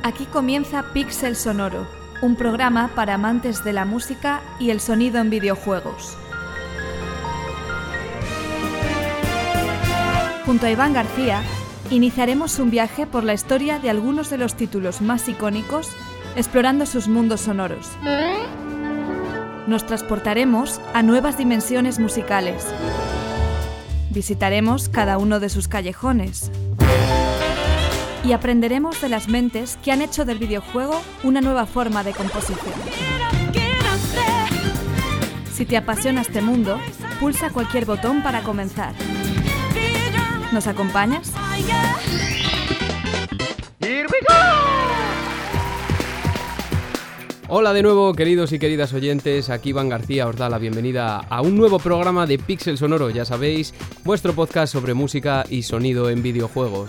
Aquí comienza Pixel Sonoro, un programa para amantes de la música y el sonido en videojuegos. Junto a Iván García, iniciaremos un viaje por la historia de algunos de los títulos más icónicos, explorando sus mundos sonoros. Nos transportaremos a nuevas dimensiones musicales. Visitaremos cada uno de sus callejones. Y aprenderemos de las mentes que han hecho del videojuego una nueva forma de composición. Si te apasiona este mundo, pulsa cualquier botón para comenzar. ¿Nos acompañas? Hola de nuevo, queridos y queridas oyentes, aquí Iván García os da la bienvenida a un nuevo programa de Pixel Sonoro, ya sabéis, vuestro podcast sobre música y sonido en videojuegos.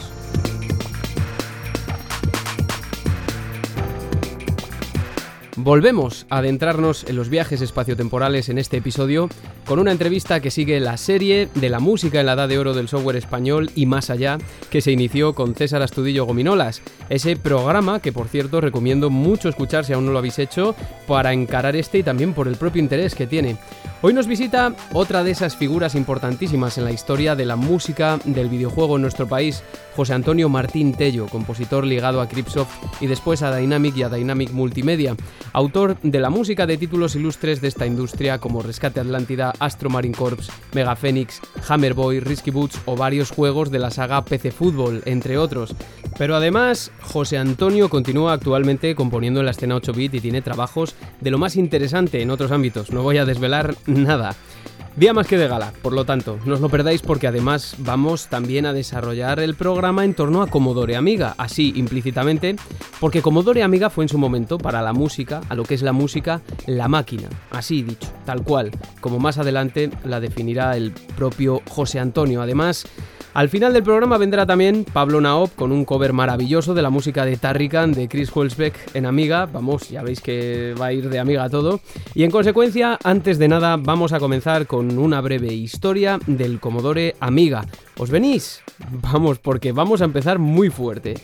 Volvemos a adentrarnos en los viajes espaciotemporales en este episodio con una entrevista que sigue la serie de la música en la edad de oro del software español y más allá, que se inició con César Astudillo Gominolas, ese programa que por cierto recomiendo mucho escuchar si aún no lo habéis hecho para encarar este y también por el propio interés que tiene. Hoy nos visita otra de esas figuras importantísimas en la historia de la música del videojuego en nuestro país, José Antonio Martín Tello, compositor ligado a Cryptsoft y después a Dynamic y a Dynamic Multimedia, autor de la música de títulos ilustres de esta industria como Rescate Atlántida, Astro Marine Corps, Mega Phoenix, Hammer Boy, Risky Boots o varios juegos de la saga PC Fútbol, entre otros. Pero además, José Antonio continúa actualmente componiendo en la escena 8-bit y tiene trabajos de lo más interesante en otros ámbitos, no voy a desvelar nada. Día más que de gala, por lo tanto, no os lo perdáis porque además vamos también a desarrollar el programa en torno a Commodore Amiga, así implícitamente, porque Commodore Amiga fue en su momento para la música, a lo que es la música, la máquina, así dicho, tal cual, como más adelante la definirá el propio José Antonio. Además, al final del programa vendrá también Pablo Naop con un cover maravilloso de la música de Turrican de Chris Hülsbeck en Amiga. Vamos, ya veis que va a ir de Amiga todo. Y en consecuencia, antes de nada, vamos a comenzar con una breve historia del Commodore Amiga. ¿Os venís? Vamos, porque vamos a empezar muy fuerte.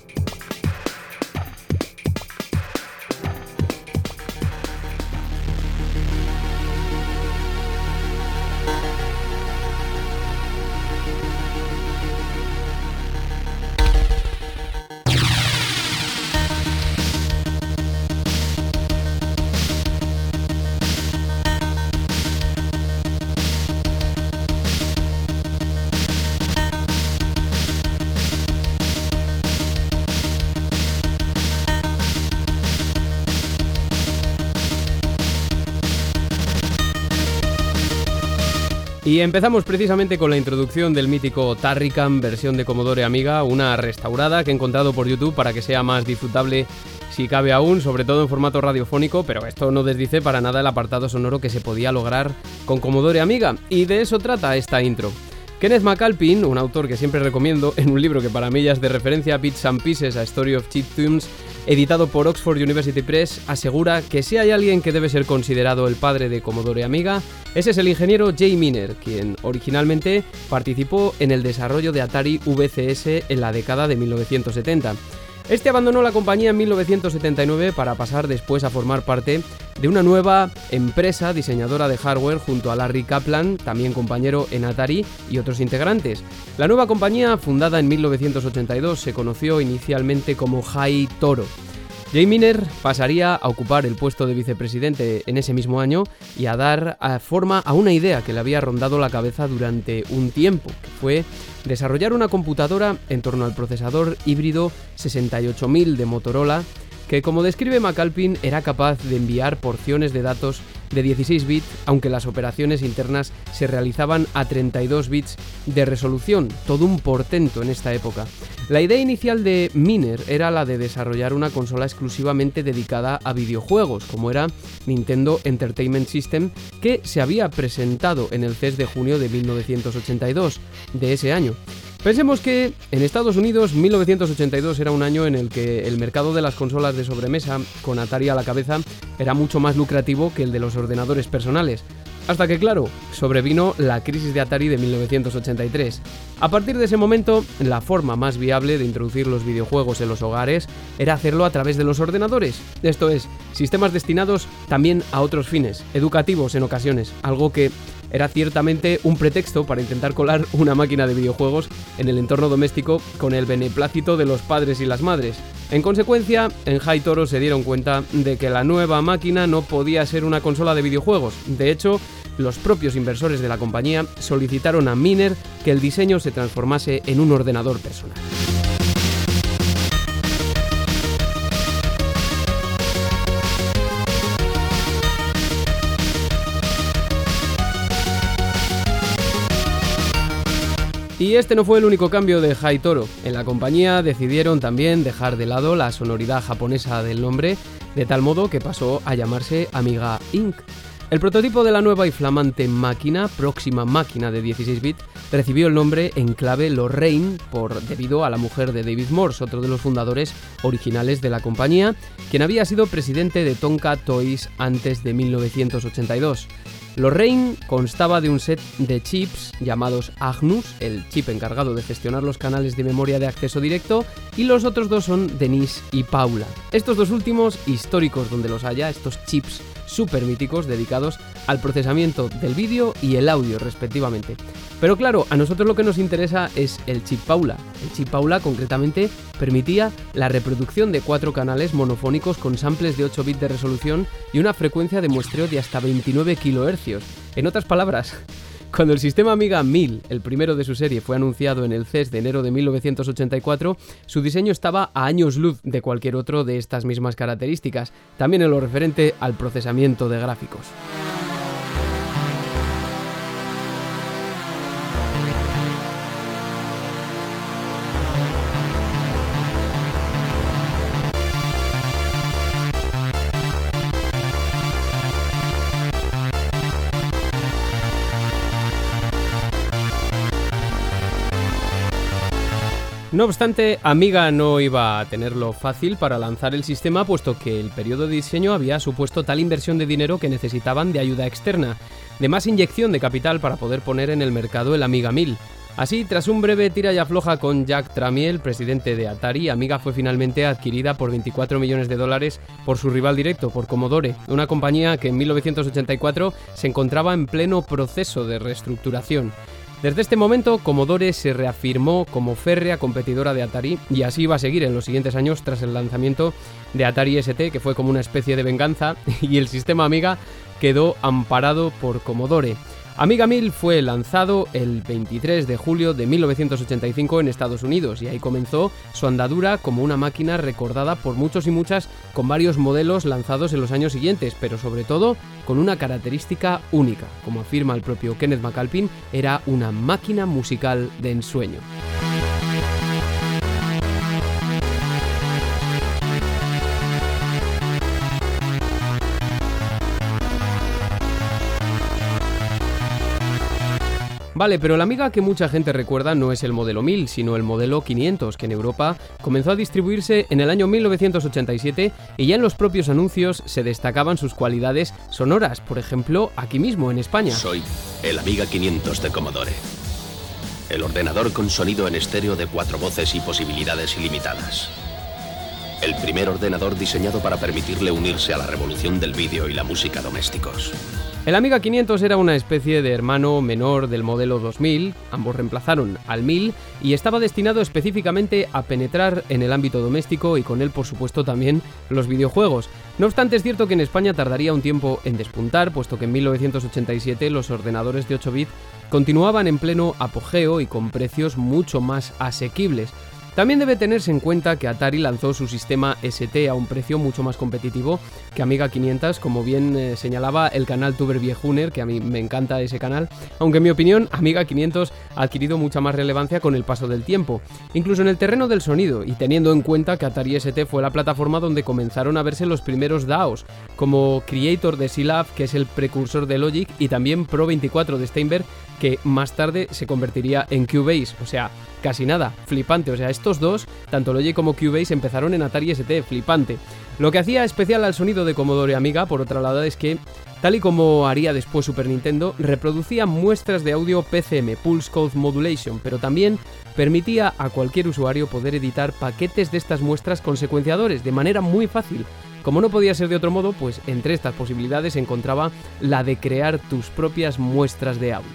Y empezamos precisamente con la introducción del mítico Turrican versión de Commodore Amiga, una restaurada que he encontrado por YouTube para que sea más disfrutable si cabe aún, sobre todo en formato radiofónico, pero esto no desdice para nada el apartado sonoro que se podía lograr con Commodore Amiga, y de eso trata esta intro. Kenneth McAlpin, un autor que siempre recomiendo, en un libro que para mí ya es de referencia, Bits and Pieces, A Story of Chiptunes, editado por Oxford University Press, asegura que si hay alguien que debe ser considerado el padre de Commodore Amiga, ese es el ingeniero Jay Miner, quien originalmente participó en el desarrollo de Atari VCS en la década de 1970. Este abandonó la compañía en 1979 para pasar después a formar parte de una nueva empresa diseñadora de hardware junto a Larry Kaplan, también compañero en Atari, y otros integrantes. La nueva compañía, fundada en 1982, se conoció inicialmente como High Toro. Jay Miner pasaría a ocupar el puesto de vicepresidente en ese mismo año y a dar forma a una idea que le había rondado la cabeza durante un tiempo, que fue desarrollar una computadora en torno al procesador híbrido 68000 de Motorola, que como describe McAlpin era capaz de enviar porciones de datos de 16 bits, aunque las operaciones internas se realizaban a 32 bits de resolución, todo un portento en esta época. La idea inicial de Miner era la de desarrollar una consola exclusivamente dedicada a videojuegos, como era Nintendo Entertainment System, que se había presentado en el CES de junio de 1982 de ese año. Pensemos que en Estados Unidos 1982 era un año en el que el mercado de las consolas de sobremesa, con Atari a la cabeza, era mucho más lucrativo que el de los ordenadores personales. Hasta que, claro, sobrevino la crisis de Atari de 1983. A partir de ese momento, la forma más viable de introducir los videojuegos en los hogares era hacerlo a través de los ordenadores. Esto es, sistemas destinados también a otros fines, educativos en ocasiones, algo que era ciertamente un pretexto para intentar colar una máquina de videojuegos en el entorno doméstico con el beneplácito de los padres y las madres. En consecuencia, en Hi-Toro se dieron cuenta de que la nueva máquina no podía ser una consola de videojuegos. De hecho, los propios inversores de la compañía solicitaron a Miner que el diseño se transformase en un ordenador personal. Y este no fue el único cambio de Hi-Toro. En la compañía decidieron también dejar de lado la sonoridad japonesa del nombre, de tal modo que pasó a llamarse Amiga Inc. El prototipo de la nueva y flamante máquina, próxima máquina de 16 bits, recibió el nombre en clave Lorraine debido a la mujer de David Morse, otro de los fundadores originales de la compañía, quien había sido presidente de Tonka Toys antes de 1982. Lorraine constaba de un set de chips llamados Agnus, el chip encargado de gestionar los canales de memoria de acceso directo, y los otros dos son Denise y Paula. Estos dos últimos, históricos donde los haya, estos chips súper míticos dedicados al procesamiento del vídeo y el audio respectivamente. Pero claro, a nosotros lo que nos interesa es el chip Paula. El chip Paula concretamente permitía la reproducción de 4 canales monofónicos con samples de 8 bits de resolución y una frecuencia de muestreo de hasta 29 kHz. En otras palabras, cuando el sistema Amiga 1000, el primero de su serie, fue anunciado en el CES de enero de 1984, su diseño estaba a años luz de cualquier otro de estas mismas características, también en lo referente al procesamiento de gráficos. No obstante, Amiga no iba a tenerlo fácil para lanzar el sistema, puesto que el periodo de diseño había supuesto tal inversión de dinero que necesitaban de ayuda externa, de más inyección de capital para poder poner en el mercado el Amiga 1000. Así, tras un breve tira y afloja con Jack Tramiel, presidente de Atari, Amiga fue finalmente adquirida por $24 millones por su rival directo, por Commodore, una compañía que en 1984 se encontraba en pleno proceso de reestructuración. Desde este momento, Commodore se reafirmó como férrea competidora de Atari y así iba a seguir en los siguientes años tras el lanzamiento de Atari ST, que fue como una especie de venganza, y el sistema Amiga quedó amparado por Commodore. Amiga 1000 fue lanzado el 23 de julio de 1985 en Estados Unidos y ahí comenzó su andadura como una máquina recordada por muchos y muchas, con varios modelos lanzados en los años siguientes, pero sobre todo con una característica única. Como afirma el propio Kenneth McAlpin, era una máquina musical de ensueño. Vale, pero la Amiga que mucha gente recuerda no es el modelo 1000, sino el modelo 500, que en Europa comenzó a distribuirse en el año 1987 y ya en los propios anuncios se destacaban sus cualidades sonoras, por ejemplo, aquí mismo en España. Soy el Amiga 500 de Commodore. El ordenador con sonido en estéreo de 4 voces y posibilidades ilimitadas. El primer ordenador diseñado para permitirle unirse a la revolución del vídeo y la música domésticos. El Amiga 500 era una especie de hermano menor del modelo 2000, ambos reemplazaron al 1000 y estaba destinado específicamente a penetrar en el ámbito doméstico y con él por supuesto también los videojuegos. No obstante, es cierto que en España tardaría un tiempo en despuntar, puesto que en 1987 los ordenadores de 8 bits continuaban en pleno apogeo y con precios mucho más asequibles. También debe tenerse en cuenta que Atari lanzó su sistema ST a un precio mucho más competitivo que Amiga 500, como bien señalaba el canal Tuber Viejuner, que a mí me encanta ese canal, aunque en mi opinión Amiga 500 ha adquirido mucha más relevancia con el paso del tiempo, incluso en el terreno del sonido, y teniendo en cuenta que Atari ST fue la plataforma donde comenzaron a verse los primeros DAOs, como Creator de Syllab, que es el precursor de Logic, y también Pro 24 de Steinberg, que más tarde se convertiría en Cubase, o sea, casi nada, flipante, o sea, es estos dos, tanto Logic como Cubase, empezaron en Atari ST, flipante. Lo que hacía especial al sonido de Commodore Amiga, por otro lado, es que, tal y como haría después Super Nintendo, reproducía muestras de audio PCM, Pulse Code Modulation, pero también permitía a cualquier usuario poder editar paquetes de estas muestras con secuenciadores de manera muy fácil. Como no podía ser de otro modo, pues entre estas posibilidades se encontraba la de crear tus propias muestras de audio.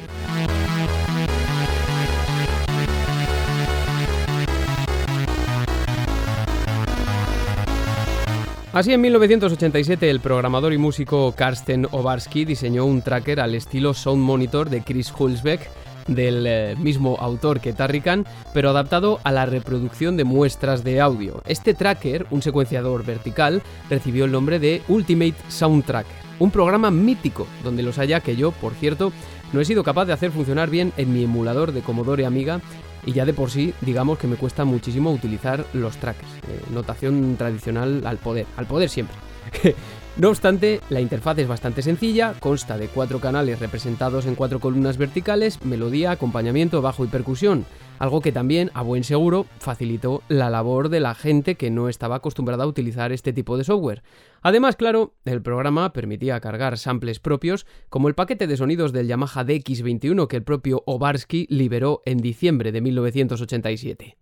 Así, en 1987, el programador y músico Karsten Obarski diseñó un tracker al estilo Sound Monitor de Chris Hulsbeck, del mismo autor que Tarrican, pero adaptado a la reproducción de muestras de audio. Este tracker, un secuenciador vertical, recibió el nombre de Ultimate Sound Tracker, un programa mítico donde los haya que yo, por cierto, no he sido capaz de hacer funcionar bien en mi emulador de Commodore Amiga, y ya de por sí, digamos que me cuesta muchísimo utilizar los trackers. Notación tradicional al poder siempre. No obstante, la interfaz es bastante sencilla, consta de 4 canales representados en 4 columnas verticales, melodía, acompañamiento, bajo y percusión, algo que también, a buen seguro, facilitó la labor de la gente que no estaba acostumbrada a utilizar este tipo de software. Además, claro, el programa permitía cargar samples propios, como el paquete de sonidos del Yamaha DX21 que el propio Obarski liberó en diciembre de 1987.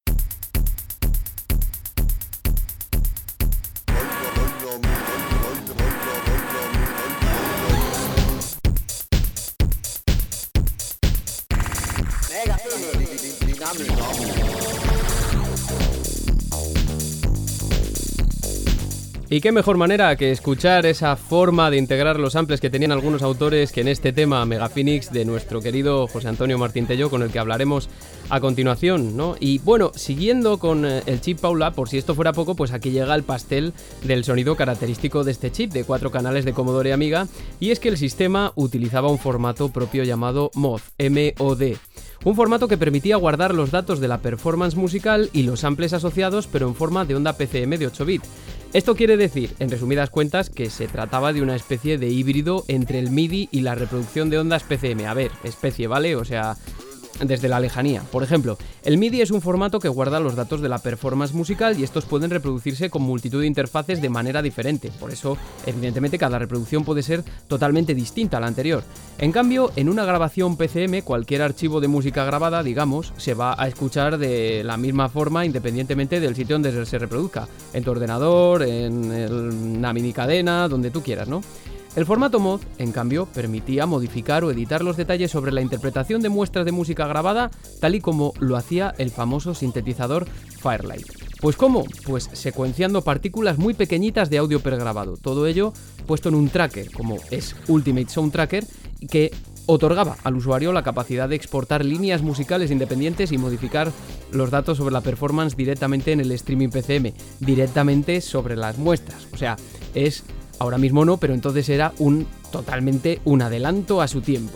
Y qué mejor manera que escuchar esa forma de integrar los samples que tenían algunos autores que en este tema Megaphoenix de nuestro querido José Antonio Martín Tello, con el que hablaremos a continuación, ¿no? Y bueno, siguiendo con el chip Paula, por si esto fuera poco, pues aquí llega el pastel del sonido característico de este chip de 4 canales de Commodore Amiga, y es que el sistema utilizaba un formato propio llamado MOD, M-O-D. Un formato que permitía guardar los datos de la performance musical y los samples asociados, pero en forma de onda PCM de 8 bits. Esto quiere decir, en resumidas cuentas, que se trataba de una especie de híbrido entre el MIDI y la reproducción de ondas PCM. A ver, especie, ¿vale? O sea, desde la lejanía. Por ejemplo, el MIDI es un formato que guarda los datos de la performance musical y estos pueden reproducirse con multitud de interfaces de manera diferente. Por eso, evidentemente, cada reproducción puede ser totalmente distinta a la anterior. En cambio, en una grabación PCM, cualquier archivo de música grabada, digamos, se va a escuchar de la misma forma independientemente del sitio donde se reproduzca. En tu ordenador, en una mini cadena, donde tú quieras, ¿no? El formato MOD, en cambio, permitía modificar o editar los detalles sobre la interpretación de muestras de música grabada, tal y como lo hacía el famoso sintetizador Firelight. ¿Pues cómo? Pues secuenciando partículas muy pequeñitas de audio pregrabado, todo ello puesto en un tracker, como es Ultimate Sound Tracker, que otorgaba al usuario la capacidad de exportar líneas musicales independientes y modificar los datos sobre la performance directamente en el streaming PCM, directamente sobre las muestras. O sea, es... Ahora mismo no, pero entonces era totalmente un adelanto a su tiempo.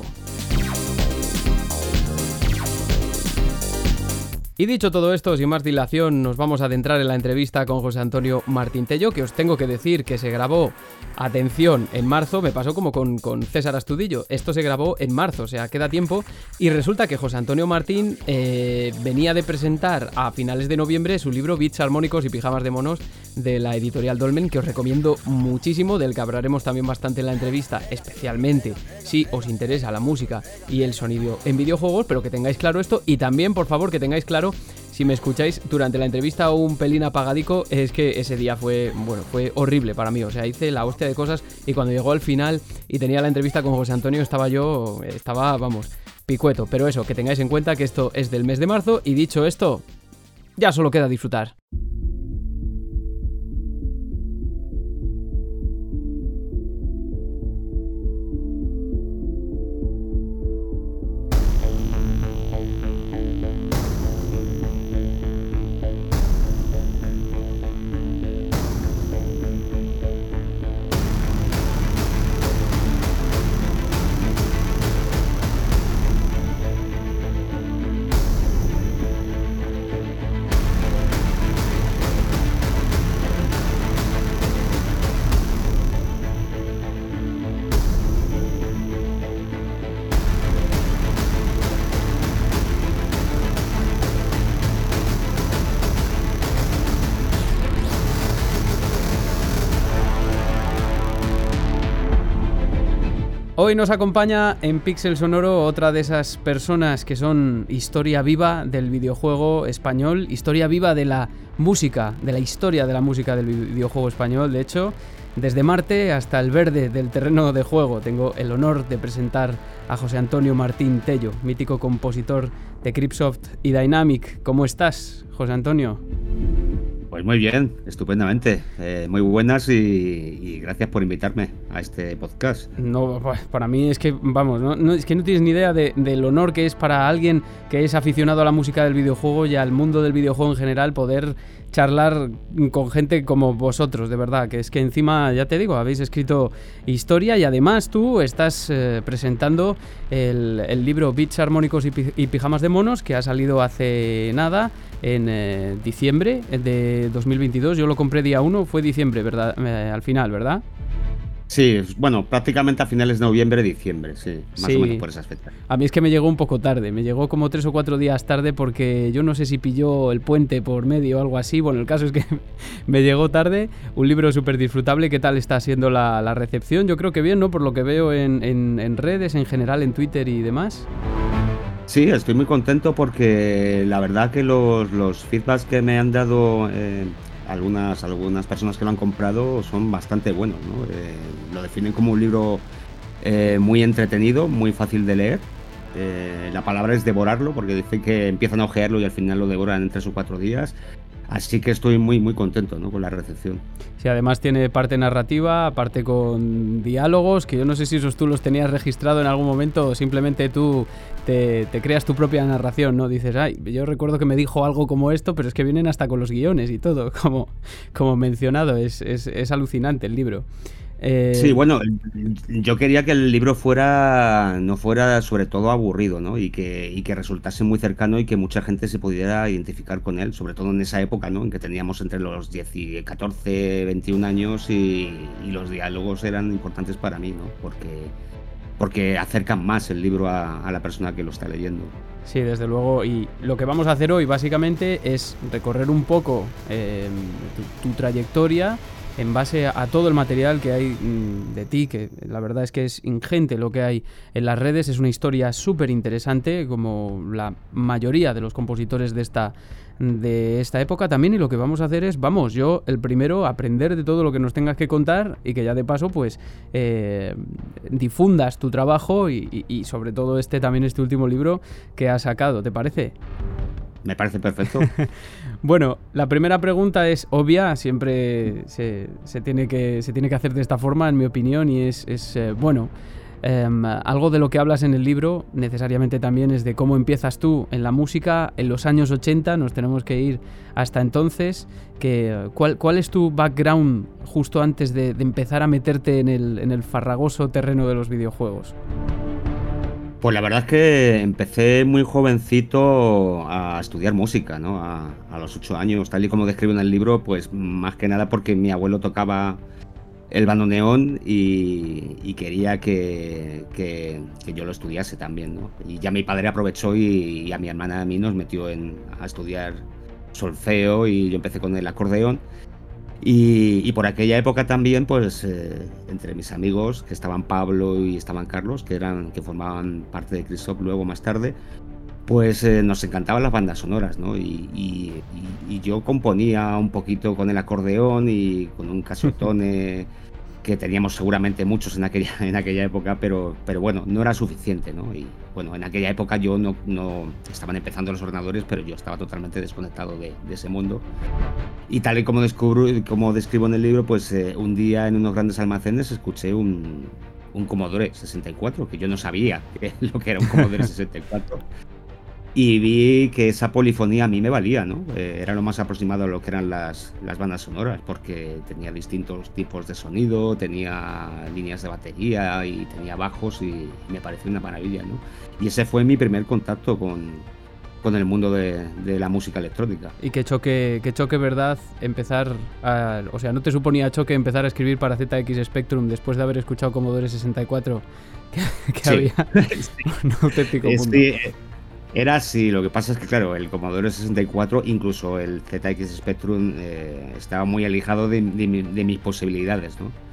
Y dicho todo esto, sin más dilación, nos vamos a adentrar en la entrevista con José Antonio Martín Tello, que os tengo que decir que se grabó, atención, en marzo. Me pasó como con César Astudillo, esto se grabó en marzo, o sea, queda tiempo, y resulta que José Antonio Martín venía de presentar a finales de noviembre su libro Beats Armónicos y Pijamas de Monos, de la editorial Dolmen, que os recomiendo muchísimo, del que hablaremos también bastante en la entrevista, especialmente si os interesa la música y el sonido en videojuegos, pero que tengáis claro esto, y también, por favor, que tengáis claro, si me escucháis durante la entrevista un pelín apagadico, es que ese día fue horrible para mí. O sea, hice la hostia de cosas y cuando llegó al final y tenía la entrevista con José Antonio estaba picueto. Pero eso, que tengáis en cuenta que esto es del mes de marzo y dicho esto, ya solo queda disfrutar. Hoy nos acompaña en Píxel Sonoro otra de esas personas que son historia viva del videojuego español, historia viva de la música, de la historia de la música del videojuego español. De hecho, desde Marte hasta el verde del terreno de juego, tengo el honor de presentar a José Antonio Martín Tello, mítico compositor de Cryptsoft y Dynamic. ¿Cómo estás, José Antonio? Pues muy bien, estupendamente, muy buenas y gracias por invitarme a este podcast. No, pues para mí es que, vamos, es que no tienes ni idea del honor que es para alguien que es aficionado a la música del videojuego y al mundo del videojuego en general poder charlar con gente como vosotros, de verdad, que es que encima, ya te digo, habéis escrito historia y además tú estás presentando el libro Beats Armónicos y Pijamas de Monos, que ha salido hace nada, en diciembre de 2022. Yo lo compré día 1, fue diciembre, ¿verdad? Al final, ¿verdad? Sí, bueno, prácticamente a finales de noviembre, diciembre, sí, más o menos por esas fechas. A mí es que me llegó un poco tarde, me llegó como 3 o 4 días tarde porque yo no sé si pilló el puente por medio o algo así. Bueno, el caso es que me llegó tarde, un libro súper disfrutable. ¿Qué tal está siendo la recepción? Yo creo que bien, ¿no? Por lo que veo en redes, en general, en Twitter y demás. Sí, estoy muy contento porque la verdad que los feedbacks que me han dado algunas personas que lo han comprado son bastante buenos, ¿no? Lo definen como un libro muy entretenido, muy fácil de leer. La palabra es devorarlo, porque dicen que empiezan a ojearlo y al final lo devoran en 3 o 4 días. Así que estoy muy muy contento, ¿no?, con la recepción. Sí, además tiene parte narrativa, parte con diálogos, que yo no sé si esos tú los tenías registrado en algún momento o simplemente tú te creas tu propia narración, ¿no? Dices, ay, yo recuerdo que me dijo algo como esto, pero es que vienen hasta con los guiones y todo, como mencionado. Es alucinante el libro. Sí, bueno, yo quería que el libro no fuera sobre todo aburrido, ¿no? Y que resultase muy cercano y que mucha gente se pudiera identificar con él, sobre todo en esa época, ¿no?, en que teníamos entre los 14, 21 años y los diálogos eran importantes para mí, ¿no? Porque acercan más el libro a la persona que lo está leyendo. Sí, desde luego, y lo que vamos a hacer hoy básicamente es recorrer un poco tu trayectoria en base a todo el material que hay de ti, que la verdad es que es ingente lo que hay en las redes. Es una historia súper interesante, como la mayoría de los compositores de esta época también, y lo que vamos a hacer es, yo el primero, aprender de todo lo que nos tengas que contar y que ya de paso pues difundas tu trabajo y sobre todo este último libro que has sacado, ¿te parece? Me parece perfecto. Bueno, la primera pregunta es obvia, siempre se tiene que hacer de esta forma, en mi opinión, y es algo de lo que hablas en el libro necesariamente también es de cómo empiezas tú en la música en los años 80, nos tenemos que ir hasta entonces. ¿Cuál es tu background justo antes de empezar a meterte en el farragoso terreno de los videojuegos? Pues la verdad es que empecé muy jovencito a estudiar música, ¿no? A los 8 años, tal y como describo en el libro, pues más que nada porque mi abuelo tocaba el bandoneón y quería que yo lo estudiase también, ¿no? Y ya mi padre aprovechó y a mi hermana y a mí nos metió a estudiar solfeo y yo empecé con el acordeón. Y por aquella época también, pues entre mis amigos, que estaban Pablo y estaban Carlos, que formaban parte de Cryptsoft luego más tarde, pues nos encantaban las bandas sonoras, ¿no? Y yo componía un poquito con el acordeón y con un Casiotone que teníamos seguramente muchos en aquella época, pero bueno, no era suficiente, ¿no? Y bueno, en aquella época yo no estaban empezando los ordenadores, pero yo estaba totalmente desconectado de ese mundo. Y tal y como describo en el libro, pues un día en unos grandes almacenes escuché un Commodore 64, que yo no sabía lo que era un Commodore 64. Y vi que esa polifonía a mí me valía, ¿no? Era lo más aproximado a lo que eran las bandas sonoras, porque tenía distintos tipos de sonido, tenía líneas de batería y tenía bajos y me pareció una maravilla, ¿no? Y ese fue mi primer contacto con el mundo de la música electrónica. Y qué choque, ¿verdad? O sea, ¿no te suponía choque empezar a escribir para ZX Spectrum después de haber escuchado Commodore 64? Que sí. Había un auténtico mundo. Sí. Era así, lo que pasa es que claro, el Commodore 64, incluso el ZX Spectrum, estaba muy alejado de mis posibilidades, ¿no?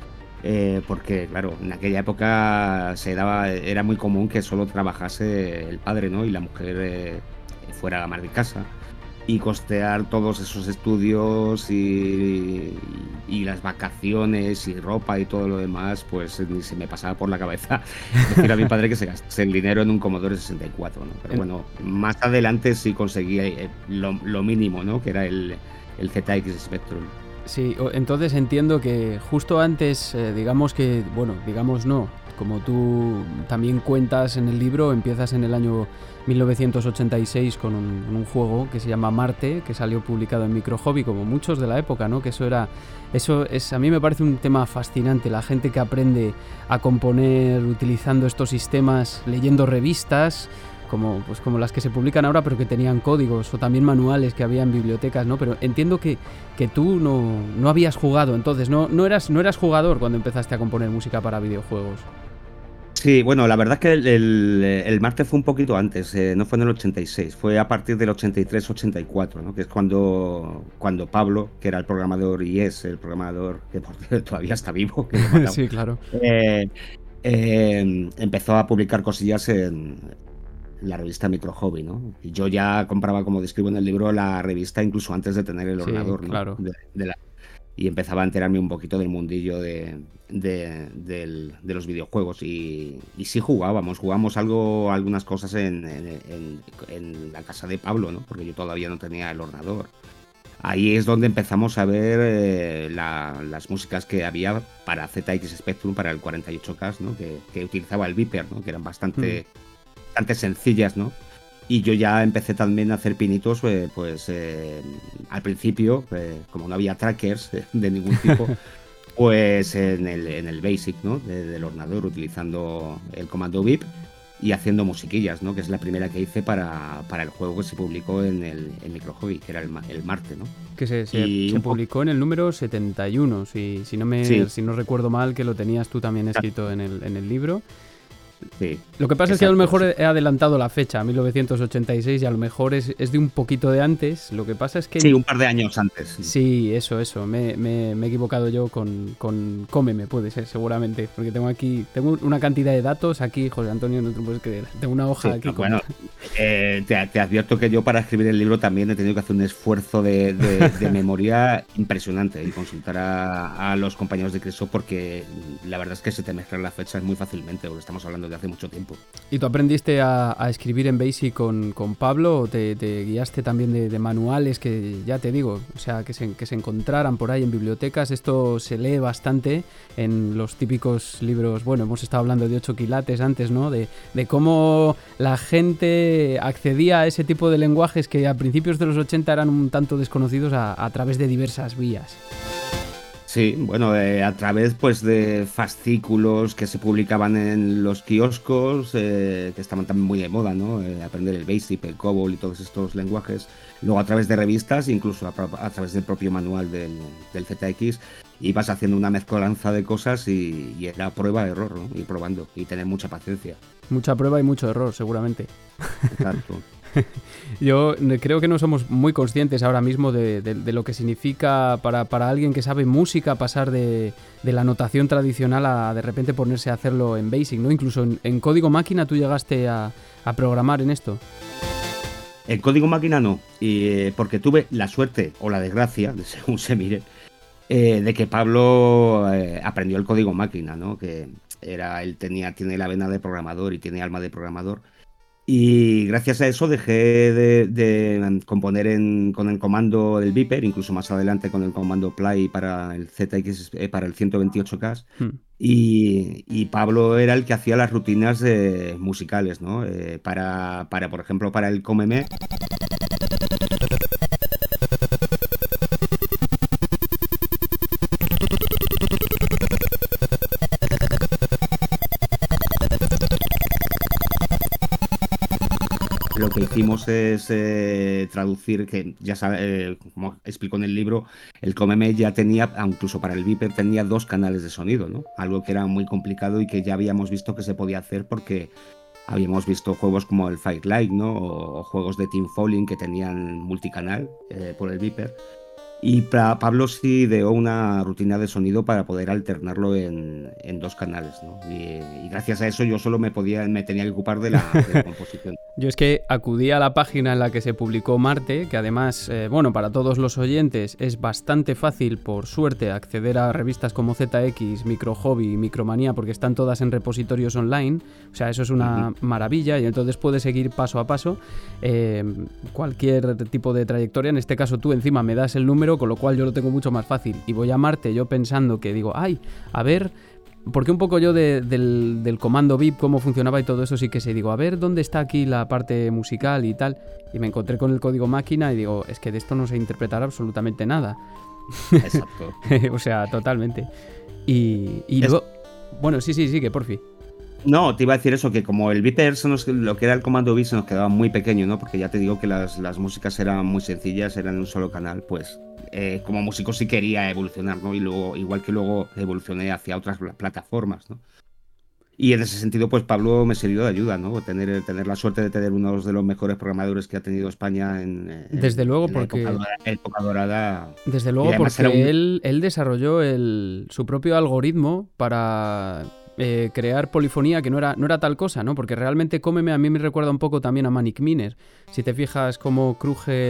porque claro, en aquella época era muy común que solo trabajase el padre, ¿no? Y la mujer fuera a ama de casa. Y costear todos esos estudios y las vacaciones y ropa y todo lo demás, pues ni se me pasaba por la cabeza decir a mi padre que se gastase el dinero en un Commodore 64, ¿no? Pero bueno, más adelante sí conseguí lo mínimo, ¿no? Que era el ZX Spectrum. Sí, entonces entiendo que justo antes, digamos no, como tú también cuentas en el libro, empiezas en el año 1986 con un juego que se llama Marte, que salió publicado en Micro Hobby, como muchos de la época, ¿no? Que a mí me parece un tema fascinante, la gente que aprende a componer utilizando estos sistemas, leyendo revistas, como las que se publican ahora, pero que tenían códigos, o también manuales que había en bibliotecas, ¿no? Pero entiendo que tú no habías jugado, entonces no eras jugador cuando empezaste a componer música para videojuegos. Sí, bueno, la verdad es que el Marte fue un poquito antes, no fue en el 86, fue a partir del 83-84, ¿no? Que es cuando Pablo, que era el programador y es el programador, que por cierto todavía está vivo, que sí, claro. Empezó a publicar cosillas en la revista Micro Hobby, ¿no? Y yo ya compraba, como describo en el libro, la revista incluso antes de tener el ordenador, ¿no? Claro. Y empezaba a enterarme un poquito del mundillo de los videojuegos y sí jugamos algunas cosas en la casa de Pablo, ¿no? Porque yo todavía no tenía el ordenador. Ahí es donde empezamos a ver las músicas que había para ZX Spectrum, para el 48K, ¿no? Que utilizaba el Viper, ¿no? Que eran bastante sencillas, ¿no? Y yo ya empecé también a hacer pinitos, al principio, como no había trackers de ningún tipo, pues en el Basic, ¿no? Del ordenador, utilizando el comando VIP y haciendo musiquillas, ¿no? Que es la primera que hice para el juego que se publicó en Micro Hobby, que era el Marte, ¿no? Que se publicó en el número 71, si no recuerdo mal, que lo tenías tú también escrito en el libro. Sí, lo que pasa es que a lo mejor he adelantado la fecha, 1986, y a lo mejor es de un poquito de antes. Lo que pasa es que... Sí, un par de años antes. Sí, eso. Me he equivocado yo con Cómeme, puede ser, seguramente. Porque tengo una cantidad de datos aquí, José Antonio, no te puedes creer. Tengo una hoja aquí. Bueno, te advierto que yo para escribir el libro también he tenido que hacer un esfuerzo de memoria impresionante y consultar a los compañeros de Creso, porque la verdad es que se te mezclan las fechas muy fácilmente, porque estamos hablando de hace mucho tiempo. ¿Y tú aprendiste a escribir en Basic con Pablo o te guiaste también de manuales que, ya te digo, o sea, que se encontraran por ahí en bibliotecas? Esto se lee bastante en los típicos libros, bueno, hemos estado hablando de 8 quilates antes, ¿no? De cómo la gente accedía a ese tipo de lenguajes que a principios de los 80 eran un tanto desconocidos a través de diversas vías. Sí, bueno, a través pues de fascículos que se publicaban en los kioscos, que estaban también muy de moda, ¿no? Aprender el Basic, el COBOL y todos estos lenguajes. Luego a través de revistas, incluso a través del propio manual del ZX, ibas haciendo una mezcolanza de cosas y era prueba-error, ¿no? Ir probando y tener mucha paciencia. Mucha prueba y mucho error, seguramente. Exacto. Yo creo que no somos muy conscientes ahora mismo de lo que significa para alguien que sabe música pasar de la notación tradicional a de repente ponerse a hacerlo en Basic, ¿no? Incluso en código máquina tú llegaste a programar en esto. En código máquina no, porque tuve la suerte o la desgracia, según se mire, de que Pablo aprendió el código máquina, ¿no? Que él tiene la vena de programador y tiene alma de programador. Y gracias a eso dejé de componer con el comando del Viper, incluso más adelante con el comando Play para el ZX, para el 128K. Y Pablo era el que hacía las rutinas musicales, ¿no? Por ejemplo, para el Cómeme. Lo que hicimos es traducir, que ya sabes, como explico en el libro, el Cómeme ya tenía, incluso para el Viper, tenía 2 canales de sonido, ¿no? Algo que era muy complicado y que ya habíamos visto que se podía hacer porque habíamos visto juegos como el Firelight, ¿no? O juegos de Team Falling que tenían multicanal por el Viper. Y Pablo sí ideó una rutina de sonido para poder alternarlo en 2 canales, ¿no? Y gracias a eso yo solo me tenía que ocupar de la composición. Yo es que acudí a la página en la que se publicó Marte, que además, para todos los oyentes es bastante fácil, por suerte, acceder a revistas como ZX, Micro Hobby y Micromanía, porque están todas en repositorios online. O sea, eso es una maravilla, y entonces puedes seguir paso a paso cualquier tipo de trayectoria. En este caso tú encima me das el número, con lo cual yo lo tengo mucho más fácil. Y voy a Marte yo pensando que digo, a ver... Porque un poco yo del comando VIP, cómo funcionaba y todo eso sí que sé. Digo, a ver dónde está aquí la parte musical y tal. Y me encontré con el código máquina y digo, es que de esto no sé interpretar absolutamente nada. Exacto. O sea, totalmente. Y luego... Bueno, sí, que por fin. No, te iba a decir eso, que como el Viper, lo que era el comando VIP se nos quedaba muy pequeño, ¿no? Porque ya te digo que las músicas eran muy sencillas, eran en un solo canal, pues como músico sí quería evolucionar, ¿no? Y luego, igual que luego evolucioné hacia otras plataformas, ¿no? Y en ese sentido, pues Pablo me sirvió de ayuda, ¿no? Tener la suerte de tener uno de los mejores programadores que ha tenido España desde luego, en porque época dorada. Desde luego, porque él desarrolló su propio algoritmo para crear polifonía, que no era tal cosa, ¿no? Porque realmente Cómeme a mí me recuerda un poco también a Manic Miner. Si te fijas cómo cruje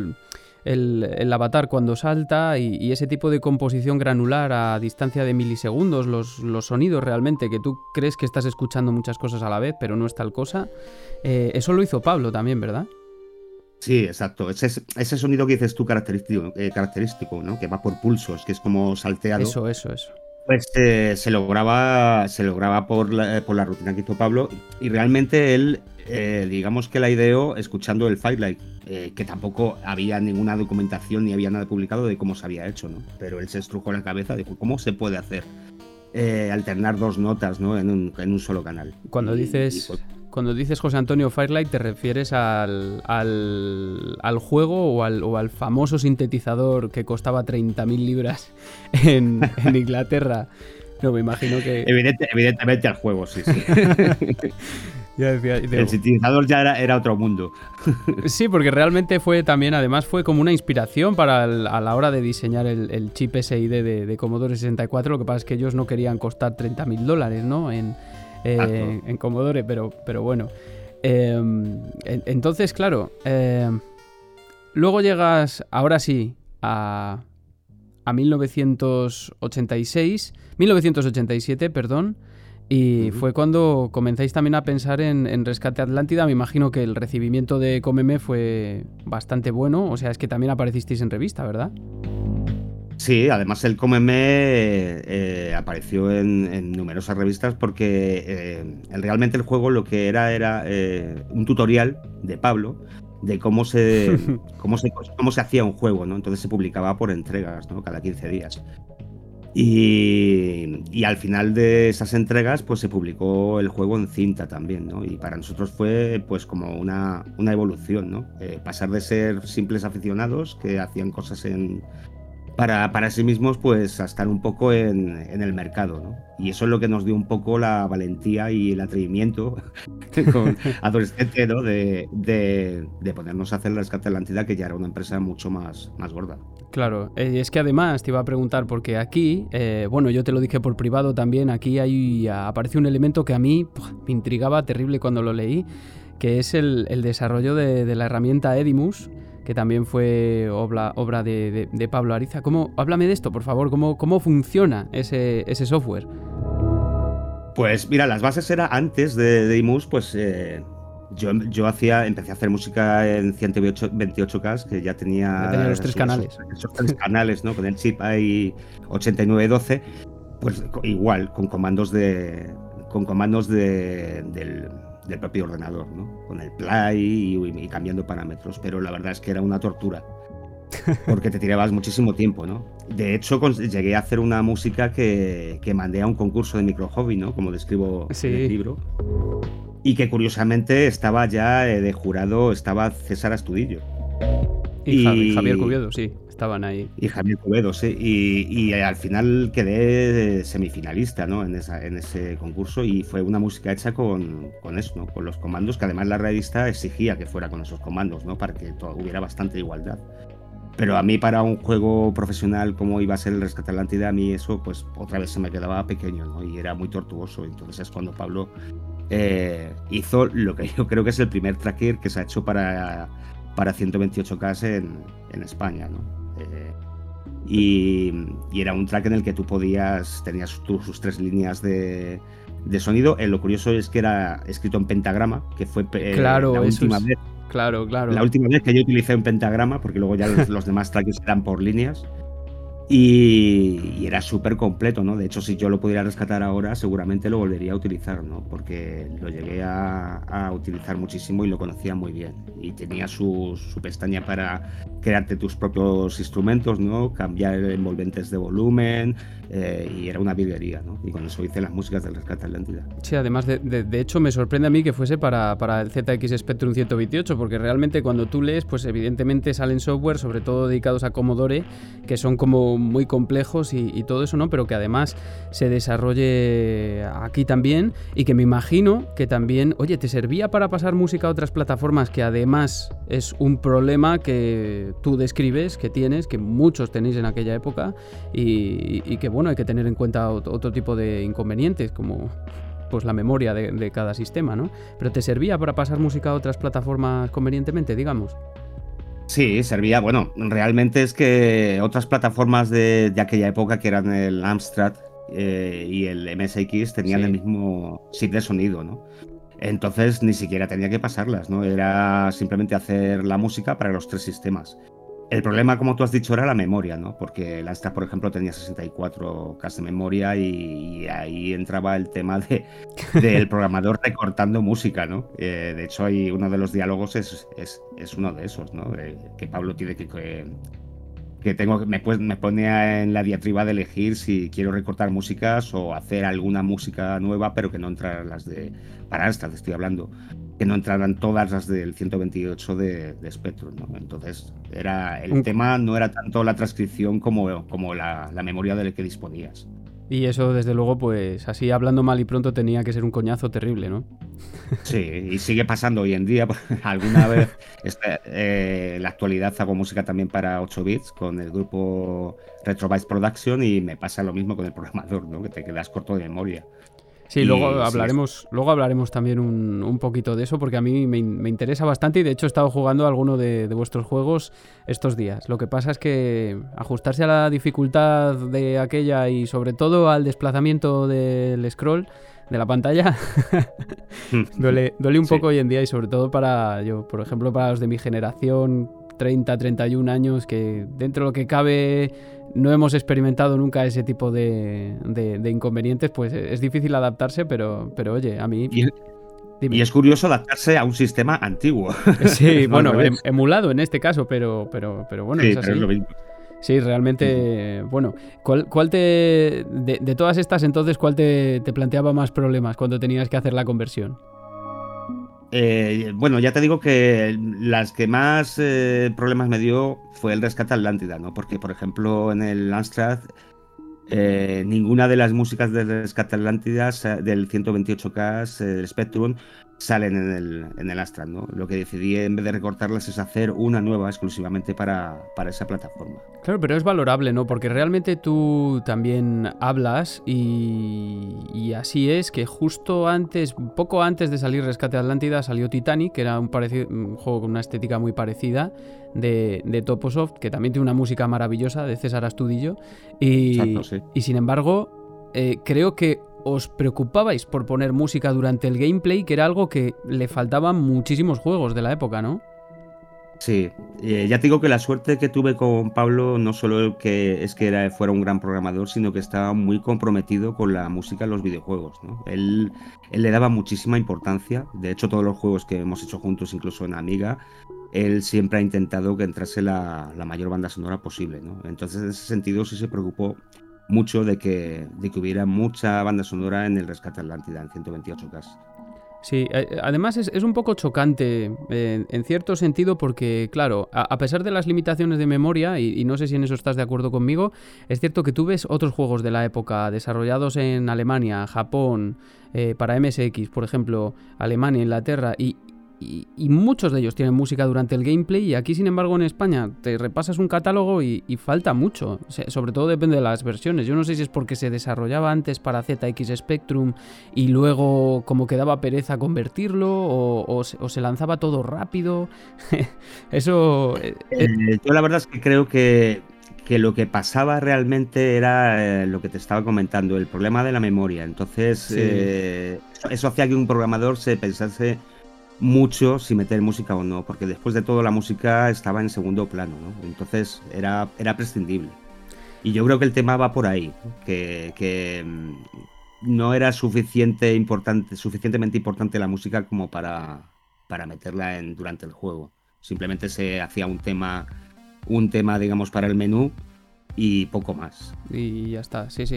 el avatar cuando salta y ese tipo de composición granular a distancia de milisegundos, los sonidos realmente, que tú crees que estás escuchando muchas cosas a la vez, pero no es tal cosa. Eso lo hizo Pablo también, ¿verdad? Sí, exacto. Ese sonido que dices tú característico, ¿no? Que va por pulsos, que es como salteado. Eso. Pues se lograba por la rutina que hizo Pablo, y realmente él, digamos que la ideó escuchando el Firelight, que tampoco había ninguna documentación ni había nada publicado de cómo se había hecho, ¿no? Pero él se estrujó la cabeza, dijo, ¿cómo se puede hacer? Alternar 2 notas, ¿no? en un solo canal. Cuando dices José Antonio Firelight, ¿te refieres al juego o al famoso sintetizador que costaba 30.000 libras en Inglaterra? No, me imagino que... Evidentemente al juego, sí. Ya decía, el sintetizador ya era otro mundo. Sí, porque realmente fue como una inspiración a la hora de diseñar el chip SID de Commodore 64. Lo que pasa es que ellos no querían costar $30.000, ¿no? En Commodore, pero bueno. Entonces, claro, luego llegas, ahora sí, a 1987, perdón, y fue cuando comenzáis también a pensar en Rescate Atlántida. Me imagino que el recibimiento de Cómeme fue bastante bueno, o sea, es que también aparecisteis en revista, ¿verdad? Sí, además el Cómeme apareció en numerosas revistas porque realmente el juego lo que era un tutorial de Pablo de cómo se hacía un juego, ¿no? Entonces se publicaba por entregas, ¿no? Cada 15 días. Y al final de esas entregas pues se publicó el juego en cinta también, ¿no? Y para nosotros fue pues como una evolución, ¿no? Pasar de ser simples aficionados que hacían cosas para sí mismos, pues a estar un poco en el mercado, ¿no? Y eso es lo que nos dio un poco la valentía y el atrevimiento con adolescente, ¿no? De ponernos a hacer la Rescate Atlántida, que ya era una empresa mucho más gorda. Claro, es que además te iba a preguntar, porque aquí, yo te lo dije por privado también, aquí aparece un elemento que a mí me intrigaba terrible cuando lo leí, que es el desarrollo de la herramienta Edimus, que también fue obra de Pablo Ariza. Háblame de esto, por favor, ¿cómo funciona ese software? Pues mira, las bases eran antes de Edimus, pues yo empecé a hacer música en 128K, que ya tenía los 3 canales. Esos 3 canales, ¿no? Con el chip ahí 8912, pues igual, con comandos del propio ordenador, ¿no? Con el play y cambiando parámetros, pero la verdad es que era una tortura, porque te tirabas muchísimo tiempo, ¿no? De hecho, llegué a hacer una música que mandé a un concurso de Micro Hobby, ¿no? Como describo en el libro, y que curiosamente estaba ya de jurado, estaba César Astudillo. Y Javier Cubiedo, sí, estaban ahí. Y Javier Cubiedo, sí. Y al final quedé semifinalista, ¿no? En ese concurso, y fue una música hecha con eso, ¿no? Con los comandos, que además la revista exigía que fuera con esos comandos, ¿no? Para que hubiera bastante igualdad. Pero a mí, para un juego profesional como iba a ser el Rescate Atlántida, a mí eso pues otra vez se me quedaba pequeño, ¿no? Y era muy tortuoso. Entonces es cuando Pablo hizo lo que yo creo que es el primer tracker que se ha hecho para 128K en España, ¿no? Y era un track en el que tú tenías sus 3 líneas de sonido. Lo curioso es que era escrito en pentagrama, que fue la última vez. Claro. La última vez que yo utilicé un pentagrama, porque luego ya los demás tracks eran por líneas. Y era súper completo, ¿no? De hecho, si yo lo pudiera rescatar ahora, seguramente lo volvería a utilizar, ¿no? Porque lo llegué a utilizar muchísimo y lo conocía muy bien. Y tenía su pestaña para crearte tus propios instrumentos, ¿no? Cambiar envolventes de volumen, y era una virguería, ¿no? Y con eso hice las músicas del Rescate Atlántida. Sí, además de hecho me sorprende a mí que fuese para el ZX Spectrum 128, porque realmente cuando tú lees, pues evidentemente salen software, sobre todo dedicados a Commodore, que son como muy complejos y todo eso, ¿no? Pero que además se desarrolle aquí también, y que me imagino que también, oye, te servía para pasar música a otras plataformas, que además es un problema que tú describes, que tienes, que muchos tenéis en aquella época, y que bueno, hay que tener en cuenta otro tipo de inconvenientes, como pues la memoria de cada sistema, ¿no? Pero ¿te servía para pasar música a otras plataformas convenientemente, digamos? Sí, servía. Bueno, realmente es que otras plataformas de aquella época, que eran el Amstrad y el MSX, tenían el mismo chip de sonido, ¿no? Entonces ni siquiera tenía que pasarlas, ¿no? Era simplemente hacer la música para los 3 sistemas. El problema, como tú has dicho, era la memoria, ¿no? Porque el Amstrad, por ejemplo, tenía 64K de memoria, y ahí entraba el tema del programador recortando música, ¿no? De hecho, hay uno de los diálogos es uno de esos, ¿no? Que Pablo tiene me pone en la diatriba de elegir si quiero recortar músicas o hacer alguna música nueva, pero que no entraran las para Amstrad, estoy hablando, que no entraran todas las del 128 de Spectrum, ¿no? Entonces el tema no era tanto la transcripción como la memoria de la que disponías. Y eso, desde luego, pues así hablando mal y pronto, tenía que ser un coñazo terrible, ¿no? Sí, y sigue pasando hoy en día. Alguna vez, en la actualidad, hago música también para 8 bits con el grupo Retrobytes Production, y me pasa lo mismo con el programador, ¿no? Que te quedas corto de memoria. Sí, luego hablaremos también un poquito de eso, porque a mí me interesa bastante, y de hecho he estado jugando a alguno de vuestros juegos estos días. Lo que pasa es que ajustarse a la dificultad de aquella, y sobre todo al desplazamiento del scroll de la pantalla duele un poco hoy en día, y sobre todo por ejemplo, para los de mi generación, 30, 31 años, que dentro de lo que cabe no hemos experimentado nunca ese tipo de inconvenientes, pues es difícil adaptarse, pero oye, a mí... Y es curioso adaptarse a un sistema antiguo. Sí, bueno, emulado en este caso, pero bueno, sí, es así. Pero es lo mismo. Sí, realmente, bueno, ¿cuál de todas estas, entonces, cuál te planteaba más problemas cuando tenías que hacer la conversión? Bueno, ya te digo que las que más problemas me dio fue el Rescate Atlántida, ¿no? Porque, por ejemplo, en el Amstrad, ninguna de las músicas del Rescate Atlántida del 128K del Spectrum salen en el Amstrad, ¿no? Lo que decidí, en vez de recortarlas, es hacer una nueva exclusivamente para esa plataforma. Claro, pero es valorable, ¿no? Porque realmente tú también hablas, y así es que poco antes de salir Rescate Atlántida, salió Titanic, que era un juego con una estética muy parecida de Toposoft, que también tiene una música maravillosa, de César Astudillo, Exacto, sí. Y sin embargo, creo que os preocupabais por poner música durante el gameplay, que era algo que le faltaba a muchísimos juegos de la época, ¿no? Sí, ya te digo que la suerte que tuve con Pablo no solo fuera un gran programador, sino que estaba muy comprometido con la música en los videojuegos, ¿no? Él le daba muchísima importancia. De hecho, todos los juegos que hemos hecho juntos, incluso en Amiga, él siempre ha intentado que entrase la mayor banda sonora posible, ¿no? Entonces, en ese sentido, sí se preocupó mucho de que hubiera mucha banda sonora en el Rescate Atlántida en 128K. Sí, además es un poco chocante en cierto sentido, porque claro, a pesar de las limitaciones de memoria, y no sé si en eso estás de acuerdo conmigo, es cierto que tú ves otros juegos de la época desarrollados en Alemania, Japón, para MSX, por ejemplo, Alemania, Inglaterra, y y muchos de ellos tienen música durante el gameplay, y aquí sin embargo en España te repasas un catálogo y falta mucho, sobre todo depende de las versiones. Yo no sé si es porque se desarrollaba antes para ZX Spectrum y luego como que daba pereza convertirlo o se lanzaba todo rápido. Eso... Yo la verdad es que creo que lo que pasaba realmente era lo que te estaba comentando, el problema de la memoria. Entonces, sí. Eso hacía que un programador se pensase mucho si meter música o no, porque después de todo la música estaba en segundo plano, ¿no? Entonces era prescindible. Y yo creo que el tema va por ahí, ¿no? Que no era suficientemente importante la música como para meterla durante el juego. Simplemente se hacía un tema, digamos, para el menú y poco más. Y ya está, sí.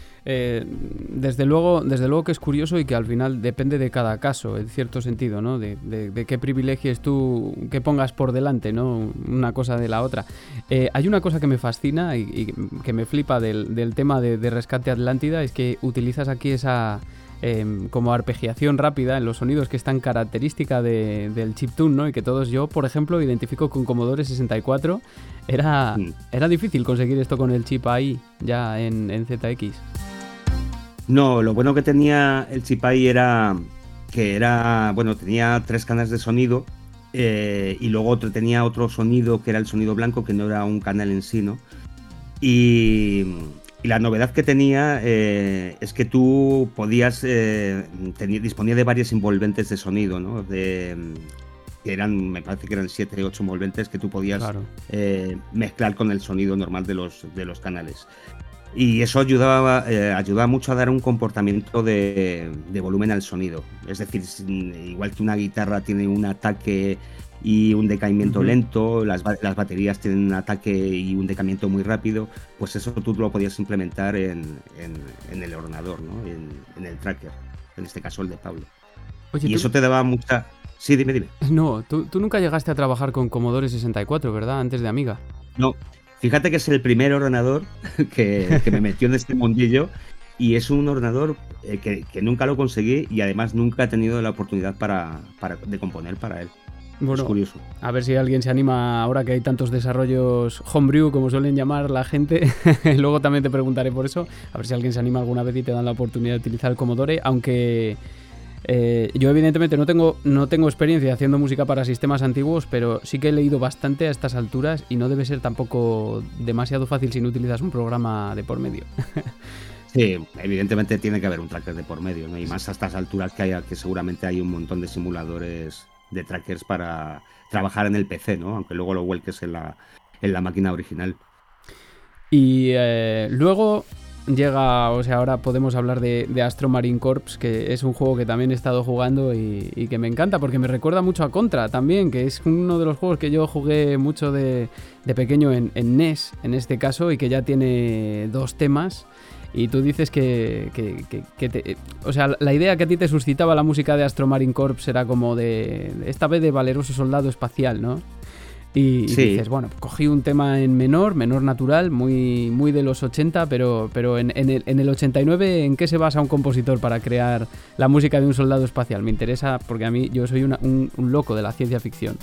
Desde luego que es curioso y que al final depende de cada caso, en cierto sentido, ¿no? De qué privilegios tú que pongas por delante, ¿no? Una cosa de la otra. Hay una cosa que me fascina y que me flipa del tema de Rescate Atlántida, es que utilizas aquí esa... como arpegiación rápida en los sonidos, que es tan característica del chiptune, ¿no? Y que todos, yo por ejemplo identifico con Commodore 64. Era difícil conseguir esto con el chip ahí ya en ZX. No, lo bueno que tenía el chip ahí era que tenía 3 canales de sonido y luego tenía otro sonido que era el sonido blanco, que no era un canal en sí, ¿no? Y la novedad que tenía es que tú podías, disponía de varios envolventes de sonido, ¿no? Me parece que eran 7 o 8 envolventes que tú podías mezclar con el sonido normal de los canales. Y eso ayudaba mucho a dar un comportamiento de volumen al sonido. Es decir, igual que una guitarra tiene un ataque y un decaimiento lento, las baterías tienen un ataque y un decaimiento muy rápido, pues eso tú lo podías implementar en el ordenador, ¿no? En el tracker, en este caso el de Pablo. Oye, y eso te daba mucha... Sí, dime. No, tú nunca llegaste a trabajar con Commodore 64, ¿verdad? Antes de Amiga. No, fíjate que es el primer ordenador que me metió en este mundillo, y es un ordenador que nunca lo conseguí, y además nunca he tenido la oportunidad de componer para él. Bueno, es curioso. A ver si alguien se anima ahora que hay tantos desarrollos homebrew, como suelen llamar la gente. Luego también te preguntaré por eso. A ver si alguien se anima alguna vez y te dan la oportunidad de utilizar el Commodore, aunque... yo evidentemente no tengo experiencia haciendo música para sistemas antiguos, pero sí que he leído bastante a estas alturas y no debe ser tampoco demasiado fácil si no utilizas un programa de por medio. Sí, evidentemente tiene que haber un tracker de por medio, ¿no? Y más a estas alturas que seguramente hay un montón de simuladores de trackers para trabajar en el PC, ¿no? Aunque luego lo vuelques en la máquina original. Y luego... llega, o sea, ahora podemos hablar de Astro Marine Corps, que es un juego que también he estado jugando y que me encanta porque me recuerda mucho a Contra también, que es uno de los juegos que yo jugué mucho de pequeño en NES, en este caso, y que ya tiene 2 temas. Y tú dices o sea, la idea que a ti te suscitaba la música de Astro Marine Corps era como esta vez de valeroso soldado espacial, ¿no? Y dices, bueno, cogí un tema en menor natural, muy, muy de los 80, pero en el 89, ¿en qué se basa un compositor para crear la música de un soldado espacial? Me interesa porque a mí, yo soy un loco de la ciencia ficción.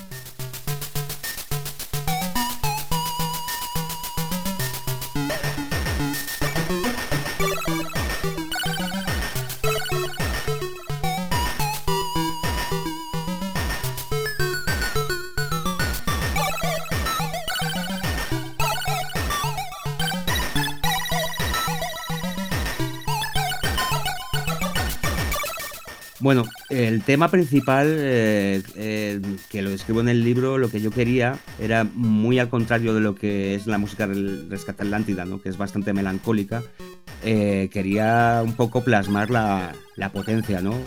Bueno, el tema principal, que lo describo en el libro, lo que yo quería era muy al contrario de lo que es la música del Rescate Atlántida, ¿no? Que es bastante melancólica. Quería un poco plasmar la potencia, ¿no?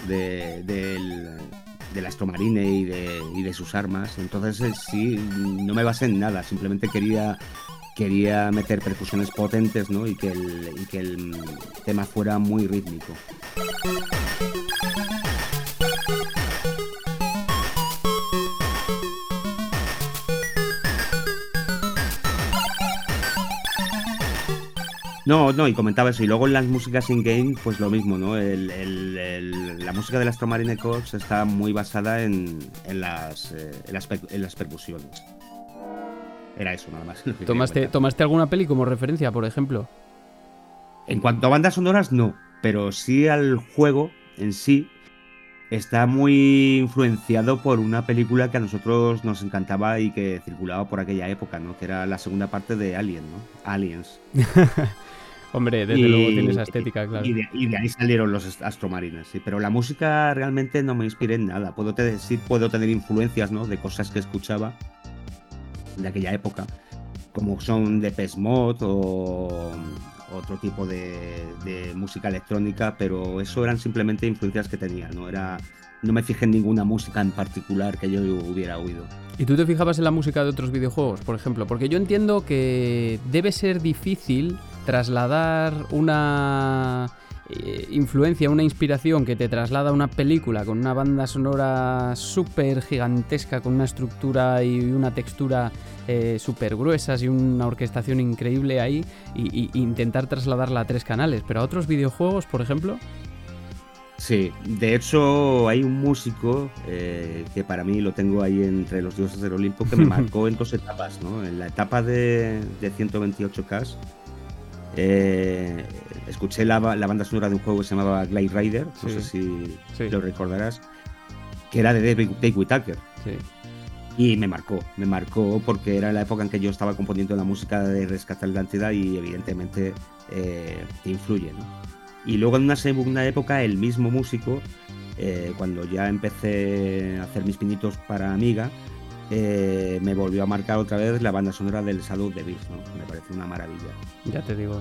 del Astromarine y de sus armas. Entonces, sí, no me basé en nada, simplemente quería meter percusiones potentes, ¿no? y que el tema fuera muy rítmico. No, y comentaba eso. Y luego en las músicas in-game, pues lo mismo, ¿no? La música del Astro Marine Corps está muy basada en las percusiones. Era eso, nada más. ¿Tomaste alguna peli como referencia, por ejemplo? En cuanto a bandas sonoras, no. Pero sí al juego en sí está muy influenciado por una película que a nosotros nos encantaba y que circulaba por aquella época, ¿no? Que era la segunda parte de Alien, ¿no? Aliens. Hombre, desde luego tiene esa estética, claro. Y de ahí salieron los Astromarines, sí. Pero la música realmente no me inspiré en nada. Puedo tener influencias, ¿no? De cosas que escuchaba de aquella época, como son Depeche Mode o otro tipo de música electrónica, pero eso eran simplemente influencias que tenía, no me fijé en ninguna música en particular que yo hubiera oído. ¿Y tú te fijabas en la música de otros videojuegos, por ejemplo? Porque yo entiendo que debe ser difícil trasladar una influencia, una inspiración que te traslada a una película con una banda sonora súper gigantesca, con una estructura y una textura súper gruesas y una orquestación increíble ahí, y intentar trasladarla a 3 canales. Pero a otros videojuegos, por ejemplo... Sí, de hecho hay un músico que para mí lo tengo ahí entre los dioses del Olimpo, que me marcó en 2 etapas, ¿no? En la etapa de 128K escuché la banda sonora de un juego que se llamaba Glide Rider, no sé si lo recordarás, que era de Dave Whittaker. Sí. Y me marcó porque era la época en que yo estaba componiendo la música de Rescate Atlántida y evidentemente te influye, ¿no? Y luego en una segunda época el mismo músico, cuando ya empecé a hacer mis pinitos para Amiga, me volvió a marcar otra vez la banda sonora del Shadow of the Beast, ¿no? Me parece una maravilla. Ya te digo.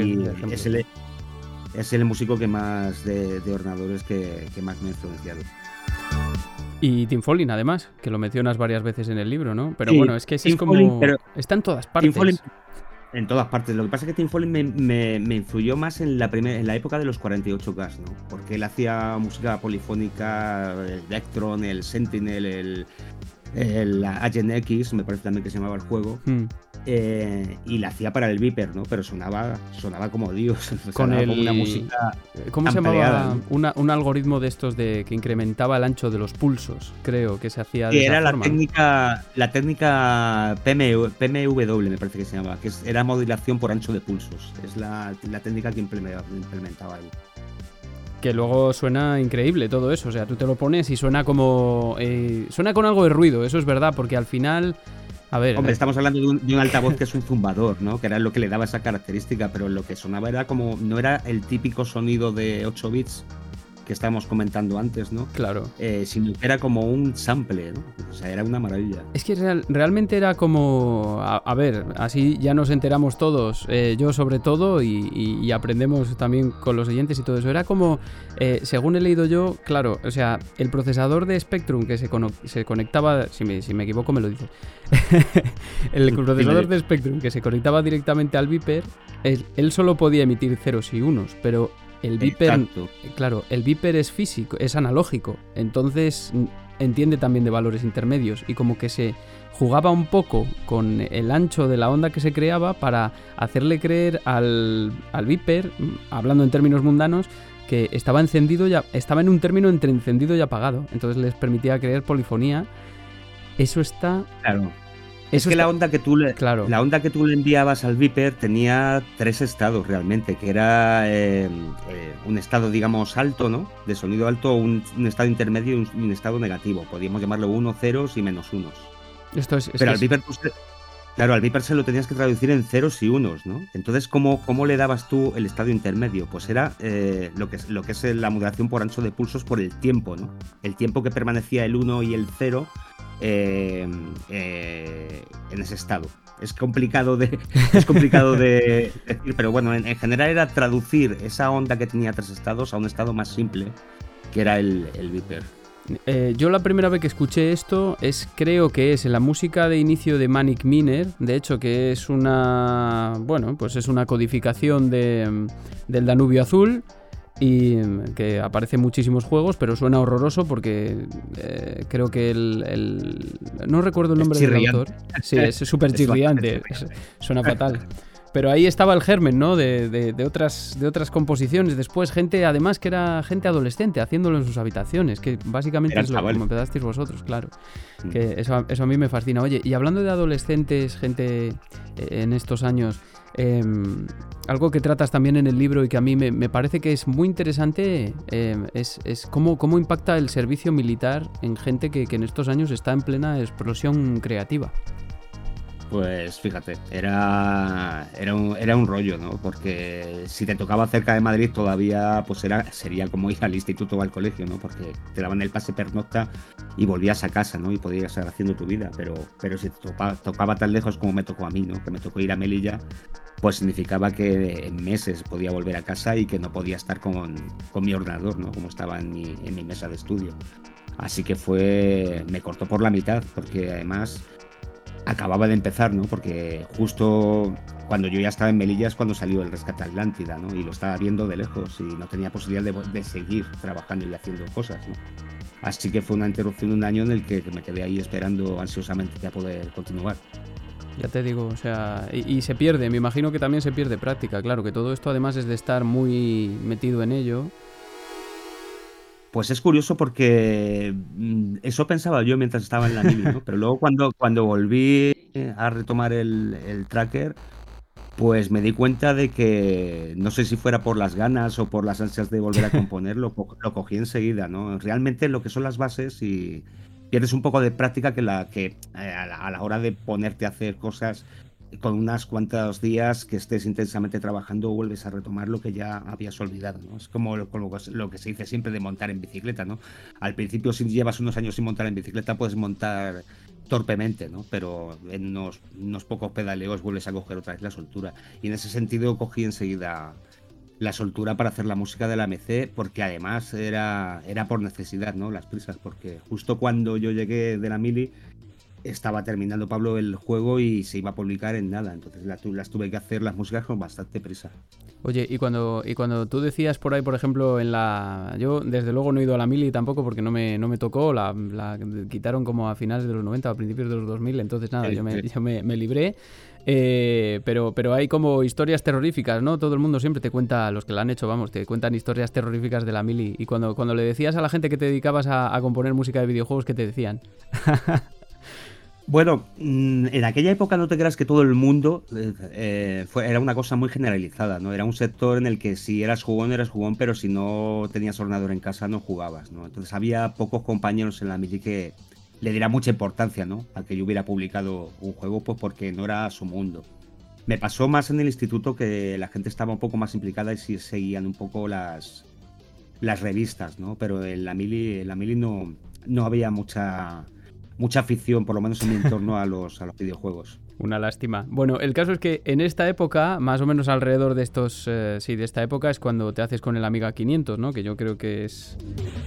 Es el músico que más de ordenadores que más me ha influenciado. Y Tim Follin, además, que lo mencionas varias veces en el libro, ¿no? Pero sí, bueno, es que ese es como... está en todas partes. Tim Follin, en todas partes. Lo que pasa es que Tim Follin me influyó más en la época de los 48K, ¿no? Porque él hacía música polifónica, el Vectron, el Sentinel, el Agent X, me parece también que se llamaba el juego, y la hacía para el Viper, ¿no? Pero sonaba como Dios, con como una música. ¿Cómo se llamaba? ¿No? Un algoritmo de estos que incrementaba el ancho de los pulsos, creo que se hacía de esa forma. La técnica PMW, me parece que se llamaba, que era modulación por ancho de pulsos. Es la técnica que implementaba él. Que luego suena increíble todo eso, o sea, tú te lo pones y suena como... suena con algo de ruido, eso es verdad, porque al final... A ver... Hombre, estamos hablando de un altavoz que es un zumbador, ¿no? Que era lo que le daba esa característica, pero lo que sonaba era como... No era el típico sonido de 8 bits que estábamos comentando antes, ¿no? Claro. Sino que era como un sample, ¿no? O sea, era una maravilla. Es que realmente era como... A ver, así ya nos enteramos todos, yo sobre todo, y aprendemos también con los oyentes y todo eso. Era como, según he leído yo, claro, o sea, el procesador de Spectrum que se conectaba, si me equivoco me lo dices, el procesador de Spectrum que se conectaba directamente al Viper, él solo podía emitir ceros y unos, pero... El Viper, exacto. Claro, el Viper es físico, es analógico, entonces entiende también de valores intermedios y como que se jugaba un poco con el ancho de la onda que se creaba para hacerle creer al Viper, hablando en términos mundanos, que estaba encendido estaba en un término entre encendido y apagado, entonces les permitía crear polifonía. Eso está... Claro. Es que la onda que tú le enviabas al Viper tenía 3 estados realmente, que era un estado, digamos, alto, ¿no? De sonido alto, un estado intermedio y un estado negativo. Podríamos llamarlo 1, ceros y menos unos. Pero al Viper, al Viper se lo tenías que traducir en ceros y unos, ¿no? Entonces, ¿cómo le dabas tú el estado intermedio? Pues era lo que es la modulación por ancho de pulsos por el tiempo, ¿no? El tiempo que permanecía el 1 y el 0 en ese estado. Es complicado de decir, pero bueno, en general era traducir esa onda que tenía 3 estados a un estado más simple, que era el Viper. Yo la primera vez que escuché esto creo que es en la música de inicio de Manic Miner, de hecho, que es una codificación del Danubio Azul, y que aparece en muchísimos juegos, pero suena horroroso porque creo que no recuerdo el nombre del autor. Sí, es súper chirriante, suena fatal. Pero ahí estaba el germen, ¿no? De otras composiciones. Después, gente, además, que era gente adolescente, haciéndolo en sus habitaciones, que básicamente es como empezasteis vosotros, claro. Que eso a mí me fascina. Oye, y hablando de adolescentes, gente en estos años, algo que tratas también en el libro y que a mí me parece que es muy interesante es cómo impacta el servicio militar en gente que en estos años está en plena explosión creativa. Pues fíjate, era un rollo, ¿no? Porque si te tocaba cerca de Madrid todavía pues sería como ir al instituto o al colegio, ¿no? Porque te daban el pase pernocta y volvías a casa, ¿no? Y podías estar haciendo tu vida, pero si te tocaba tan lejos como me tocó a mí, ¿no? Que me tocó ir a Melilla, pues significaba que en meses podía volver a casa y que no podía estar con mi ordenador, ¿no? Como estaba en mi mesa de estudio. Así que me cortó por la mitad, porque además acababa de empezar, ¿no? Porque justo cuando yo ya estaba en Melilla es cuando salió el Rescate Atlántida, ¿no? Y lo estaba viendo de lejos y no tenía posibilidad de seguir trabajando y haciendo cosas, ¿no? Así que fue una interrupción de un año en el que me quedé ahí esperando ansiosamente a poder continuar. Ya te digo, o sea, y se pierde, me imagino que también se pierde práctica, claro, que todo esto además es de estar muy metido en ello. Pues es curioso porque eso pensaba yo mientras estaba en la mili, ¿no? Pero luego cuando volví a retomar el tracker, pues me di cuenta de que, no sé si fuera por las ganas o por las ansias de volver a componer, lo cogí enseguida, ¿no? Realmente lo que son las bases y pierdes un poco de práctica que a la hora de ponerte a hacer cosas con unas cuantos días que estés intensamente trabajando vuelves a retomar lo que ya habías olvidado, ¿no? Es como lo que se dice siempre de montar en bicicleta, ¿no? Al principio, si llevas unos años sin montar en bicicleta, puedes montar torpemente, ¿no? Pero en unos pocos pedaleos vuelves a coger otra vez la soltura. Y en ese sentido cogí enseguida la soltura para hacer la música de la MC, porque además era por necesidad, ¿no? Las prisas, porque justo cuando yo llegué de la mili estaba terminando Pablo el juego y se iba a publicar en nada, entonces las tuve que hacer las músicas con bastante prisa. Oye, y cuando tú decías por ahí, por ejemplo, yo desde luego no he ido a la mili tampoco porque no me tocó, la quitaron como a finales de los 90 o a principios de los 2000, entonces nada, yo me libré. Pero hay como historias terroríficas, ¿no? Todo el mundo siempre te cuenta, los que la han hecho, vamos, te cuentan historias terroríficas de la mili. Y cuando le decías a la gente que te dedicabas a componer música de videojuegos, ¿qué te decían? Bueno, en aquella época no te creas que todo el mundo era una cosa muy generalizada, ¿no? Era un sector en el que si eras jugón, pero si no tenías ordenador en casa no jugabas, ¿no? Entonces había pocos compañeros en la mili que le diera mucha importancia, ¿no? A que yo hubiera publicado un juego, pues porque no era su mundo. Me pasó más en el instituto, que la gente estaba un poco más implicada y sí seguían un poco las revistas, ¿no? Pero en la mili no había mucha afición, por lo menos en mi entorno, a los videojuegos. Una lástima. Bueno, el caso es que en esta época, más o menos alrededor de de esta época, es cuando te haces con el Amiga 500, ¿no? Que yo creo que es...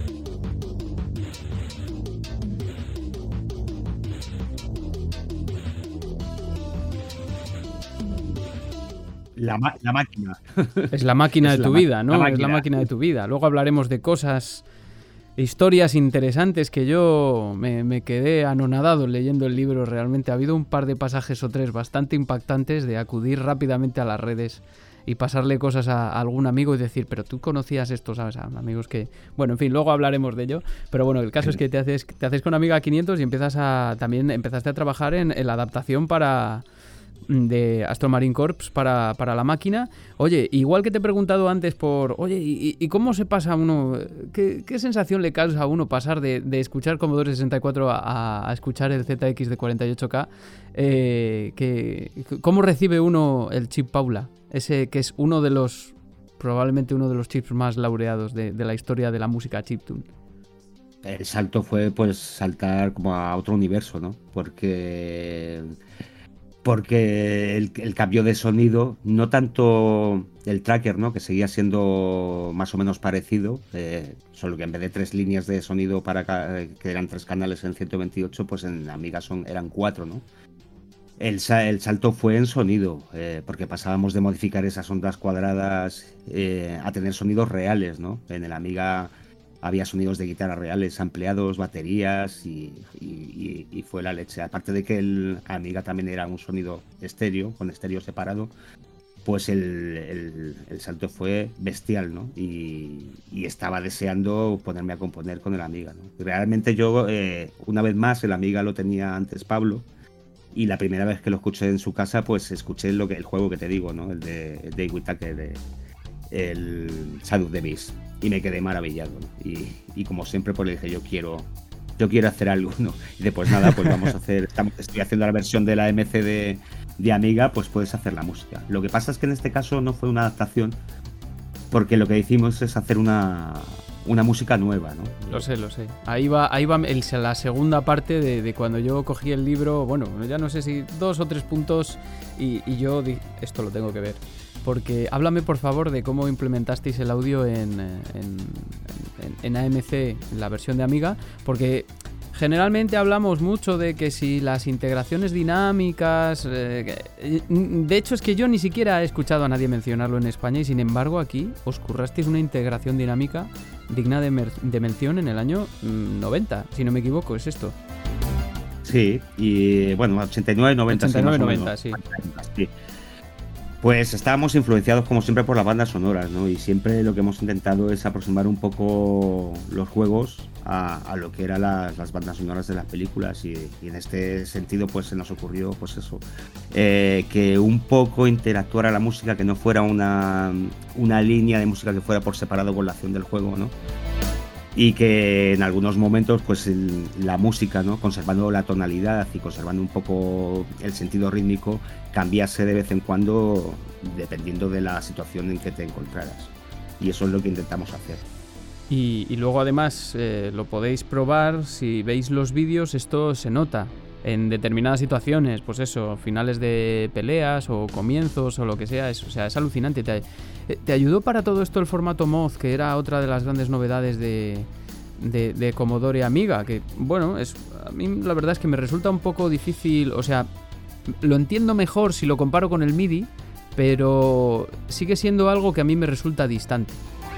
La máquina. Es la máquina de tu vida, ¿no? Es la máquina de tu vida. Luego hablaremos de cosas, historias interesantes que yo me quedé anonadado leyendo el libro. Realmente ha habido un par de pasajes o tres bastante impactantes de acudir rápidamente a las redes y pasarle cosas a algún amigo y decir, pero tú conocías esto, ¿sabes? A amigos que... Bueno, en fin, luego hablaremos de ello. Pero bueno, el caso es que te haces con Amiga 500 y también empezaste a trabajar en la adaptación de Astro Marine Corps para la máquina. Oye, igual que te he preguntado antes ¿y cómo se pasa a uno? ¿Qué sensación le causa a uno pasar de escuchar Commodore 64 a escuchar el ZX de 48K? ¿Cómo recibe uno el chip Paula? Ese que es probablemente uno de los chips más laureados de la historia de la música chiptune. El salto fue pues saltar como a otro universo, ¿no? Porque el cambio de sonido, no tanto el tracker, ¿no? Que seguía siendo más o menos parecido, solo que en vez de 3 líneas de sonido que eran 3 canales en 128, pues en Amiga eran 4, ¿no? El salto fue en sonido, porque pasábamos de modificar esas ondas cuadradas a tener sonidos reales, ¿no? En el Amiga había sonidos de guitarra reales, ampliados, baterías y fue la leche. Aparte de que el Amiga también era un sonido estéreo, con estéreo separado, pues el salto fue bestial, ¿no? Y estaba deseando ponerme a componer con el Amiga, ¿no? Realmente yo, una vez más, el Amiga lo tenía antes Pablo, y la primera vez que lo escuché en su casa, pues escuché el juego que te digo, ¿no? El de David Whittaker, el Shadow of the Beast, y me quedé maravillado, ¿no? Y como siempre, pues le dije, yo quiero hacer algo, ¿no? Y después nada, pues vamos a hacer, estoy haciendo la versión de la MC de Amiga, pues puedes hacer la música. Lo que pasa es que en este caso no fue una adaptación, porque lo que hicimos es hacer una música nueva, ¿no? Lo sé. Ahí va la segunda parte de cuando yo cogí el libro, bueno, ya no sé si 2 o 3 puntos, y yo esto lo tengo que ver. Porque háblame por favor de cómo implementasteis el audio en AMC, en la versión de Amiga, porque generalmente hablamos mucho de que si las integraciones dinámicas, de hecho es que yo ni siquiera he escuchado a nadie mencionarlo en España, y sin embargo aquí os currasteis una integración dinámica digna de mención en el año 90, si no me equivoco, ¿es esto? Sí, y bueno, 89, 90. 89, sí. Sí. Pues estábamos influenciados como siempre por las bandas sonoras, ¿no? Y siempre lo que hemos intentado es aproximar un poco los juegos a lo que eran las bandas sonoras de las películas, y en este sentido pues se nos ocurrió pues eso, que un poco interactuara la música, que no fuera una línea de música que fuera por separado con la acción del juego, ¿no? Y que en algunos momentos pues la música, ¿no?, conservando la tonalidad y conservando un poco el sentido rítmico, cambiase de vez en cuando dependiendo de la situación en que te encontraras. Y eso es lo que intentamos hacer. Y luego además lo podéis probar, si veis los vídeos, esto se nota en determinadas situaciones, pues eso, finales de peleas o comienzos o lo que sea, es alucinante. ¿Te ayudó para todo esto el formato Moz, que era otra de las grandes novedades de Commodore Amiga? Que bueno, a mí la verdad es que me resulta un poco difícil, o sea, lo entiendo mejor si lo comparo con el MIDI, pero sigue siendo algo que a mí me resulta distante.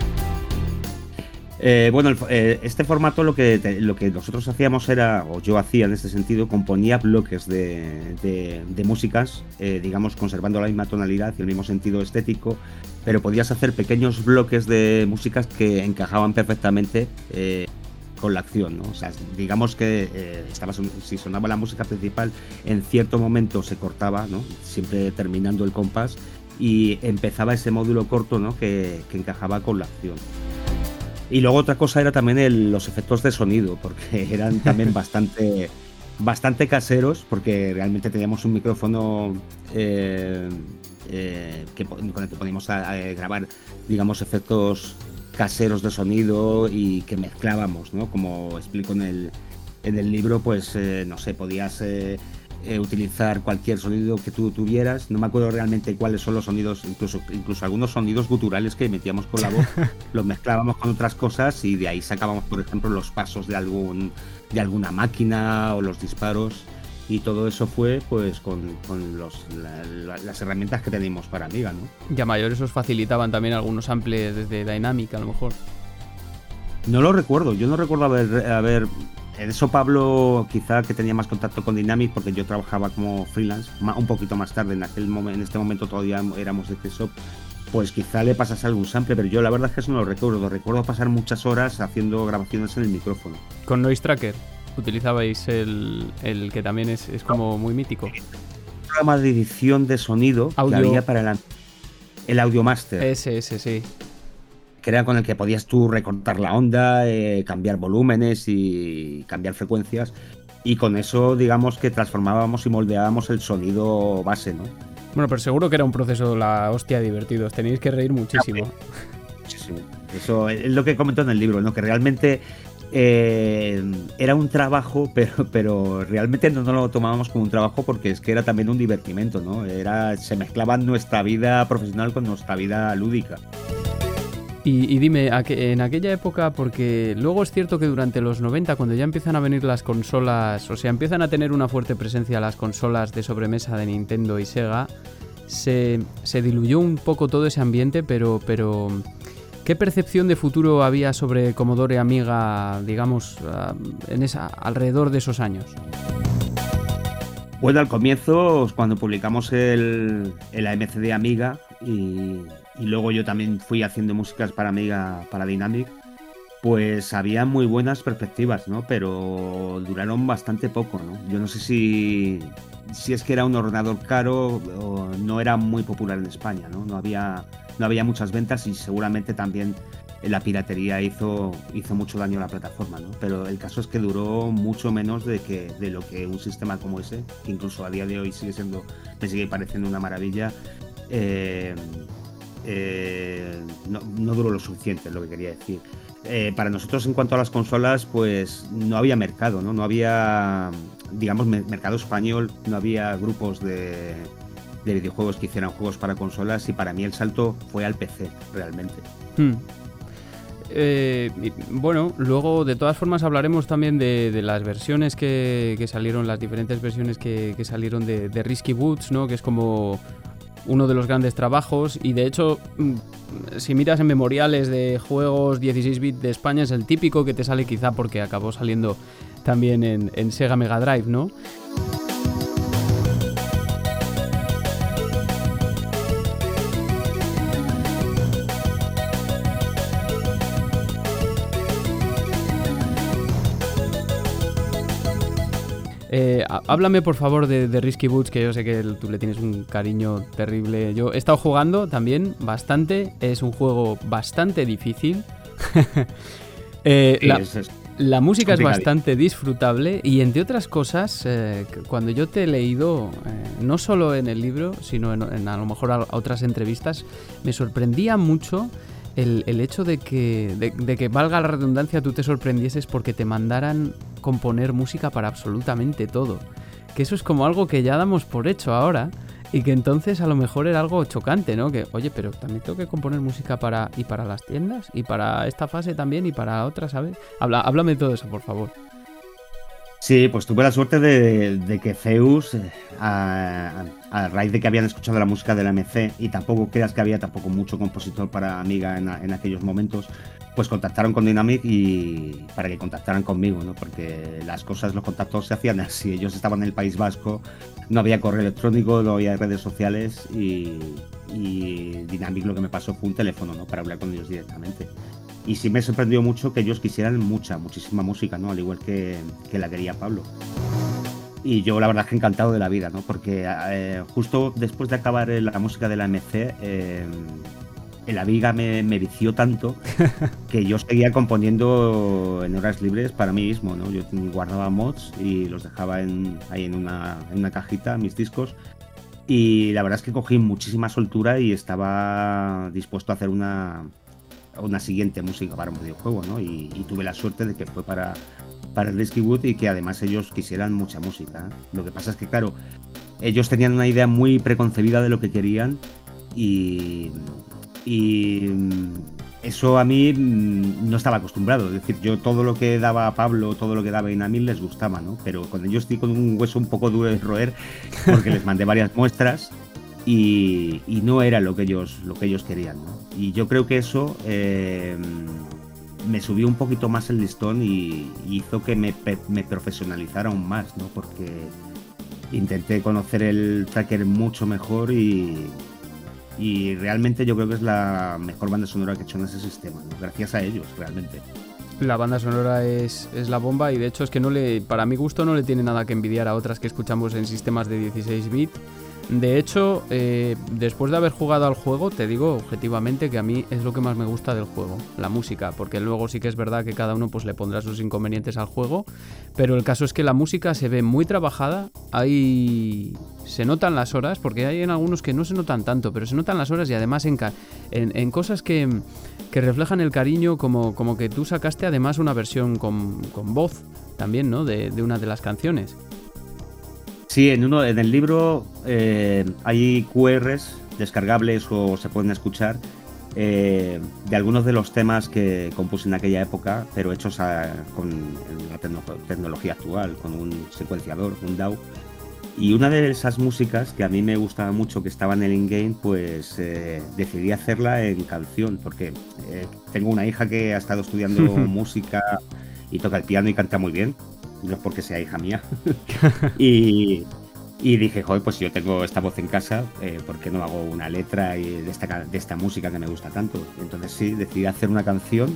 Bueno, este formato lo que nosotros hacíamos era, o yo hacía en este sentido, componía bloques de músicas, digamos, conservando la misma tonalidad y el mismo sentido estético, pero podías hacer pequeños bloques de músicas que encajaban perfectamente con la acción, ¿no? O sea, digamos que si sonaba la música principal, en cierto momento se cortaba, ¿no?, siempre terminando el compás, y empezaba ese módulo corto, ¿no?, que encajaba con la acción. Y luego otra cosa era también los efectos de sonido, porque eran también bastante caseros, porque realmente teníamos un micrófono con el que podíamos grabar, digamos, efectos caseros de sonido y que mezclábamos, ¿no? Como explico en el libro, pues no sé, podías utilizar cualquier sonido que tú tuvieras. No me acuerdo realmente cuáles son los sonidos, incluso algunos sonidos guturales que metíamos con la voz, los mezclábamos con otras cosas y de ahí sacábamos, por ejemplo, los pasos de alguna máquina o los disparos, y todo eso fue pues con las herramientas que teníamos para Amiga, ¿no? Y a mayores os facilitaban también algunos samples desde Dynamic, a lo mejor. No lo recuerdo, yo no recuerdo haber en eso Pablo quizá que tenía más contacto con Dynamic, porque yo trabajaba como freelance un poquito más tarde, en este momento todavía éramos de CSOP, pues quizá le pasase algún sample, pero yo la verdad es que eso no lo recuerdo pasar muchas horas haciendo grabaciones en el micrófono. ¿Con Noise Tracker utilizabais el que también es como muy mítico? Un programa de edición de sonido que había para el Audiomaster. Ese, sí. Que era con el que podías tú recortar la onda, cambiar volúmenes y cambiar frecuencias, y con eso digamos que transformábamos y moldeábamos el sonido base, ¿no? Bueno, pero seguro que era un proceso la hostia divertido, os tenéis que reír muchísimo. Muchísimo. Eso es lo que comento en el libro, ¿no? Que realmente era un trabajo, pero realmente no lo tomábamos como un trabajo, porque es que era también un divertimento, ¿no? Se mezclaba nuestra vida profesional con nuestra vida lúdica. Y dime, en aquella época, porque luego es cierto que durante los 90, cuando ya empiezan a venir las consolas, o sea, empiezan a tener una fuerte presencia las consolas de sobremesa de Nintendo y Sega, se diluyó un poco todo ese ambiente, pero ¿qué percepción de futuro había sobre Commodore Amiga, digamos, alrededor de esos años? Bueno, al comienzo, cuando publicamos el AMC de Amiga, y luego yo también fui haciendo músicas para Amiga, para Dynamic, pues había muy buenas perspectivas, ¿no? Pero duraron bastante poco, ¿no? Yo no sé si es que era un ordenador caro o no era muy popular en España, ¿no? No había muchas ventas y seguramente también la piratería hizo mucho daño a la plataforma, ¿no? Pero el caso es que duró mucho menos de lo que un sistema como ese, que incluso a día de hoy me sigue pareciendo una maravilla, no duró lo suficiente, es lo que quería decir. Para nosotros, en cuanto a las consolas, pues no había mercado, ¿no? No había, digamos, mercado español, no había grupos de videojuegos que hicieran juegos para consolas, y para mí el salto fue al PC, realmente. Bueno, luego de todas formas hablaremos también de las versiones que salieron, las diferentes versiones que salieron de Risky Boots, ¿no? Que es como uno de los grandes trabajos, y de hecho, si miras en memoriales de juegos 16 bits de España, es el típico que te sale, quizá porque acabó saliendo también en Sega Mega Drive, ¿no? Háblame por favor de Risky Boots, que yo sé que tú le tienes un cariño terrible. Yo he estado jugando también bastante, es un juego bastante difícil. La música es bastante disfrutable, y entre otras cosas, cuando yo te he leído, no solo en el libro, sino en a lo mejor a otras entrevistas, me sorprendía mucho el hecho de que valga la redundancia, tú te sorprendieses porque te mandaran componer música para absolutamente todo. Que eso es como algo que ya damos por hecho ahora, y que entonces a lo mejor era algo chocante, ¿no? Que, oye, pero también tengo que componer música para las tiendas, y para esta fase también, y para otra, ¿sabes? Háblame de todo eso, por favor. Sí, pues tuve la suerte de que Zeus, a raíz de que habían escuchado la música de la MC, y tampoco creas que había tampoco mucho compositor para Amiga en aquellos momentos, pues contactaron con Dynamic y para que contactaran conmigo, ¿no? Porque los contactos se hacían así. Ellos estaban en el País Vasco, no había correo electrónico, no había redes sociales, y Dynamic lo que me pasó fue un teléfono, ¿no? Para hablar con ellos directamente. Y sí me sorprendió mucho que ellos quisieran muchísima música, ¿no? Al igual que la quería Pablo. Y yo la verdad es que encantado de la vida, ¿no? Porque justo después de acabar la música de la MC, el Amiga me vició tanto que yo seguía componiendo en horas libres para mí mismo, ¿no? Yo guardaba mods y los dejaba ahí en una cajita, mis discos. Y la verdad es que cogí muchísima soltura y estaba dispuesto a hacer una siguiente música para un videojuego, ¿no? Y tuve la suerte de que fue para el Risky Wood, y que además ellos quisieran mucha música, ¿eh? Lo que pasa es que, claro, ellos tenían una idea muy preconcebida de lo que querían, y eso a mí no estaba acostumbrado. Es decir, yo todo lo que daba Pablo, todo lo que daba Inamil les gustaba, ¿no? Pero con ellos estoy con un hueso un poco duro de roer, porque les mandé varias muestras y no era lo que ellos querían, ¿no? Y yo creo que eso me subió un poquito más el listón y hizo que me profesionalizara aún más, ¿no? Porque intenté conocer el tracker mucho mejor, y realmente yo creo que es la mejor banda sonora que he hecho en ese sistema, ¿no? Gracias a ellos, realmente. La banda sonora es la bomba, y de hecho es que para mi gusto no le tiene nada que envidiar a otras que escuchamos en sistemas de 16 bits. De hecho, después de haber jugado al juego, te digo objetivamente que a mí es lo que más me gusta del juego, la música, porque luego sí que es verdad que cada uno pues le pondrá sus inconvenientes al juego, pero el caso es que la música se ve muy trabajada, se notan las horas, porque hay en algunos que no se notan tanto, pero se notan las horas, y además en cosas que reflejan el cariño, como que tú sacaste además una versión con voz también, ¿no? De una de las canciones. Sí, en el libro hay QRs descargables, o se pueden escuchar, de algunos de los temas que compuse en aquella época, pero hechos con la tecnología actual, con un secuenciador, un DAW. Y una de esas músicas que a mí me gustaba mucho, que estaba en el in-game, pues decidí hacerla en canción, porque tengo una hija que ha estado estudiando música y toca el piano y canta muy bien. No es porque sea hija mía. y Y dije, joder, pues si yo tengo esta voz en casa, ¿por qué no hago una letra de esta música que me gusta tanto? Entonces sí, decidí hacer una canción,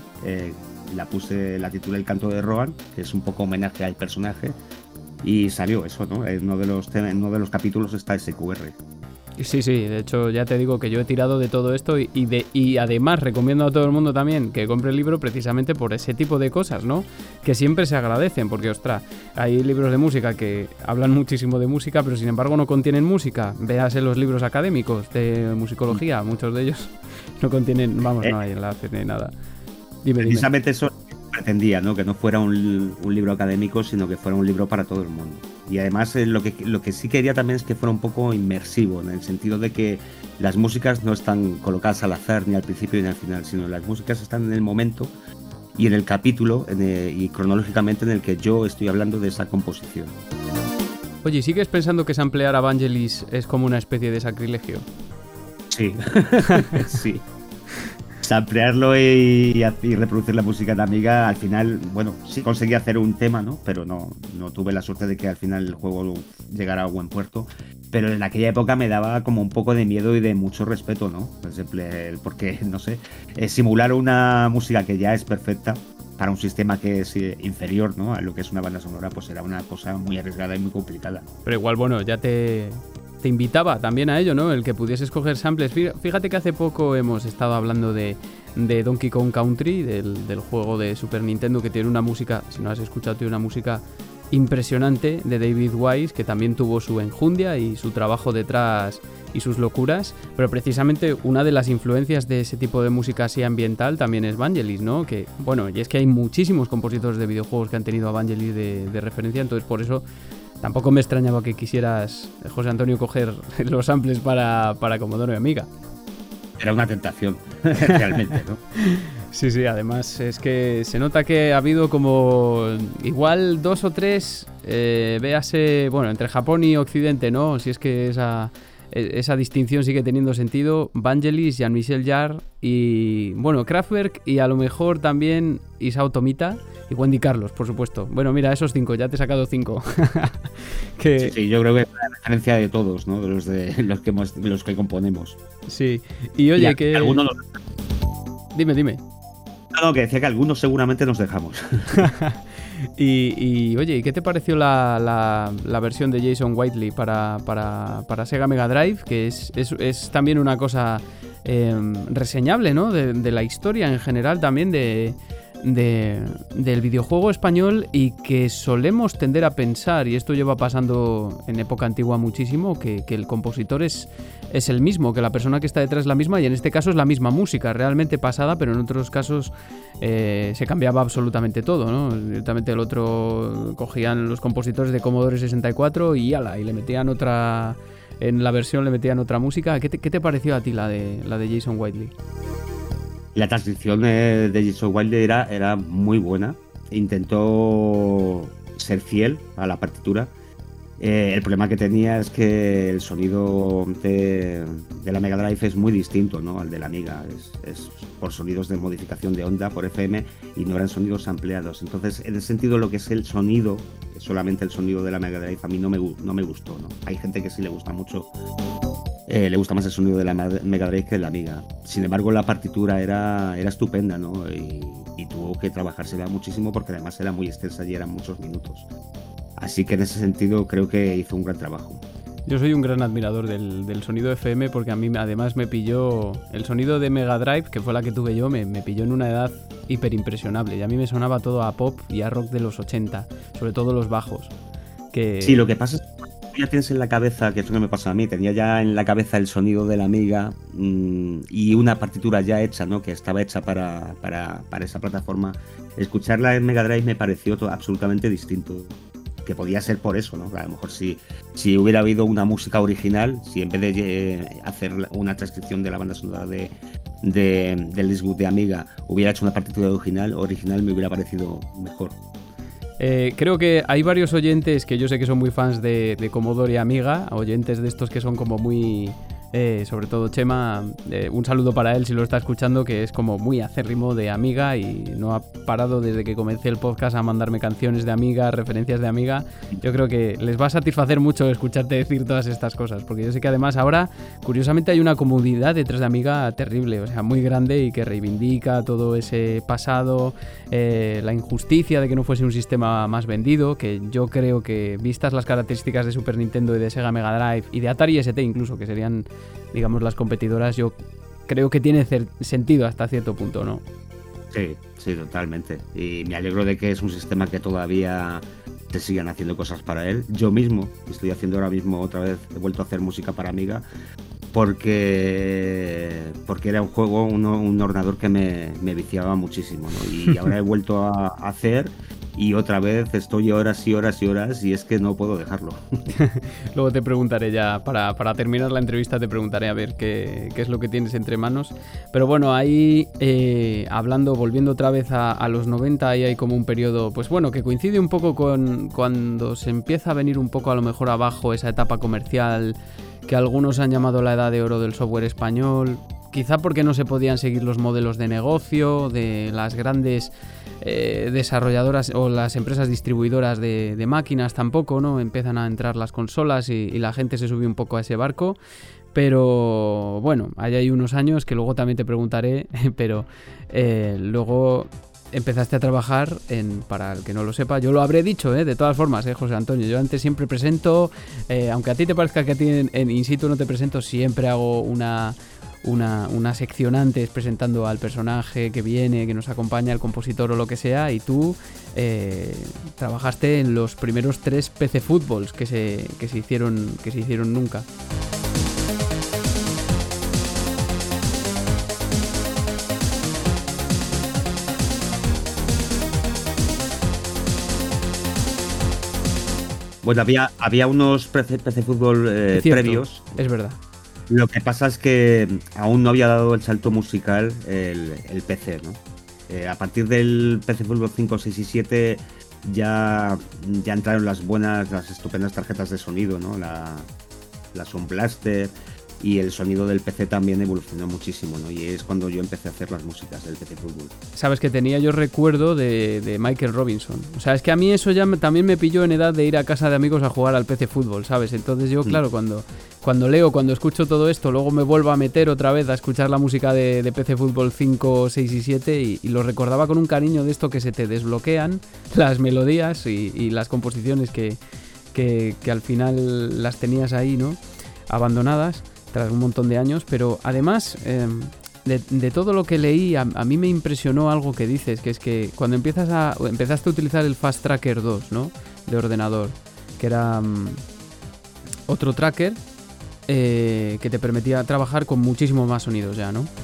la titulé El canto de Rohan, que es un poco homenaje al personaje, y salió eso, ¿no? En uno de los capítulos está SQR. Sí, de hecho ya te digo que yo he tirado de todo esto y además recomiendo a todo el mundo también que compre el libro precisamente por ese tipo de cosas, ¿no? Que siempre se agradecen, porque ostras, hay libros de música que hablan muchísimo de música, pero sin embargo no contienen música. Véase los libros académicos de musicología, muchos de ellos no contienen, vamos, no hay enlace ni nada. Dime. Precisamente eso pretendía, ¿no? Que no fuera un libro académico, sino que fuera un libro para todo el mundo. Y además lo que sí quería también es que fuera un poco inmersivo, en el sentido de que las músicas no están colocadas al azar ni al principio ni al final, sino las músicas están en el momento y en el capítulo y cronológicamente en el que yo estoy hablando de esa composición. Oye, ¿sigues pensando que samplear a Vangelis es como una especie de sacrilegio? Sí, sí. Samplearlo y reproducir la música de Amiga, al final, bueno, sí conseguí hacer un tema, ¿no? Pero no tuve la suerte de que al final el juego llegara a buen puerto. Pero en aquella época me daba como un poco de miedo y de mucho respeto, ¿no? Porque, no sé, simular una música que ya es perfecta para un sistema que es inferior, ¿no? A lo que es una banda sonora, pues era una cosa muy arriesgada y muy complicada. Pero igual, bueno, ya te invitaba también a ello, ¿no? El que pudieses coger samples. Fíjate que hace poco hemos estado hablando de Donkey Kong Country, del juego de Super Nintendo, que tiene una música, si no has escuchado, tiene una música impresionante de David Wise, que también tuvo su enjundia y su trabajo detrás y sus locuras, pero precisamente una de las influencias de ese tipo de música así ambiental también es Vangelis, ¿no? Que, bueno, y es que hay muchísimos compositores de videojuegos que han tenido a Vangelis de referencia, entonces por eso tampoco me extrañaba que quisieras, José Antonio, coger los samples para Commodore Amiga. Era una tentación, realmente, ¿no? Sí, además es que se nota que ha habido como igual 2 o 3, véase, bueno, entre Japón y Occidente, ¿no? Si es que esa distinción sigue teniendo sentido. Vangelis, Jean-Michel Jarre y, bueno, Kraftwerk y a lo mejor también Isao Tomita y Wendy Carlos, por supuesto. Bueno, mira, esos 5, ya te he sacado 5. Sí, yo creo que es la referencia de todos, ¿no? De los que componemos. Sí, y oye, que... Algunos Dime. No, que decía que algunos seguramente nos dejamos. Y oye, ¿qué te pareció la versión de Jason Whiteley para Sega Mega Drive? Que es también una cosa reseñable, ¿no? De la historia en general también del videojuego español, y que solemos tender a pensar, y esto lleva pasando en época antigua muchísimo, que el compositor es el mismo, que la persona que está detrás es la misma, y en este caso es la misma música realmente pasada, pero en otros casos se cambiaba absolutamente todo, ¿no? Directamente el otro cogían los compositores de Commodore 64 y le metían otra, en la versión le metían otra música. ¿Qué te pareció a ti la de Jason Whiteley? La transición de Jason Whiteley era muy buena. Intentó ser fiel a la partitura. El problema que tenía es que el sonido de la Mega Drive es muy distinto, ¿no?, al de la Amiga. Es por sonidos de modificación de onda, por FM, y no eran sonidos ampliados. Entonces, en ese sentido, lo que es el sonido, solamente el sonido de la Mega Drive, a mí no me gustó, ¿no? Hay gente que sí le gusta mucho. Le gusta más el sonido de la Mega Drive que de la Amiga. Sin embargo, la partitura era estupenda, ¿no? Y tuvo que trabajársela muchísimo, porque además era muy extensa y eran muchos minutos. Así que en ese sentido creo que hizo un gran trabajo. Yo soy un gran admirador del sonido FM, porque a mí además me pilló el sonido de Mega Drive, que fue la que tuve yo, me pilló en una edad hiper impresionable, y a mí me sonaba todo a pop y a rock de los 80, sobre todo los bajos. Sí, lo que pasa es que ya tienes en la cabeza, que es lo que me pasa a mí, tenía ya en la cabeza el sonido de la Amiga y una partitura ya hecha, ¿no?, que estaba hecha para esa plataforma. Escucharla en Mega Drive me pareció absolutamente distinto. Que podía ser por eso, ¿no? A lo mejor si hubiera habido una música original, si en vez de hacer una transcripción de la banda sonora del disco de Amiga hubiera hecho una partitura original me hubiera parecido mejor. Creo que hay varios oyentes que yo sé que son muy fans de Commodore y Amiga, oyentes de estos que son como muy sobre todo Chema, un saludo para él si lo está escuchando, que es como muy acérrimo de Amiga y no ha parado desde que comencé el podcast a mandarme canciones de Amiga, referencias de Amiga. Yo creo que les va a satisfacer mucho escucharte decir todas estas cosas, porque yo sé que además ahora, curiosamente, hay una comunidad detrás de Amiga terrible, o sea, muy grande y que reivindica todo ese pasado, la injusticia de que no fuese un sistema más vendido, que yo creo que, vistas las características de Super Nintendo y de Sega Mega Drive y de Atari ST incluso, que serían, digamos, las competidoras, yo creo que tiene sentido hasta cierto punto, ¿no? Sí, totalmente. Y me alegro de que es un sistema que todavía se sigan haciendo cosas para él. Yo mismo estoy haciendo ahora mismo otra vez, he vuelto a hacer música para Amiga, porque era un juego, un ordenador que me viciaba muchísimo, ¿no? Y ahora he vuelto a hacer y otra vez estoy horas y horas y horas y es que no puedo dejarlo. Luego te preguntaré ya, para terminar la entrevista te preguntaré a ver qué es lo que tienes entre manos. Pero bueno, ahí volviendo otra vez a los 90, ahí hay como un periodo, pues bueno, que coincide un poco con cuando se empieza a venir un poco a lo mejor abajo esa etapa comercial que algunos han llamado la edad de oro del software español, quizá porque no se podían seguir los modelos de negocio de las grandes desarrolladoras o las empresas distribuidoras de máquinas tampoco, ¿no? Empiezan a entrar las consolas y la gente se sube un poco a ese barco. Pero bueno, ahí hay unos años que luego también te preguntaré, pero luego empezaste a trabajar para el que no lo sepa, yo lo habré dicho, de todas formas, José Antonio, yo antes siempre presento, aunque a ti te parezca que a ti en in situ no te presento, siempre hago una sección antes presentando al personaje que viene, que nos acompaña, el compositor o lo que sea, y tú trabajaste en los primeros 3 PC Footballs que se hicieron nunca. Bueno, había unos PC Fútbol previos. Es verdad. Lo que pasa es que aún no había dado el salto musical el PC, ¿no? A partir del PC Fútbol 5, 6 y 7 ya entraron las estupendas tarjetas de sonido, ¿no? La Sound Blaster, y el sonido del PC también evolucionó muchísimo, ¿no? Y es cuando yo empecé a hacer las músicas del PC Fútbol. Sabes que tenía yo recuerdo de Michael Robinson. O sea, es que a mí eso ya también me pilló en edad de ir a casa de amigos a jugar al PC Fútbol, ¿sabes? Entonces yo, claro, cuando escucho todo esto, luego me vuelvo a meter otra vez a escuchar la música de PC Fútbol 5, 6 y 7 y lo recordaba con un cariño de esto que se te desbloquean las melodías y las composiciones que al final las tenías ahí, ¿no? Abandonadas tras un montón de años, pero además de todo lo que leí, a mí me impresionó algo que dices, que es que cuando empezaste a utilizar el Fast Tracker 2, ¿no? De ordenador, que era otro tracker que te permitía trabajar con muchísimo más sonidos ya, ¿no?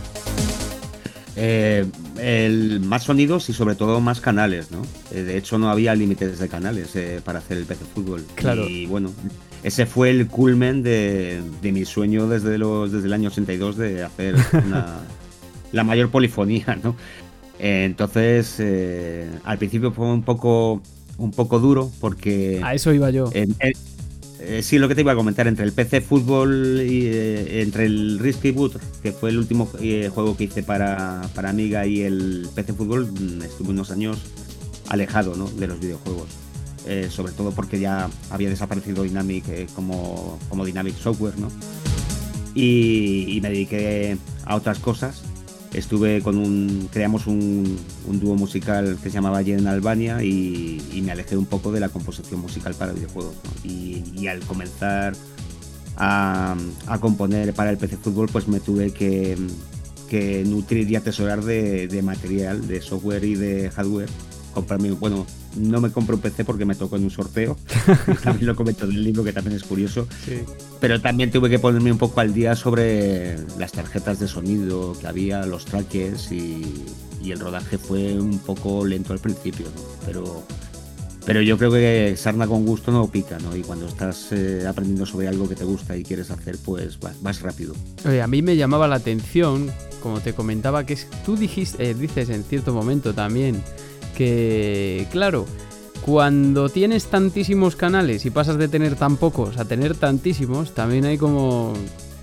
Más sonidos y sobre todo más canales, ¿no? De hecho no había límites de canales para hacer el PC Fútbol. Claro. Y bueno, ese fue el culmen de mi sueño desde el año 82 de hacer la mayor polifonía, ¿no? Entonces, al principio fue un poco duro porque... A eso iba yo. Sí, lo que te iba a comentar, entre el PC Fútbol y entre el Risky Boot, que fue el último juego que hice para Amiga, y el PC Fútbol, estuve unos años alejado, ¿no? De los videojuegos. Sobre todo porque ya había desaparecido Dynamic como Dynamic Software, ¿no? Y me dediqué a otras cosas. Creamos un dúo musical que se llamaba Jen Albania y me alejé un poco de la composición musical para videojuegos, ¿no? Y al comenzar a componer para el PC Fútbol, pues me tuve que nutrir y atesorar de material, de software y de hardware. No me compré un PC porque me tocó en un sorteo. También lo comento en el libro, que también es curioso. Sí. Pero también tuve que ponerme un poco al día sobre las tarjetas de sonido que había, los trackers, y el rodaje fue un poco lento al principio, ¿no? Pero yo creo que sarna con gusto no pica, ¿no? Y cuando estás aprendiendo sobre algo que te gusta y quieres hacer, pues vas rápido. Oye, a mí me llamaba la atención, como te comentaba, que tú dices en cierto momento también que, claro, cuando tienes tantísimos canales y pasas de tener tan pocos a tener tantísimos, también hay como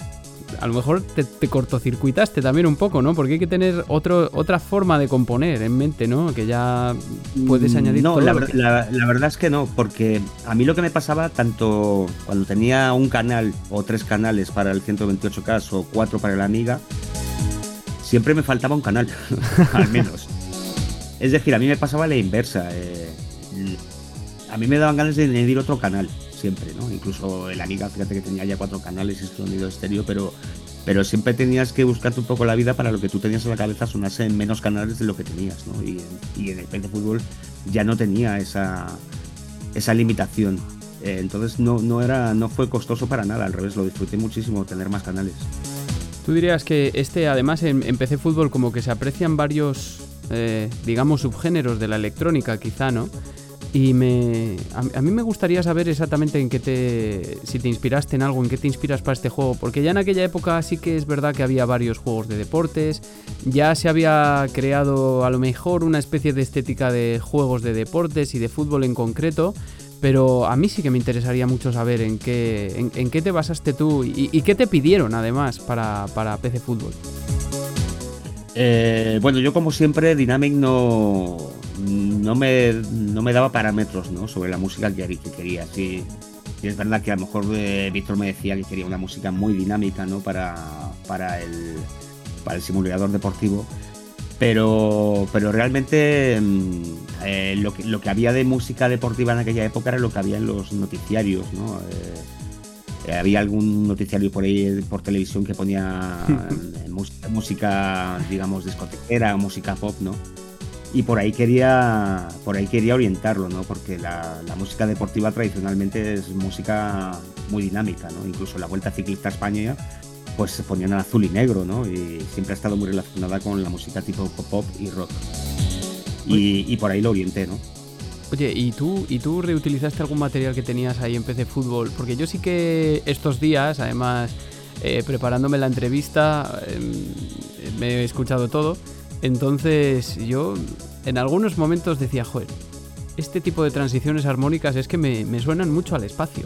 a lo mejor te cortocircuitaste también un poco, ¿no? Porque hay que tener otra forma de componer en mente, ¿no? Que ya puedes añadir no, todo la verdad es que no, porque a mí lo que me pasaba, tanto cuando tenía un canal o 3 canales para el 128K o 4 para el Amiga, siempre me faltaba un canal, al menos. Es decir, a mí me pasaba la inversa. A mí me daban ganas de añadir otro canal, siempre, ¿no? Incluso el Amiga, fíjate que tenía ya 4 canales y sonido estéreo, pero siempre tenías que buscarte un poco la vida para lo que tú tenías en la cabeza sonase en menos canales de lo que tenías, ¿no? Y en el PC Fútbol ya no tenía esa limitación. Entonces no fue costoso para nada, al revés, lo disfruté muchísimo tener más canales. Tú dirías que además en PC Fútbol como que se aprecian varios, digamos, subgéneros de la electrónica, quizá, ¿no? Y a mí me gustaría saber exactamente si te inspiraste en algo, en qué te inspiras para este juego, porque ya en aquella época sí que es verdad que había varios juegos de deportes, ya se había creado a lo mejor una especie de estética de juegos de deportes y de fútbol en concreto, pero a mí sí que me interesaría mucho saber en qué te basaste tú y qué te pidieron además para PC Fútbol. Bueno, yo como siempre, Dynamic no me daba parámetros, ¿no? Sobre la música que quería. Sí, es verdad que a lo mejor Víctor me decía que quería una música muy dinámica, ¿no? Para el simulador deportivo. Pero realmente lo que había de música deportiva en aquella época era lo que había en los noticiarios, ¿no? Había algún noticiario por ahí por televisión que ponía música, digamos, discotequera o música pop, ¿no? Y por ahí quería orientarlo, ¿no? Porque la música deportiva tradicionalmente es música muy dinámica, ¿no? Incluso la Vuelta Ciclista a España pues se ponían en azul y negro, ¿no? Y siempre ha estado muy relacionada con la música tipo pop y rock. Y por ahí lo orienté, ¿no? Oye, ¿y tú reutilizaste algún material que tenías ahí en PC Fútbol? Porque yo sí que estos días, además, preparándome la entrevista, me he escuchado todo. Entonces yo en algunos momentos decía, joder, este tipo de transiciones armónicas es que me suenan mucho al espacio.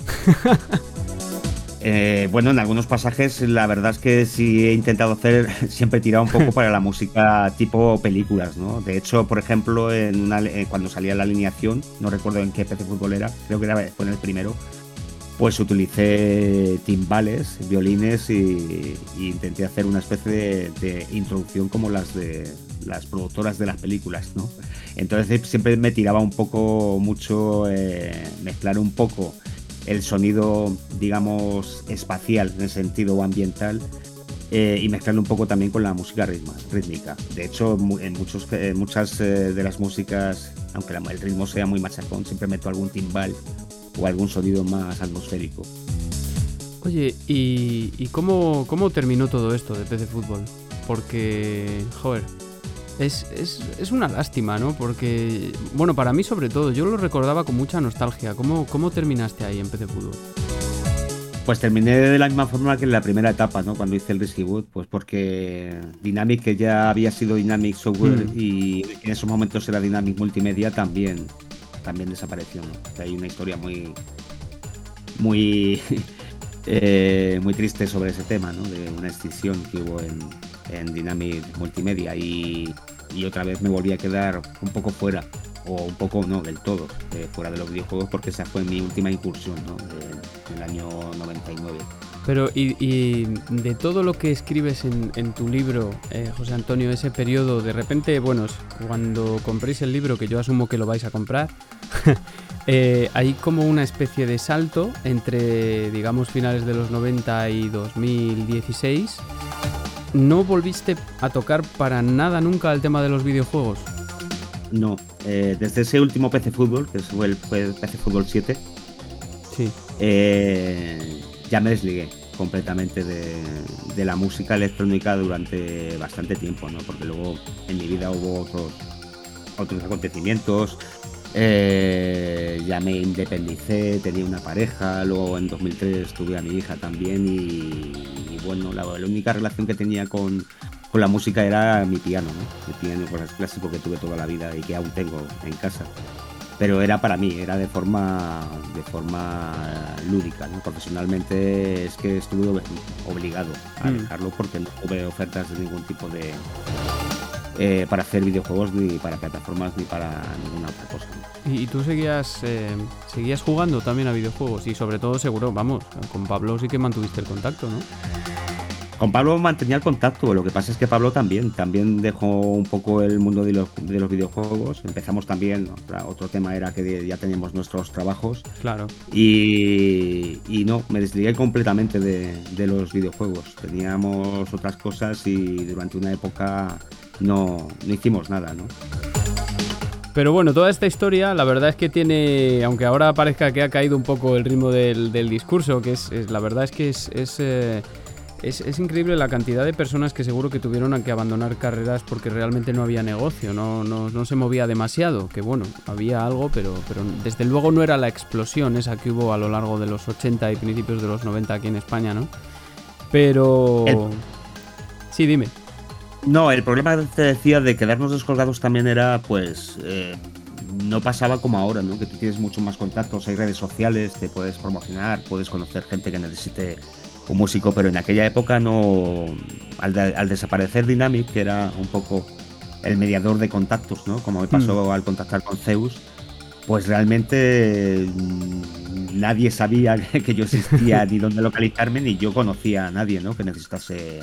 Bueno, en algunos pasajes la verdad es que sí he intentado hacer, siempre he tirado un poco para la música tipo películas, ¿no? De hecho, por ejemplo, cuando salía la alineación, no recuerdo en qué PC Fútbol era, creo que fue en el primero, pues utilicé timbales, violines y intenté hacer una especie de introducción como las de las productoras de las películas, ¿no? Entonces siempre me tiraba un poco mucho mezclar un poco el sonido, digamos, espacial en el sentido ambiental y mezclarlo un poco también con la música rítmica. De hecho, en muchas de las músicas, aunque el ritmo sea muy machacón, siempre meto algún timbal o algún sonido más atmosférico. Oye, ¿y cómo terminó todo esto de PC Fútbol? Porque, joder, es una lástima, ¿no? Porque, bueno, para mí sobre todo, yo lo recordaba con mucha nostalgia. ¿Cómo terminaste ahí en PC Fútbol? Pues terminé de la misma forma que en la primera etapa, ¿no? Cuando hice el Risky Wood, pues porque Dynamic, que ya había sido Dynamic Software y en esos momentos era Dynamic Multimedia, también desapareció, ¿no? Hay una historia muy triste sobre ese tema, ¿no? De una extinción que hubo en Dynamic Multimedia y otra vez me volví a quedar un poco fuera, o un poco no, del todo, fuera de los videojuegos, porque esa fue mi última incursión, ¿no? En el año 99. Pero y de todo lo que escribes en tu libro, José Antonio, ese periodo, de repente, bueno, cuando compréis el libro, que yo asumo que lo vais a comprar, hay como una especie de salto entre, digamos, finales de los 90 y 2016. ¿No volviste a tocar para nada nunca el tema de los videojuegos? No, desde ese último PC Fútbol, que fue el PC Fútbol 7, sí. Ya me desligué completamente de la música electrónica durante bastante tiempo, ¿no? Porque luego en mi vida hubo otros acontecimienros. Ya me independicé, tenía una pareja, luego en 2003 tuve a mi hija también y bueno, la única relación que tenía con la música era mi piano, ¿no? El piano clásico que tuve toda la vida y que aún tengo en casa. pero era para mí, era de forma lúdica, ¿no? Profesionalmente es que estuve obligado a dejarlo porque no tuve ofertas de ningún tipo de para hacer videojuegos, ni para plataformas, ni para ninguna otra cosa, ¿no? ¿Y tú seguías jugando también a videojuegos? Y sobre todo, seguro, vamos, con Pablo sí que mantuviste el contacto, ¿no? Con Pablo mantenía el contacto, lo que pasa es que Pablo también dejó un poco el mundo de los videojuegos. Empezamos también, otro tema era que ya teníamos nuestros trabajos. Claro. Y no, me desligué completamente de los videojuegos. Teníamos otras cosas y durante una época no hicimos nada, ¿no? Pero bueno, toda esta historia, la verdad es que tiene, aunque ahora parezca que ha caído un poco el ritmo del discurso, que la verdad es que es increíble la cantidad de personas que seguro que tuvieron que abandonar carreras porque realmente no había negocio, no se movía demasiado, que bueno, había algo, pero desde luego no era la explosión esa que hubo a lo largo de los 80 y principios de los 90 aquí en España, ¿no? Pero... Sí, dime. No, el problema que te decía de quedarnos descolgados también era, pues, no pasaba como ahora, ¿no? Que tú tienes mucho más contactos, hay redes sociales, te puedes promocionar, puedes conocer gente que necesite un músico, pero en aquella época no, al desaparecer Dynamic, que era un poco el mediador de contactos, ¿no? Como me pasó al contactar con Zeus, pues realmente nadie sabía que yo existía ni dónde localizarme, ni yo conocía a nadie, ¿no? Que necesitase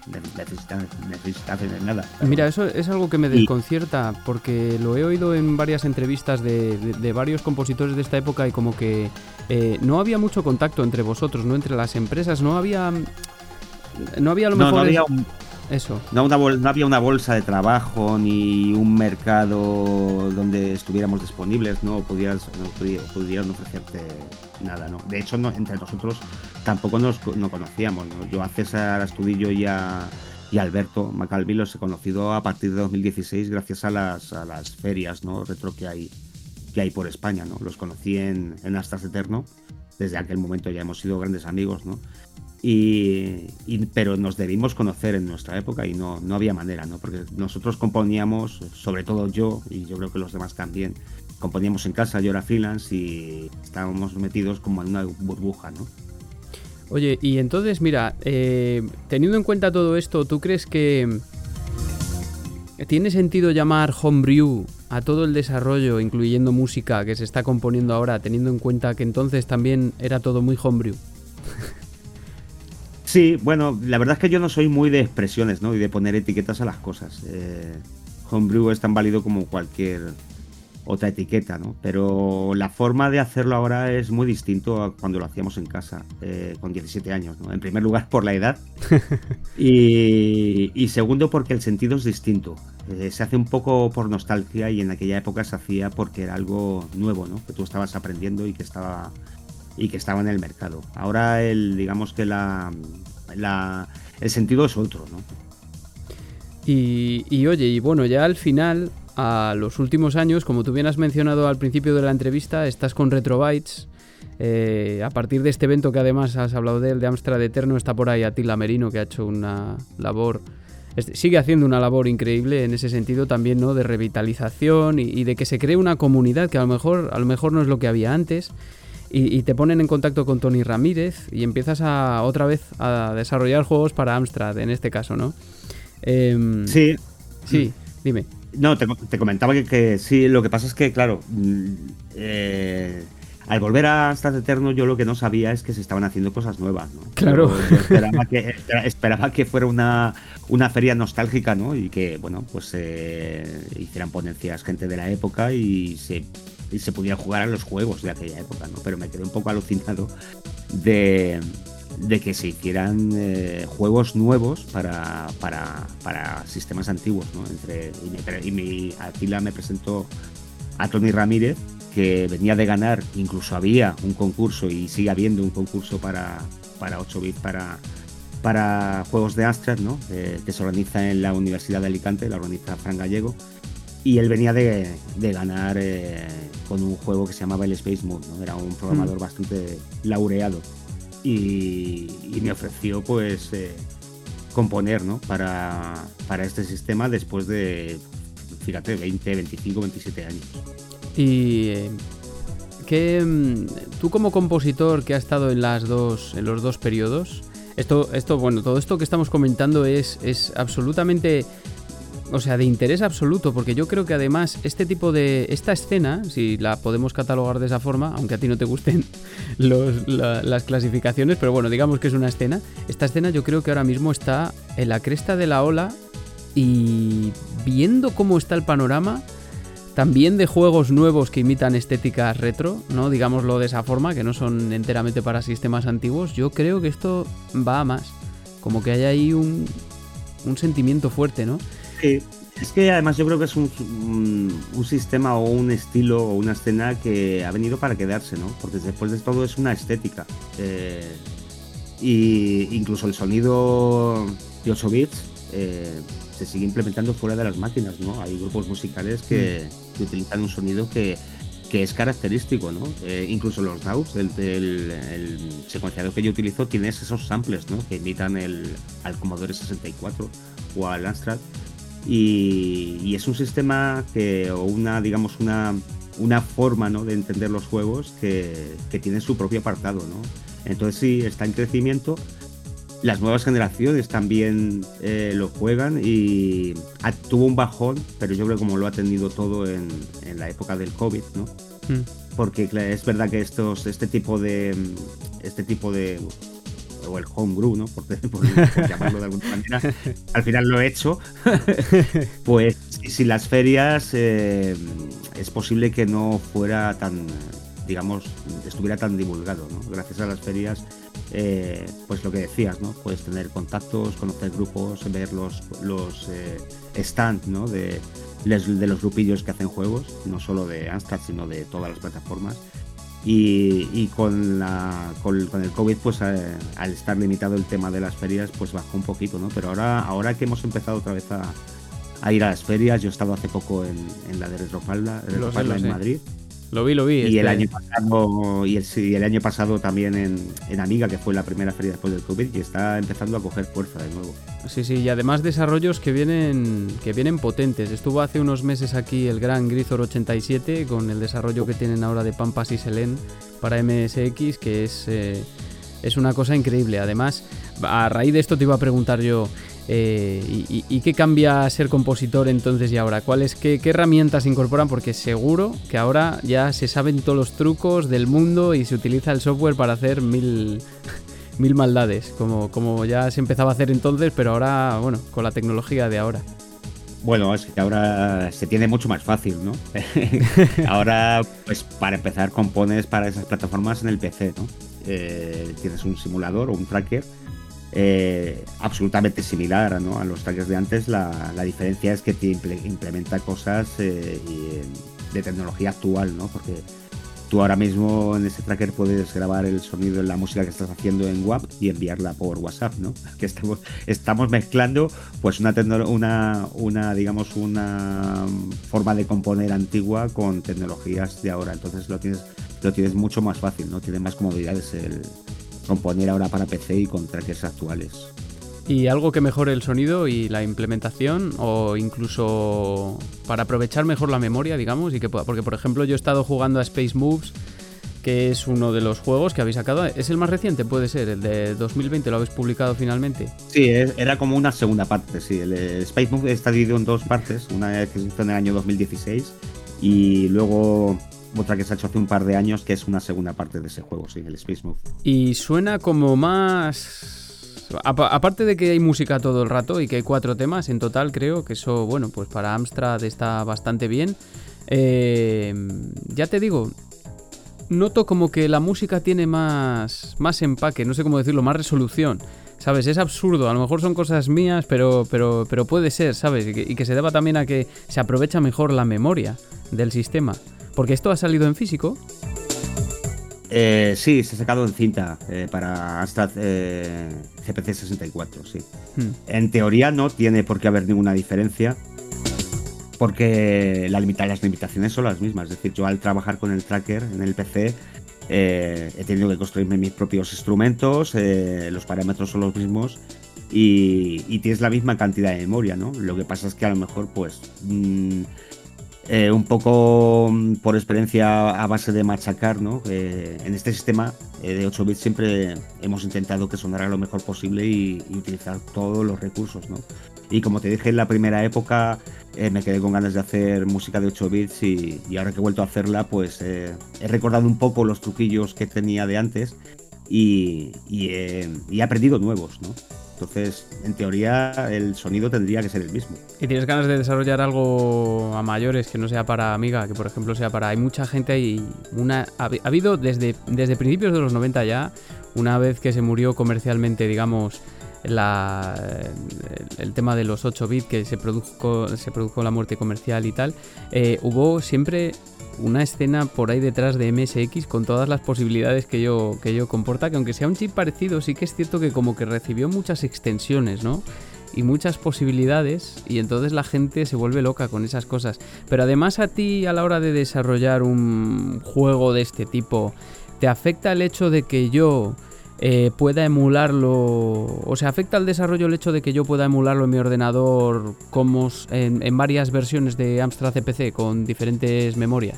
nada. Mira, eso es algo que me desconcierta, porque lo he oído en varias entrevistas de varios compositores de esta época y como que no había mucho contacto entre vosotros, no entre las empresas, no había a lo mejor... No había eso. No había una bolsa de trabajo ni un mercado donde estuviéramos disponibles, no pudieran ofrecerte nada, ¿no? De hecho, entre nosotros tampoco nos conocíamos, ¿no? Yo a César Astudillo y a Alberto Macalvi los he conocido a partir de 2016 gracias a las ferias, ¿no? Retro que hay por España, ¿no? Los conocí en Astras Eterno. Desde aquel momento ya hemos sido grandes amigos, ¿no? Pero nos debimos conocer en nuestra época y no había manera, ¿no? Porque nosotros componíamos, sobre todo yo, y yo creo que los demás también, componíamos en casa, yo era freelance y estábamos metidos como en una burbuja, ¿no? Oye, y entonces, mira, teniendo en cuenta todo esto, ¿tú crees que tiene sentido llamar homebrew a todo el desarrollo, incluyendo música, que se está componiendo ahora, teniendo en cuenta que entonces también era todo muy homebrew? Sí, bueno, la verdad es que yo no soy muy de expresiones, ¿no? Y de poner etiquetas a las cosas. Homebrew es tan válido como cualquier otra etiqueta, ¿no? Pero la forma de hacerlo ahora es muy distinto a cuando lo hacíamos en casa, con 17 años, ¿no? En primer lugar por la edad y segundo porque el sentido es distinto. Se hace un poco por nostalgia y en aquella época se hacía porque era algo nuevo, ¿no? Que tú estabas aprendiendo y que estaba en el mercado. Ahora digamos que el sentido es otro, ¿no? Y oye, y bueno, ya al final, a los últimos años, como tú bien has mencionado al principio de la entrevista, estás con Retrobytes. A partir de este evento que además has hablado de él, de Amstrad Eterno, está por ahí Atila Merino, que ha hecho una labor, sigue haciendo una labor increíble en ese sentido también, ¿no? De revitalización y de que se cree una comunidad que a lo mejor no es lo que había antes. Y te ponen en contacto con Tony Ramírez y empiezas otra vez a desarrollar juegos para Amstrad, en este caso, ¿no? Sí. Sí, dime. No, te comentaba que sí, lo que pasa es que, claro, al volver a Amstrad Eterno yo lo que no sabía es que se estaban haciendo cosas nuevas, ¿no? Claro. Yo esperaba que fuera una feria nostálgica, ¿no? Y que, bueno, pues hicieran ponencias gente de la época y se pudiera jugar a los juegos de aquella época, ¿no? Pero me quedé un poco alucinado de que se hicieran juegos nuevos para sistemas antiguos, ¿no? Atila me presentó a Tony Ramírez, que venía de ganar, incluso había un concurso y sigue habiendo un concurso para 8 bits para juegos de Amstrad, ¿no? Que se organiza en la Universidad de Alicante, la organiza Fran Gallego. Y él venía de ganar con un juego que se llamaba el Space Moon, ¿no? Era un programador bastante laureado y me ofreció pues componer, ¿no? para este sistema después de, fíjate, 20, 25, 27 años. Y tú como compositor que ha estado en los dos periodos, todo esto que estamos comentando es absolutamente, o sea, de interés absoluto, porque yo creo que además esta escena, si la podemos catalogar de esa forma, aunque a ti no te gusten las clasificaciones, pero bueno, digamos que es una escena. Esta escena yo creo que ahora mismo está en la cresta de la ola, y viendo cómo está el panorama también de juegos nuevos que imitan estéticas retro, ¿no? Digámoslo de esa forma, que no son enteramente para sistemas antiguos, yo creo que esto va a más. Como que hay ahí un sentimiento fuerte, ¿no? Sí, es que además yo creo que es un sistema o un estilo o una escena que ha venido para quedarse, ¿no? Porque después de todo es una estética. Y incluso el sonido de 8 bits se sigue implementando fuera de las máquinas, ¿no? Hay grupos musicales que utilizan un sonido que es característico, ¿no? Incluso los DAWs, el secuenciador que yo utilizo, tiene esos samples, ¿no? Que imitan al Commodore 64 o al Amstrad, y es un sistema o una forma, ¿no? De entender los juegos que tiene su propio apartado, ¿no? Entonces sí, está en crecimiento. Las nuevas generaciones también lo juegan, y tuvo un bajón, pero yo creo que como lo ha tenido todo en la época del COVID, ¿no? Porque es verdad que este tipo de o el homebrew, ¿no? Por llamarlo de alguna manera, al final lo he hecho. Pues si las ferias es posible que no fuera tan, digamos, estuviera tan divulgado, ¿no? Gracias a las ferias, pues lo que decías, ¿no? Puedes tener contactos, conocer grupos, ver los stands, ¿no? de los grupillos que hacen juegos, no solo de Amstrad, sino de todas las plataformas. Y con el COVID, pues al estar limitado el tema de las ferias, pues bajó un poquito, ¿no? Pero ahora que hemos empezado otra vez a ir a las ferias, yo he estado hace poco en la de Retropalda en Madrid. Lo vi. Y el año pasado el año pasado también en Amiga, que fue la primera feria después del COVID, y está empezando a coger fuerza de nuevo. Sí, y además desarrollos que vienen potentes. Estuvo hace unos meses aquí el gran Grisor 87 con el desarrollo que tienen ahora de Pampas y Selene para MSX, que es una cosa increíble. Además, a raíz de esto te iba a preguntar yo, ¿y qué cambia ser compositor entonces y ahora? ¿Qué herramientas incorporan? Porque seguro que ahora ya se saben todos los trucos del mundo y se utiliza el software para hacer mil maldades, como ya se empezaba a hacer entonces, pero ahora, bueno, con la tecnología de ahora. Bueno, es que ahora se tiene mucho más fácil, ¿no? Ahora, pues para empezar, compones para esas plataformas en el PC, ¿no? Tienes un simulador o un tracker absolutamente similar, ¿no? A los trackers de antes. La diferencia es que te implementa cosas de tecnología actual, ¿no? Porque tú ahora mismo en ese tracker puedes grabar el sonido de la música que estás haciendo en WAV y enviarla por WhatsApp, ¿no? Que estamos mezclando pues una forma de componer antigua con tecnologías de ahora. Entonces lo tienes mucho más fácil, ¿no? Tienes más comodidades el componer ahora para PC y con trackers actuales. ¿Y algo que mejore el sonido y la implementación, o incluso para aprovechar mejor la memoria, digamos, porque por ejemplo yo he estado jugando a Space Moves, que es uno de los juegos que habéis sacado? ¿Es el más reciente? Puede ser, el de 2020, ¿lo habéis publicado finalmente? Sí, era como una segunda parte, sí. El Space Moves está dividido en dos partes, una que se hizo en el año 2016 y luego otra que se ha hecho hace un par de años, que es una segunda parte de ese juego, sí, el Space Move. Y suena como más... Aparte de que hay música todo el rato y que hay 4 temas en total, creo que eso, bueno, pues para Amstrad está bastante bien. Ya te digo, noto como que la música tiene más empaque, no sé cómo decirlo, más resolución, ¿sabes? Es absurdo, a lo mejor son cosas mías, pero puede ser, ¿sabes? Y que se deba también a que se aprovecha mejor la memoria del sistema. Porque esto ha salido en físico. Sí, se ha sacado en cinta para Amstrad CPC 64, sí. En teoría no tiene por qué haber ninguna diferencia, porque las limitaciones son las mismas. Es decir, yo al trabajar con el tracker en el PC he tenido que construirme mis propios instrumentos, los parámetros son los mismos y tienes la misma cantidad de memoria, ¿no? Lo que pasa es que a lo mejor pues un poco por experiencia a base de machacar, ¿no? En este sistema de 8 bits siempre hemos intentado que sonara lo mejor posible y utilizar todos los recursos, ¿no? Y como te dije en la primera época, me quedé con ganas de hacer música de 8 bits y ahora que he vuelto a hacerla, pues he recordado un poco los truquillos que tenía de antes y he aprendido nuevos, ¿no? Entonces, en teoría, el sonido tendría que ser el mismo. ¿Y tienes ganas de desarrollar algo a mayores que no sea para Amiga, que por ejemplo sea para... Hay mucha gente ha habido desde principios de los 90 ya, una vez que se murió comercialmente, digamos, el tema de los 8 bits, que se produjo la muerte comercial y tal, hubo siempre una escena por ahí detrás de MSX con todas las posibilidades que ello comporta, que aunque sea un chip parecido, sí que es cierto que como que recibió muchas extensiones, ¿no? Y muchas posibilidades, y entonces la gente se vuelve loca con esas cosas. Pero además, a ti, a la hora de desarrollar un juego de este tipo, ¿te afecta el hecho de que yo pueda emularlo? O sea, ¿afecta al desarrollo el hecho de que yo pueda emularlo en mi ordenador como en varias versiones de Amstrad CPC con diferentes memorias?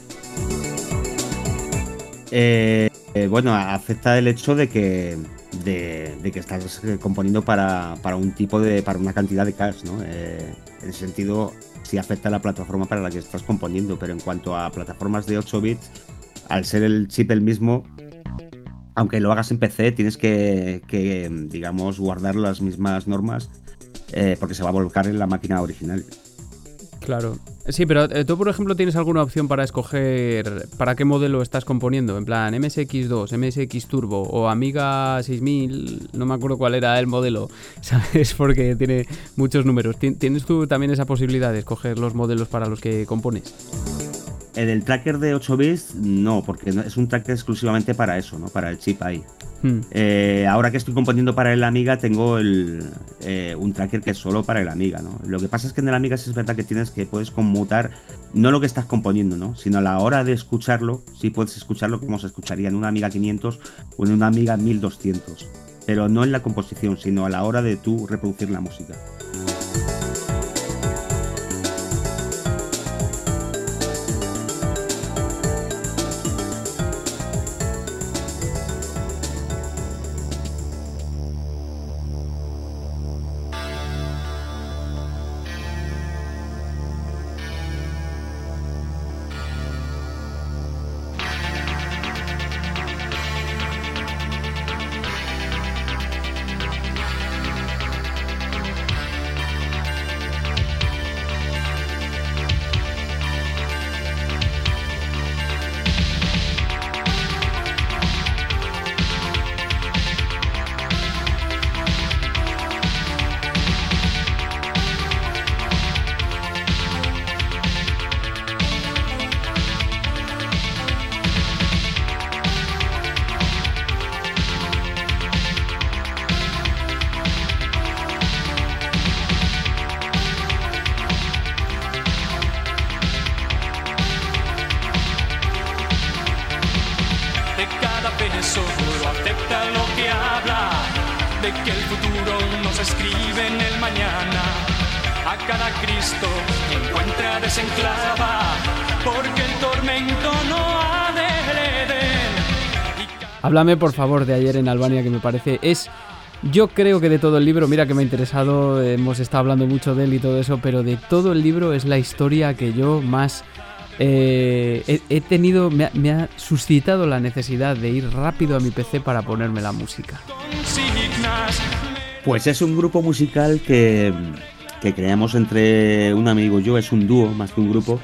Bueno, afecta el hecho de que estás componiendo para una cantidad de cash, ¿no? En ese sentido, sí afecta a la plataforma para la que estás componiendo, pero en cuanto a plataformas de 8 bits, al ser el chip el mismo, aunque lo hagas en PC, tienes que digamos, guardar las mismas normas porque se va a volcar en la máquina original. Claro. Sí, pero tú, por ejemplo, ¿tienes alguna opción para escoger para qué modelo estás componiendo? En plan, MSX2, MSX Turbo o Amiga 6000, no me acuerdo cuál era el modelo, ¿sabes? Porque tiene muchos números. ¿Tienes tú también esa posibilidad de escoger los modelos para los que compones? En el tracker de 8 bits, no, porque es un tracker exclusivamente para eso, ¿no? Para el chip ahí. Ahora que estoy componiendo para el Amiga, tengo un tracker que es solo para el Amiga, ¿no? Lo que pasa es que en el Amiga sí es verdad que puedes conmutar no lo que estás componiendo, ¿no? Sino a la hora de escucharlo, sí puedes escucharlo como se escucharía en una Amiga 500 o en una Amiga 1200. Pero no en la composición, sino a la hora de tú reproducir la música. Solo acepta lo que habla, de que el futuro no se escribe en el mañana. A cada Cristo que encuentra desenclava, porque el tormento no ha de Edén. Háblame por favor de Ayer en Albania, que me parece yo creo que de todo el libro, mira que me ha interesado, hemos estado hablando mucho de él y todo eso, pero de todo el libro es la historia que yo más he tenido, me ha suscitado la necesidad de ir rápido a mi PC para ponerme la música. Pues es un grupo musical que creamos entre un amigo y yo, es un dúo más que un grupo,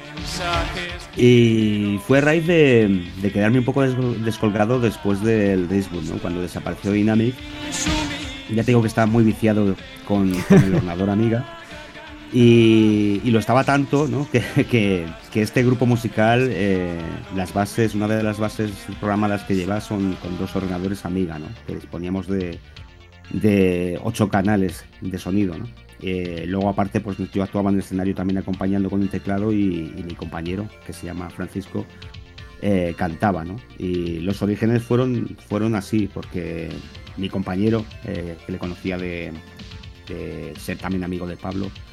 y fue a raíz de quedarme un poco descolgado después del Raceboot, ¿no? Cuando desapareció Dynamic. Ya te digo que estaba muy viciado con el ordenador Amiga. Y lo estaba tanto, ¿no? que este grupo musical, las bases, una de las bases programadas que lleva son con 2 ordenadores Amiga, ¿no? Que disponíamos de 8 canales de sonido, ¿no? Luego aparte, pues yo actuaba en el escenario también acompañando con un teclado y mi compañero, que se llama Francisco, cantaba, ¿no? Y los orígenes fueron así, porque mi compañero, que le conocía de ser también amigo de Pablo,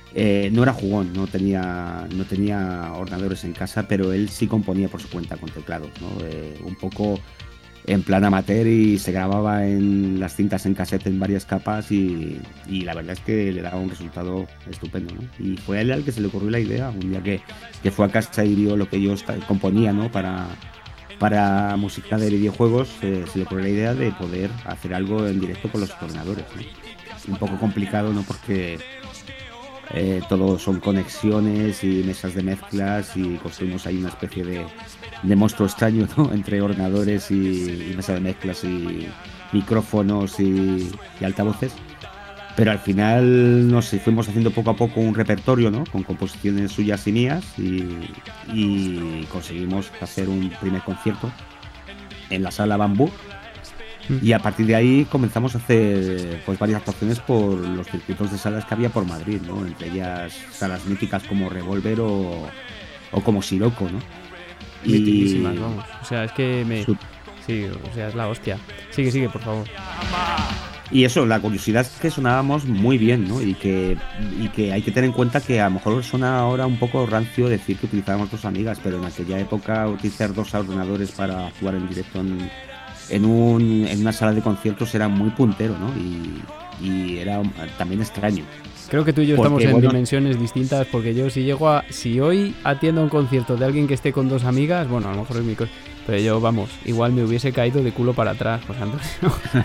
no era jugón, no tenía ordenadores en casa, pero él sí componía por su cuenta con teclados, ¿no? Un poco en plan amateur, y se grababa en las cintas en cassette en varias capas, y la verdad es que le daba un resultado estupendo, ¿no? Y fue a él al que se le ocurrió la idea, un día que fue a casa y vio lo que yo componía, ¿no? Para música de videojuegos, se le ocurrió la idea de poder hacer algo en directo con los ordenadores, ¿no? Un poco complicado, ¿no? Porque todo son conexiones y mesas de mezclas, y construimos ahí una especie de monstruo extraño, ¿no? Entre ordenadores y mesa de mezclas y micrófonos y altavoces. Pero al final nos fuimos haciendo poco a poco un repertorio, ¿no? Con composiciones suyas y mías, y conseguimos hacer un primer concierto en la sala Bambú. Y a partir de ahí comenzamos a hacer pues varias actuaciones por los circuitos de salas que había por Madrid, ¿no? Entre ellas salas míticas como Revolver o como Siroco, ¿no? Mitiquísimas, vamos. O sea, es que sí, o sea, es la hostia. Sigue, por favor. Y eso, la curiosidad es que sonábamos muy bien, ¿no? Y que hay que tener en cuenta que a lo mejor suena ahora un poco rancio decir que utilizábamos 2 amigas, pero en aquella época utilizar 2 ordenadores para jugar en directo en una sala de conciertos era muy puntero, ¿no? Y era también extraño. Creo que tú y yo estamos en dimensiones distintas, porque yo si hoy atiendo a un concierto de alguien que esté con 2 amigas, bueno, a lo mejor es mi cosa, pero yo, vamos, igual me hubiese caído de culo para atrás, José Antonio.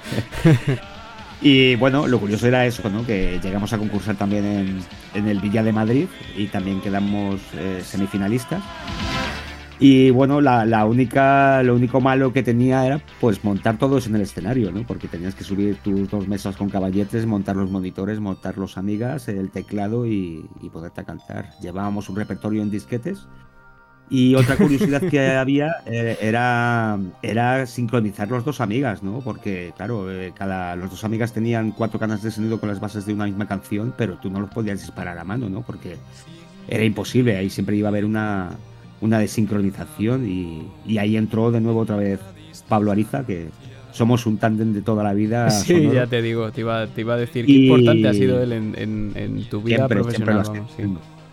Y bueno, lo curioso era eso, ¿no? Que llegamos a concursar también en el Villa de Madrid, y también quedamos semifinalistas. Y bueno, lo único malo que tenía era pues montar todo eso en el escenario, ¿no? Porque tenías que subir tus 2 mesas con caballetes, montar los monitores, montar los amigas, el teclado y poderte cantar. Llevábamos un repertorio en disquetes. Y otra curiosidad que había era sincronizar los 2 amigas, ¿no? Porque, claro, los 2 amigas tenían 4 canas de sonido con las bases de una misma canción, pero tú no los podías disparar a mano, ¿no? Porque era imposible, ahí siempre iba a haber una desincronización, y ahí entró de nuevo otra vez Pablo Ariza, que somos un tándem de toda la vida. Sí, sonoro. Ya te digo, te iba a decir qué importante ha sido él en tu vida profesional. Vamos, sí.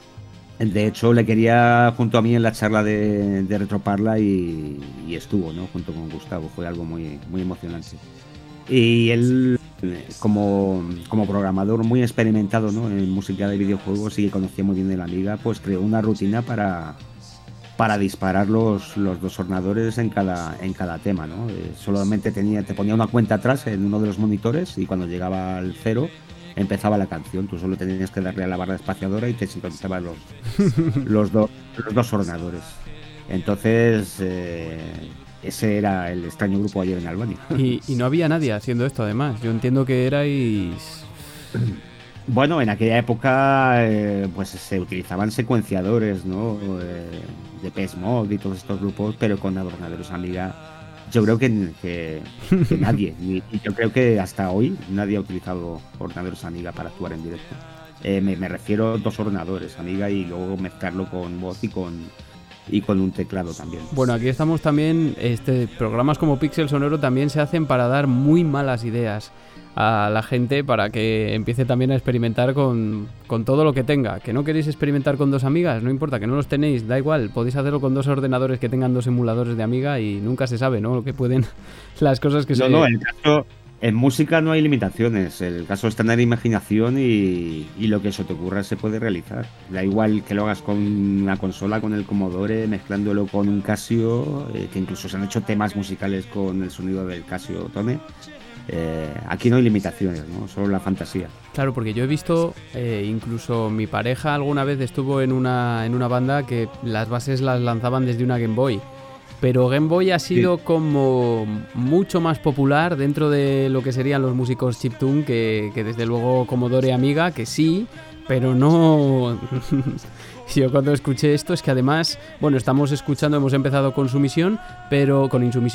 De hecho, le quería junto a mí en la charla de Retroparla, y estuvo, ¿no? Junto con Gustavo, fue algo muy, muy emocionante. Y él, como programador muy experimentado, ¿no? En música de videojuegos, y que conocía muy bien de la Amiga, pues creó una rutina para disparar los 2 ordenadores en cada tema, ¿no? Solamente te ponía una cuenta atrás en uno de los monitores, y cuando llegaba al 0 empezaba la canción. Tú solo tenías que darle a la barra espaciadora y te sincronizaban los dos ordenadores. Entonces ese era el extraño grupo ayer en Albania. Y no había nadie haciendo esto, además. Yo entiendo que erais... Bueno, en aquella época pues se utilizaban secuenciadores, ¿no? De PS Mod y todos estos grupos, pero con ordenadores Amiga yo creo que nadie, y yo creo que hasta hoy nadie ha utilizado ordenadores Amiga para actuar en directo. Me refiero a 2 ordenadores Amiga, y luego mezclarlo con voz y con un teclado también. Bueno, aquí estamos también, programas como Pixel Sonoro también se hacen para dar muy malas ideas a la gente, para que empiece también a experimentar con todo lo que tenga. Que no queréis experimentar con 2 amigas, no importa, que no los tenéis, da igual, podéis hacerlo con 2 ordenadores que tengan 2 emuladores de Amiga, y nunca se sabe, ¿no? Lo que pueden, las cosas que No, el caso, en música no hay limitaciones, el caso es tener imaginación, y lo que eso te ocurra se puede realizar. Da igual que lo hagas con una consola, con el Commodore, mezclándolo con un Casio, que incluso se han hecho temas musicales con el sonido del Casio Tone. Aquí no hay limitaciones, ¿no? Solo la fantasía. Claro, porque yo he visto, incluso mi pareja alguna vez estuvo en una banda que las bases las lanzaban desde una Game Boy, pero Game Boy ha sido como mucho más popular dentro de lo que serían los músicos chiptune que desde luego Commodore Amiga, que sí, pero no... Yo cuando escuché esto, es que además, bueno, hemos empezado con Insumisión, pero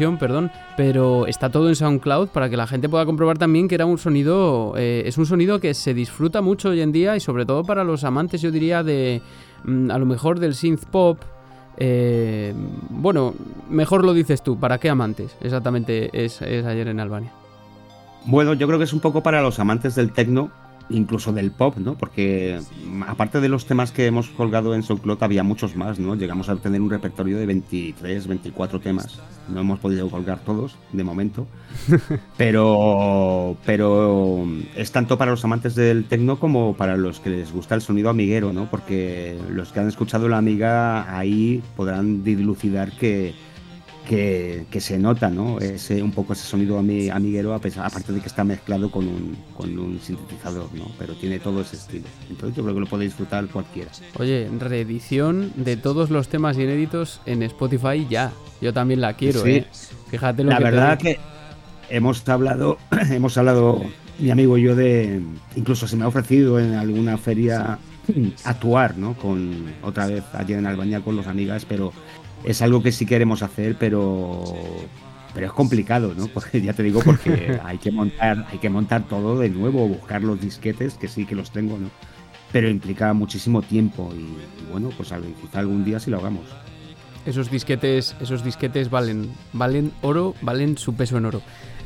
está todo en SoundCloud para que la gente pueda comprobar también que era un sonido, es un sonido que se disfruta mucho hoy en día, y sobre todo para los amantes, yo diría, de a lo mejor del synth pop. Bueno, mejor lo dices tú, ¿para qué amantes exactamente es ayer en Albania? Bueno, yo creo que es un poco para los amantes del techno, incluso del pop, ¿no? Porque aparte de los temas que hemos colgado en SoundCloud había muchos más, ¿no? Llegamos a tener un repertorio de 23, 24 temas. No hemos podido colgar todos, de momento. Pero es tanto para los amantes del techno como para los que les gusta el sonido amiguero, ¿no? Porque los que han escuchado La Amiga ahí podrán dilucidar que se nota, ¿no? Un poco ese sonido amiguero, aparte de que está mezclado con un sintetizador, ¿no? Pero tiene todo ese estilo. Entonces yo creo que lo puede disfrutar cualquiera. Oye, reedición de todos los temas inéditos en Spotify ya. Yo también la quiero, sí. Fíjate lo la que verdad que hemos hablado mi amigo y yo incluso se me ha ofrecido en alguna feria actuar, ¿no? Otra vez allí en Albania con los Amigas, pero es algo que sí queremos hacer, pero es complicado, ¿no? Porque ya te digo, porque hay que montar todo de nuevo, buscar los disquetes, que sí que los tengo, ¿no? Pero implica muchísimo tiempo y bueno, pues quizá algún día sí lo hagamos. Esos disquetes valen oro, valen su peso en oro.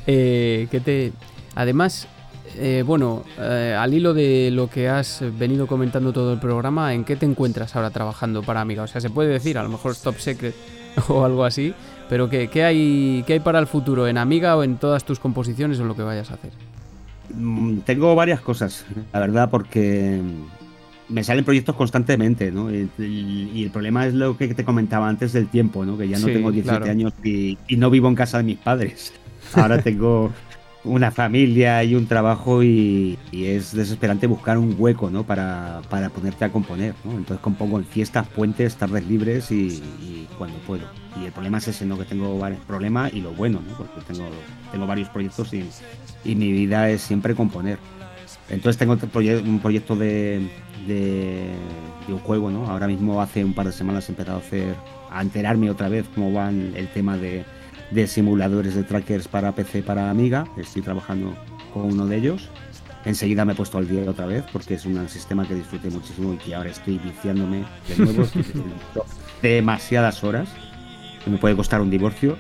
Además, al hilo de lo que has venido comentando todo el programa, ¿en qué te encuentras ahora trabajando para Amiga? O sea, se puede decir, a lo mejor Top Secret o algo así, pero ¿qué hay para el futuro? ¿En Amiga o en todas tus composiciones o en lo que vayas a hacer? Tengo varias cosas, la verdad, porque me salen proyectos constantemente, ¿no? Y el problema es lo que te comentaba antes del tiempo, ¿no? Que ya no tengo 17 años y no vivo en casa de mis padres. Ahora tengo una familia y un trabajo y es desesperante buscar un hueco, ¿no? para ponerte a componer, ¿no? Entonces compongo en fiestas, puentes, tardes libres y cuando puedo. Y el problema es ese, ¿no? Que tengo varios problemas y lo bueno, ¿no? Porque tengo varios proyectos y mi vida es siempre componer. Entonces tengo un proyecto de un juego, ¿no? Ahora mismo hace un par de semanas he empezado a enterarme otra vez cómo van el tema de simuladores de trackers para PC, para Amiga. Estoy trabajando con uno de ellos. Enseguida me he puesto al día otra vez porque es un sistema que disfruté muchísimo y que ahora estoy viciándome de nuevo. Demasiadas horas, que me puede costar un divorcio.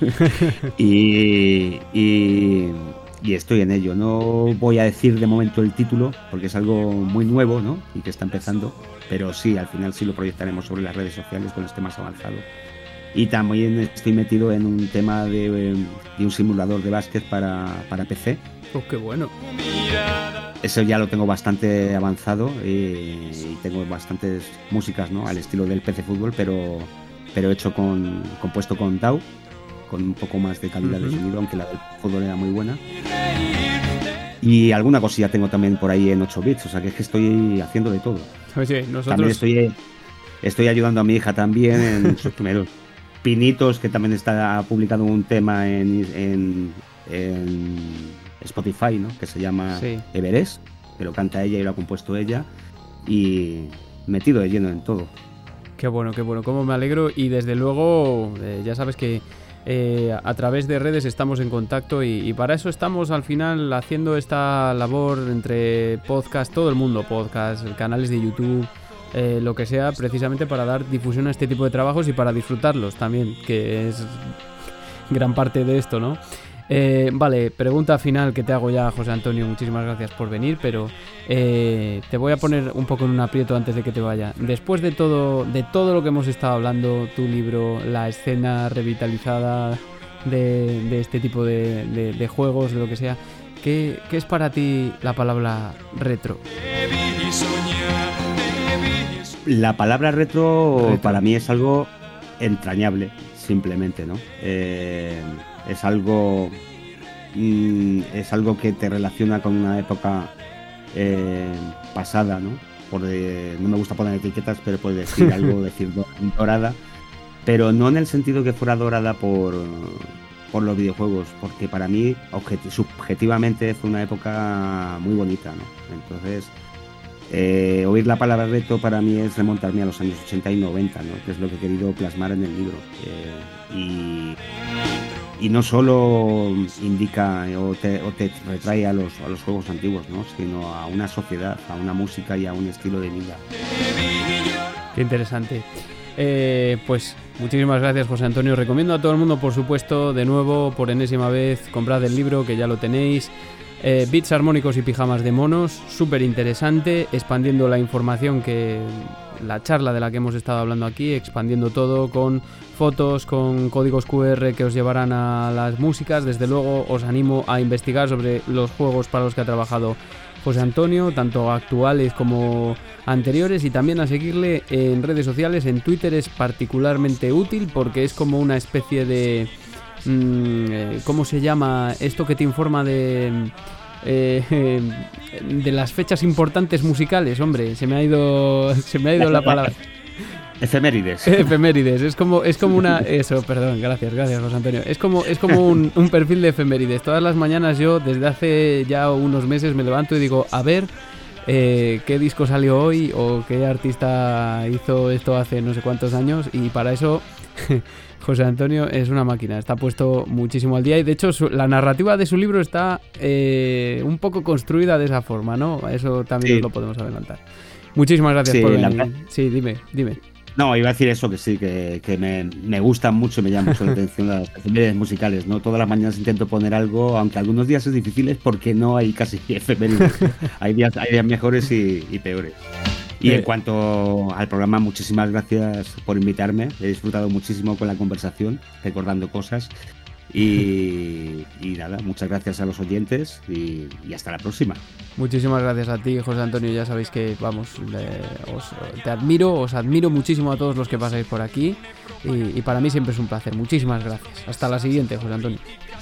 y estoy en ello. No voy a decir de momento el título porque es algo muy nuevo, ¿no? Y que está empezando, pero sí, al final sí lo proyectaremos sobre las redes sociales cuando esté más avanzado. Y también estoy metido en un tema de un simulador de básquet para PC. ¡Oh, qué bueno! Eso ya lo tengo bastante avanzado y tengo bastantes músicas, ¿no? Al estilo del PC Fútbol, pero compuesto con DAW, con un poco más de calidad de sonido, aunque la del fútbol era muy buena. Y alguna cosilla tengo también por ahí en 8 bits, o sea que es que estoy haciendo de todo. Oye, nosotros... También estoy ayudando a mi hija también en sus primeros pinitos, que también ha publicado un tema en Spotify, ¿no? Que se llama Everest, que lo canta ella y lo ha compuesto ella, y metido de lleno en todo. Qué bueno, cómo me alegro. Y desde luego, ya sabes que a través de redes estamos en contacto y para eso estamos al final haciendo esta labor entre podcast, todo el mundo, podcast, canales de YouTube, lo que sea, precisamente para dar difusión a este tipo de trabajos y para disfrutarlos también, que es gran parte de esto, ¿no? Vale, pregunta final que te hago ya, José Antonio, muchísimas gracias por venir, pero te voy a poner un poco en un aprieto antes de que te vaya. Después de todo lo que hemos estado hablando, tu libro, la escena revitalizada de este tipo de juegos, de lo que sea, ¿qué es para ti la palabra retro? La palabra retro para mí es algo entrañable, simplemente, ¿no? Es algo que te relaciona con una época pasada, ¿no? No me gusta poner etiquetas, pero puedes decir algo, decir dorada, pero no en el sentido que fuera dorada por los videojuegos, porque para mí subjetivamente fue una época muy bonita, ¿no? Entonces oír la palabra retro para mí es remontarme a los años 80 y 90, ¿no? Que es lo que he querido plasmar en el libro. Y no solo indica o te retrae a los juegos antiguos, ¿no? Sino a una sociedad, a una música y a un estilo de vida. Qué interesante. Pues muchísimas gracias, José Antonio. Recomiendo a todo el mundo, por supuesto, de nuevo, por enésima vez, comprad el libro, que ya lo tenéis. Beats armónicos y pijamas de monos, súper interesante, expandiendo la información la charla de la que hemos estado hablando aquí, expandiendo todo con fotos, con códigos QR que os llevarán a las músicas. Desde luego os animo a investigar sobre los juegos para los que ha trabajado José Antonio, tanto actuales como anteriores, y también a seguirle en redes sociales. En Twitter es particularmente útil porque es como una especie de... ¿cómo se llama esto que te informa de las fechas importantes musicales? Hombre, se me ha ido la palabra. Efemérides. Efemérides, es como una... Eso, perdón, gracias José Antonio. Es como un perfil de efemérides. Todas las mañanas yo, desde hace ya unos meses, me levanto y digo, a ver qué disco salió hoy o qué artista hizo esto hace no sé cuántos años, y para eso... José Antonio es una máquina, está puesto muchísimo al día, y de hecho la narrativa de su libro está un poco construida de esa forma, ¿no? Eso también os lo podemos adelantar. Muchísimas gracias por venir. Sí, dime. No, iba a decir eso, que sí, que me gustan mucho, me llama mucho la atención las efemérides musicales, ¿no? Todas las mañanas intento poner algo, aunque algunos días es difícil porque no hay casi efemérides. Hay días mejores y peores. Y en cuanto al programa, muchísimas gracias por invitarme. He disfrutado muchísimo con la conversación, recordando cosas. Y nada, muchas gracias a los oyentes y hasta la próxima. Muchísimas gracias a ti, José Antonio. Ya sabéis que, vamos, os admiro muchísimo a todos los que pasáis por aquí. Y para mí siempre es un placer. Muchísimas gracias. Hasta la siguiente, José Antonio.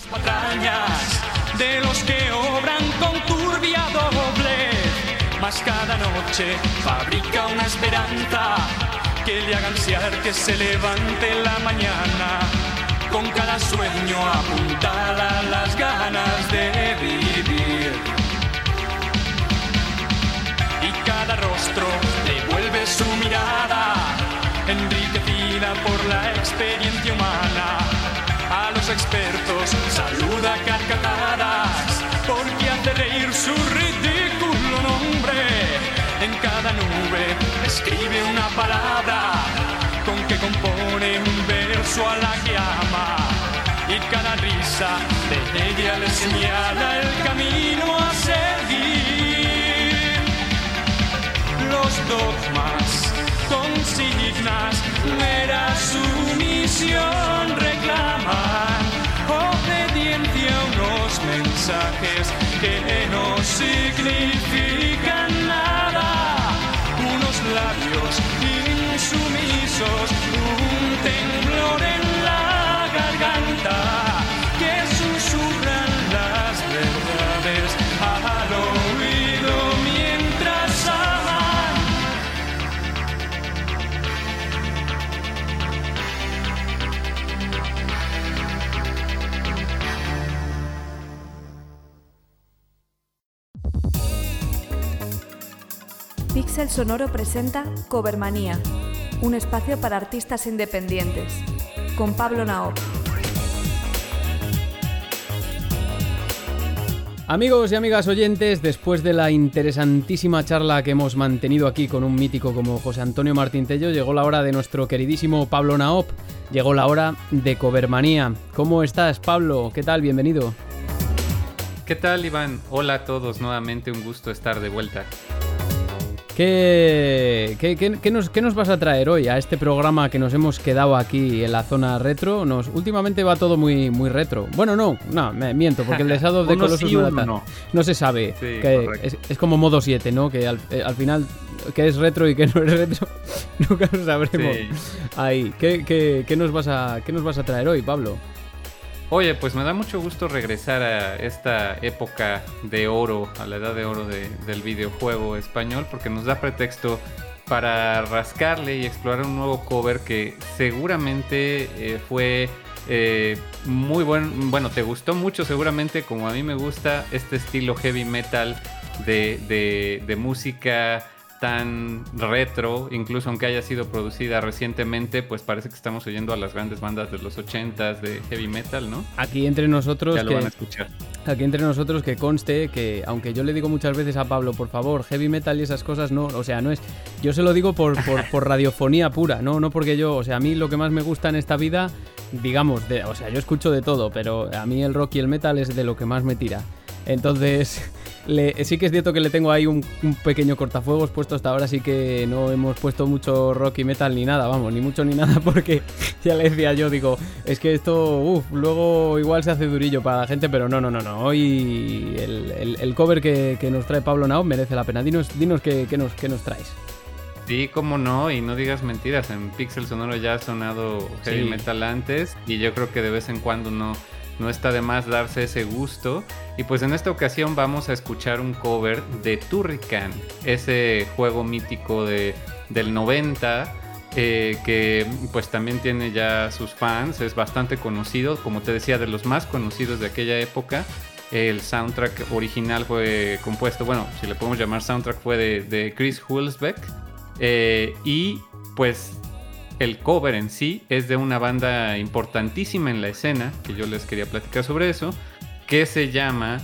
De los que obran con turbia doble, mas cada noche fabrica una esperanza que le haga ansiar que se levante en la mañana. Con cada sueño apuntala las ganas de vivir, y cada rostro le vuelve su mirada, enriquecida por la experiencia humana. A los expertos saluda carcajadas, porque hace reír su ridículo nombre. En cada nube escribe una palabra con que compone un verso a la que ama, y cada risa de ella le señala el camino a seguir. Los dogmas, consignas, mera sumisión reclaman, obediencia a unos mensajes que no significan nada, unos labios insumisos, un temblor en la garganta, que susurran las verdades al oído mientras aman. Pixel Sonoro presenta Covermanía, un espacio para artistas independientes, con Pablo Naop. Amigos y amigas oyentes, después de la interesantísima charla que hemos mantenido aquí con un mítico como José Antonio Martín Tello, llegó la hora de nuestro queridísimo Pablo Naop. Llegó la hora de Covermanía. ¿Cómo estás, Pablo? ¿Qué tal? Bienvenido. ¿Qué tal, Iván? Hola a todos, nuevamente un gusto estar de vuelta. ¿Qué nos vas a traer hoy a este programa que nos hemos quedado aquí en la zona retro? Últimamente va todo muy, muy retro. Bueno, no, me miento, porque el de Shadow of the Colossus no se sabe. Sí, es como modo 7, ¿no? Que al final, que es retro y que no es retro, nunca lo sabremos. Sí. Ahí, ¿qué nos vas a traer hoy, Pablo? Oye, pues me da mucho gusto regresar a esta época de oro, a la edad de oro del videojuego español, porque nos da pretexto para rascarle y explorar un nuevo cover que seguramente fue muy bueno, te gustó mucho seguramente, como a mí me gusta este estilo heavy metal de música tan retro, incluso aunque haya sido producida recientemente, pues parece que estamos oyendo a las grandes bandas de los 80s de heavy metal, ¿no? Aquí entre nosotros ya lo van a escuchar. Aquí entre nosotros que conste que, aunque yo le digo muchas veces a Pablo, por favor, heavy metal y esas cosas, no, o sea, no es, yo se lo digo por radiofonía pura, no porque yo, o sea, a mí lo que más me gusta en esta vida, digamos, o sea, yo escucho de todo, pero a mí el rock y el metal es de lo que más me tira. Entonces, sí que es cierto que le tengo ahí un pequeño cortafuegos puesto hasta ahora, sí que no hemos puesto mucho rock y metal ni nada, vamos, ni mucho ni nada, porque ya le decía yo, digo, es que esto, luego igual se hace durillo para la gente, pero no, hoy el cover que nos trae Pablo Nao merece la pena. Dinos qué nos traes. Sí, cómo no, y no digas mentiras, en Pixel Sonoro ya ha sonado heavy metal antes, y yo creo que de vez en cuando no está de más darse ese gusto. Y pues en esta ocasión vamos a escuchar un cover de Turrican, ese juego mítico del 90, que pues también tiene ya sus fans, es bastante conocido, como te decía, de los más conocidos de aquella época. El soundtrack original fue compuesto, bueno, si le podemos llamar soundtrack, fue de Chris Hulsbeck. Y pues el cover en sí es de una banda importantísima en la escena, que yo les quería platicar sobre eso, que se llama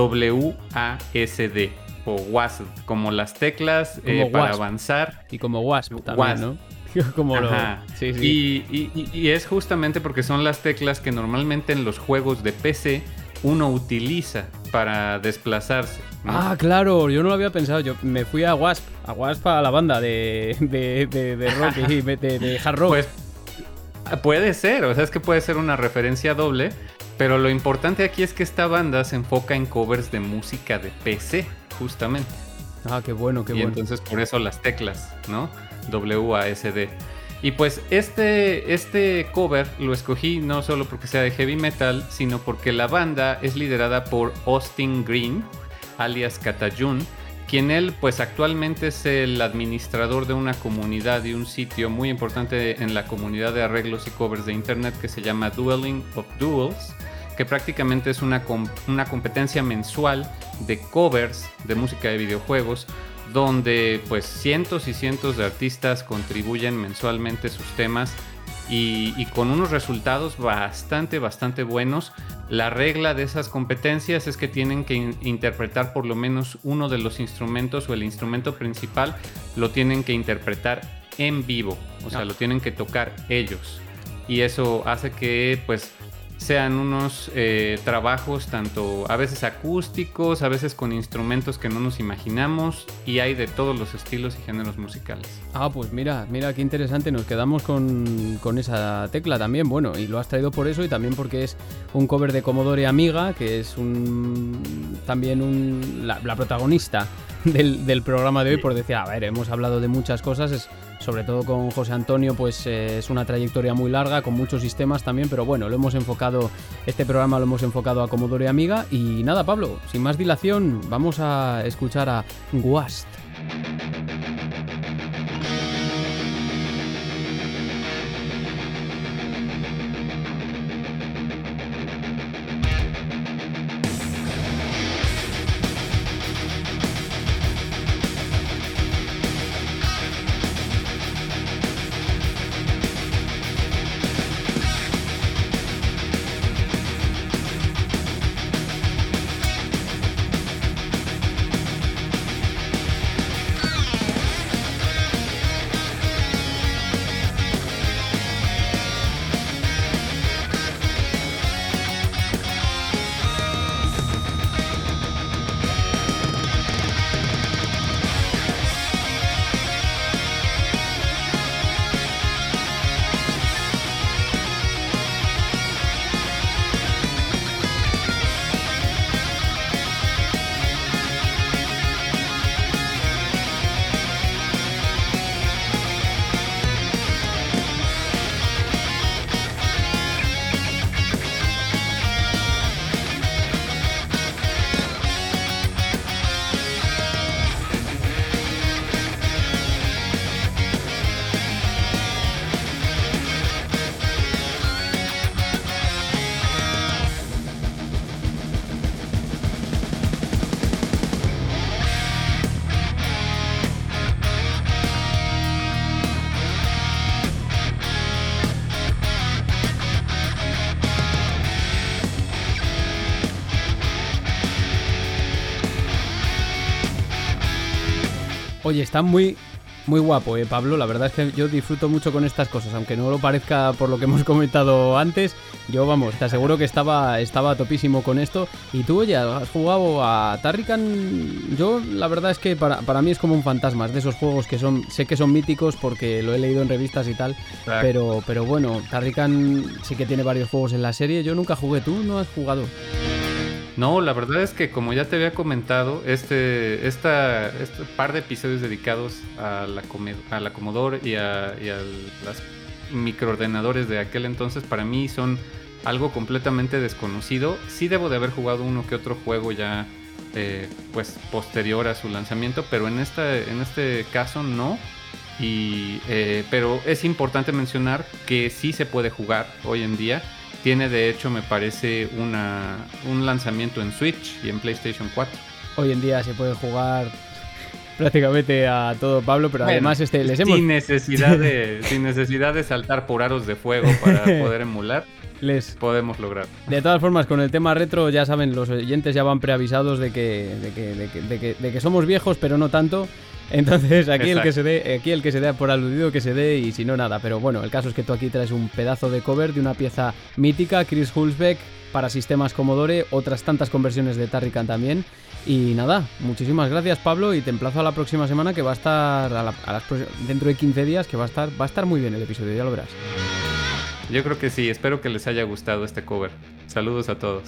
WASD o WASD, como las teclas como para Wasp. Avanzar. Y como Wasp también, ¿no? Como sí. Y es justamente porque son las teclas que normalmente en los juegos de PC uno utiliza para desplazarse, ¿no? Ah, claro, yo no lo había pensado. Yo me fui a Wasp a la banda de rock y de hard rock. Pues puede ser, o sea, es que puede ser una referencia doble, pero lo importante aquí es que esta banda se enfoca en covers de música de PC, justamente. Ah, qué bueno. Entonces por eso las teclas, ¿no? WASD. Y pues este cover lo escogí no solo porque sea de heavy metal, sino porque la banda es liderada por Austin Green, alias Katayun, quien él pues actualmente es el administrador de una comunidad y un sitio muy importante en la comunidad de arreglos y covers de internet que se llama Dueling of Duels, que prácticamente es una competencia mensual de covers de música de videojuegos, donde pues cientos y cientos de artistas contribuyen mensualmente sus temas y con unos resultados bastante buenos. La regla de esas competencias es que tienen que interpretar por lo menos uno de los instrumentos, o el instrumento principal lo tienen que interpretar en vivo, o sea, lo tienen que tocar ellos, y eso hace que pues sean unos trabajos tanto a veces acústicos, a veces con instrumentos que no nos imaginamos, y hay de todos los estilos y géneros musicales. Ah, pues mira qué interesante, nos quedamos con esa tecla también, bueno, y lo has traído por eso y también porque es un cover de Commodore Amiga, que es la protagonista del programa de hoy, por decir, a ver, hemos hablado de muchas cosas, sobre todo con José Antonio, pues es una trayectoria muy larga, con muchos sistemas también, pero bueno, este programa lo hemos enfocado a Commodore Amiga. Y nada, Pablo, sin más dilación, vamos a escuchar a WASD. Oye, está muy Muy guapo, Pablo. La verdad es que yo disfruto mucho con estas cosas, aunque no lo parezca por lo que hemos comentado antes. Yo, vamos, te aseguro que estaba topísimo con esto. Y tú, oye, ¿has jugado a Turrican? Yo, la verdad es que para mí es como un fantasma. Es de esos juegos que sé que son míticos porque lo he leído en revistas y tal. Claro. Pero bueno, Turrican sí que tiene varios juegos en la serie. Yo nunca jugué. ¿Tú no has jugado? No, la verdad es que como ya te había comentado, este par de episodios dedicados a la Commodore y a las microordenadores de aquel entonces, para mí son algo completamente desconocido. Sí debo de haber jugado uno que otro juego ya pues posterior a su lanzamiento, pero en este caso no. Pero es importante mencionar que sí se puede jugar hoy en día. Tiene de hecho, me parece, un lanzamiento en Switch y en PlayStation 4. Hoy en día se puede jugar prácticamente a todo, Pablo, pero bueno, además sin necesidad de saltar por aros de fuego para poder emular. Podemos lograr. De todas formas, con el tema retro, ya saben, los oyentes ya van preavisados de que somos viejos, pero no tanto. Entonces aquí el que se dé por aludido que se dé, y si no, nada. Pero bueno, el caso es que tú aquí traes un pedazo de cover de una pieza mítica, Chris Hulsbeck, para sistemas Commodore, otras tantas conversiones de Turrican también. Y nada, muchísimas gracias, Pablo, y te emplazo a la próxima semana, que va a estar dentro de 15 días, que va a estar muy bien el episodio, ya lo verás. Yo creo que sí, espero que les haya gustado este cover. Saludos a todos.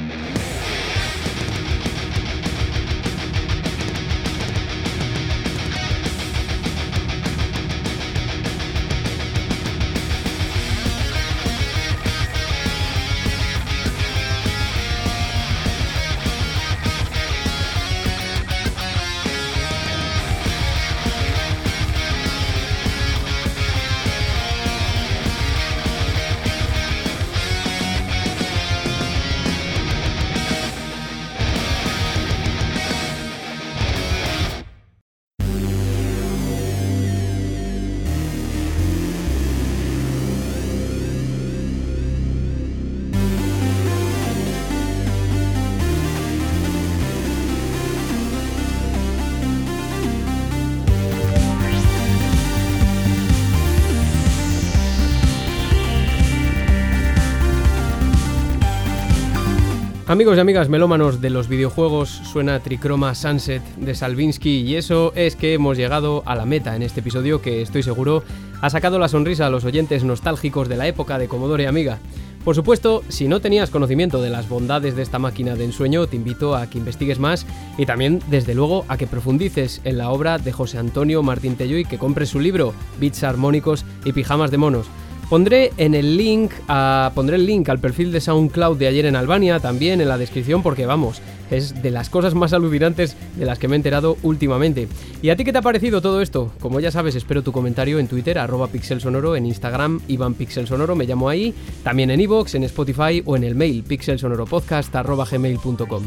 Amigos y amigas melómanos de los videojuegos, suena Trichroma Sunset de Salvinsky, y eso es que hemos llegado a la meta en este episodio que estoy seguro ha sacado la sonrisa a los oyentes nostálgicos de la época de Commodore Amiga. Por supuesto, si no tenías conocimiento de las bondades de esta máquina de ensueño, te invito a que investigues más y también, desde luego, a que profundices en la obra de José Antonio Martín Tello y que compres su libro, Bits Armónicos y Pijamas de Monos. Pondré el link al perfil de SoundCloud de Ayer en Albania también en la descripción, porque vamos, es de las cosas más alucinantes de las que me he enterado últimamente. ¿Y a ti qué te ha parecido todo esto? Como ya sabes, espero tu comentario en Twitter, @pixelsonoro, en Instagram, IvanPixelsonoro, me llamo ahí, también en iVoox, en Spotify o en el mail pixelsonoropodcast@gmail.com.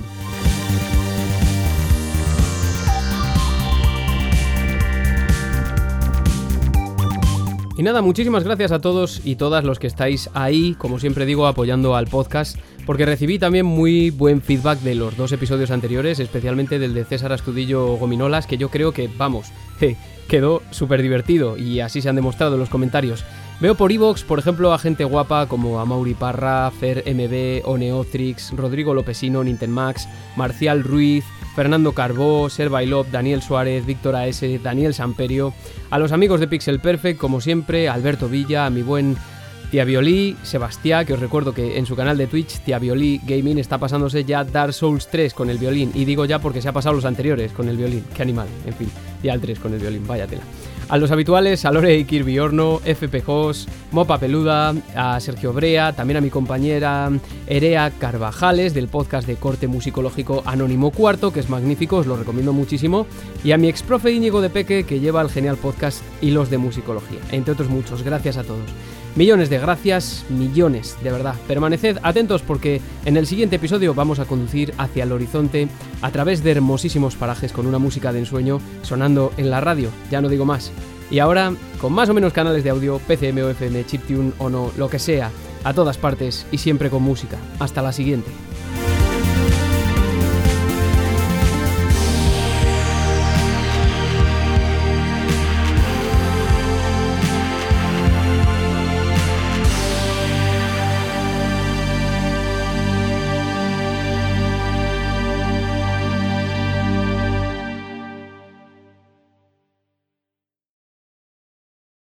Y nada, muchísimas gracias a todos y todas los que estáis ahí, como siempre digo, apoyando al podcast, porque recibí también muy buen feedback de los 2 episodios anteriores, especialmente del de César Astudillo Gominolas, que yo creo que, vamos, quedó súper divertido, y así se han demostrado los comentarios. Veo por iVoox, por ejemplo, a gente guapa como Amaury Parra, Fer MB, Oneotrix, Rodrigo Lopesino, Nintenmax, Marcial Ruiz, Fernando Carbó, Ser Bailop, Daniel Suárez, Víctor A.S., Daniel Samperio, a los amigos de Pixel Perfect, como siempre, Alberto Villa, a mi buen Tia Violí, Sebastián, que os recuerdo que en su canal de Twitch, Tia Violí Gaming, está pasándose ya Dark Souls 3 con el violín, y digo ya porque se ha pasado los anteriores con el violín, qué animal, en fin, ya el 3 con el violín, vaya tela. A los habituales, a Lore y Kirby Horno, FP Jos, Mopa Peluda, a Sergio Brea, también a mi compañera Erea Carvajales del podcast de corte musicológico Anónimo Cuarto, que es magnífico, os lo recomiendo muchísimo, y a mi exprofe Íñigo de Peque, que lleva el genial podcast Hilos de Musicología, entre otros muchos. Gracias a todos. Millones de gracias, millones, de verdad. Permaneced atentos porque en el siguiente episodio vamos a conducir hacia el horizonte a través de hermosísimos parajes con una música de ensueño sonando en la radio, ya no digo más. Y ahora, con más o menos canales de audio, PCM o FM, chiptune o no, lo que sea, a todas partes y siempre con música. Hasta la siguiente.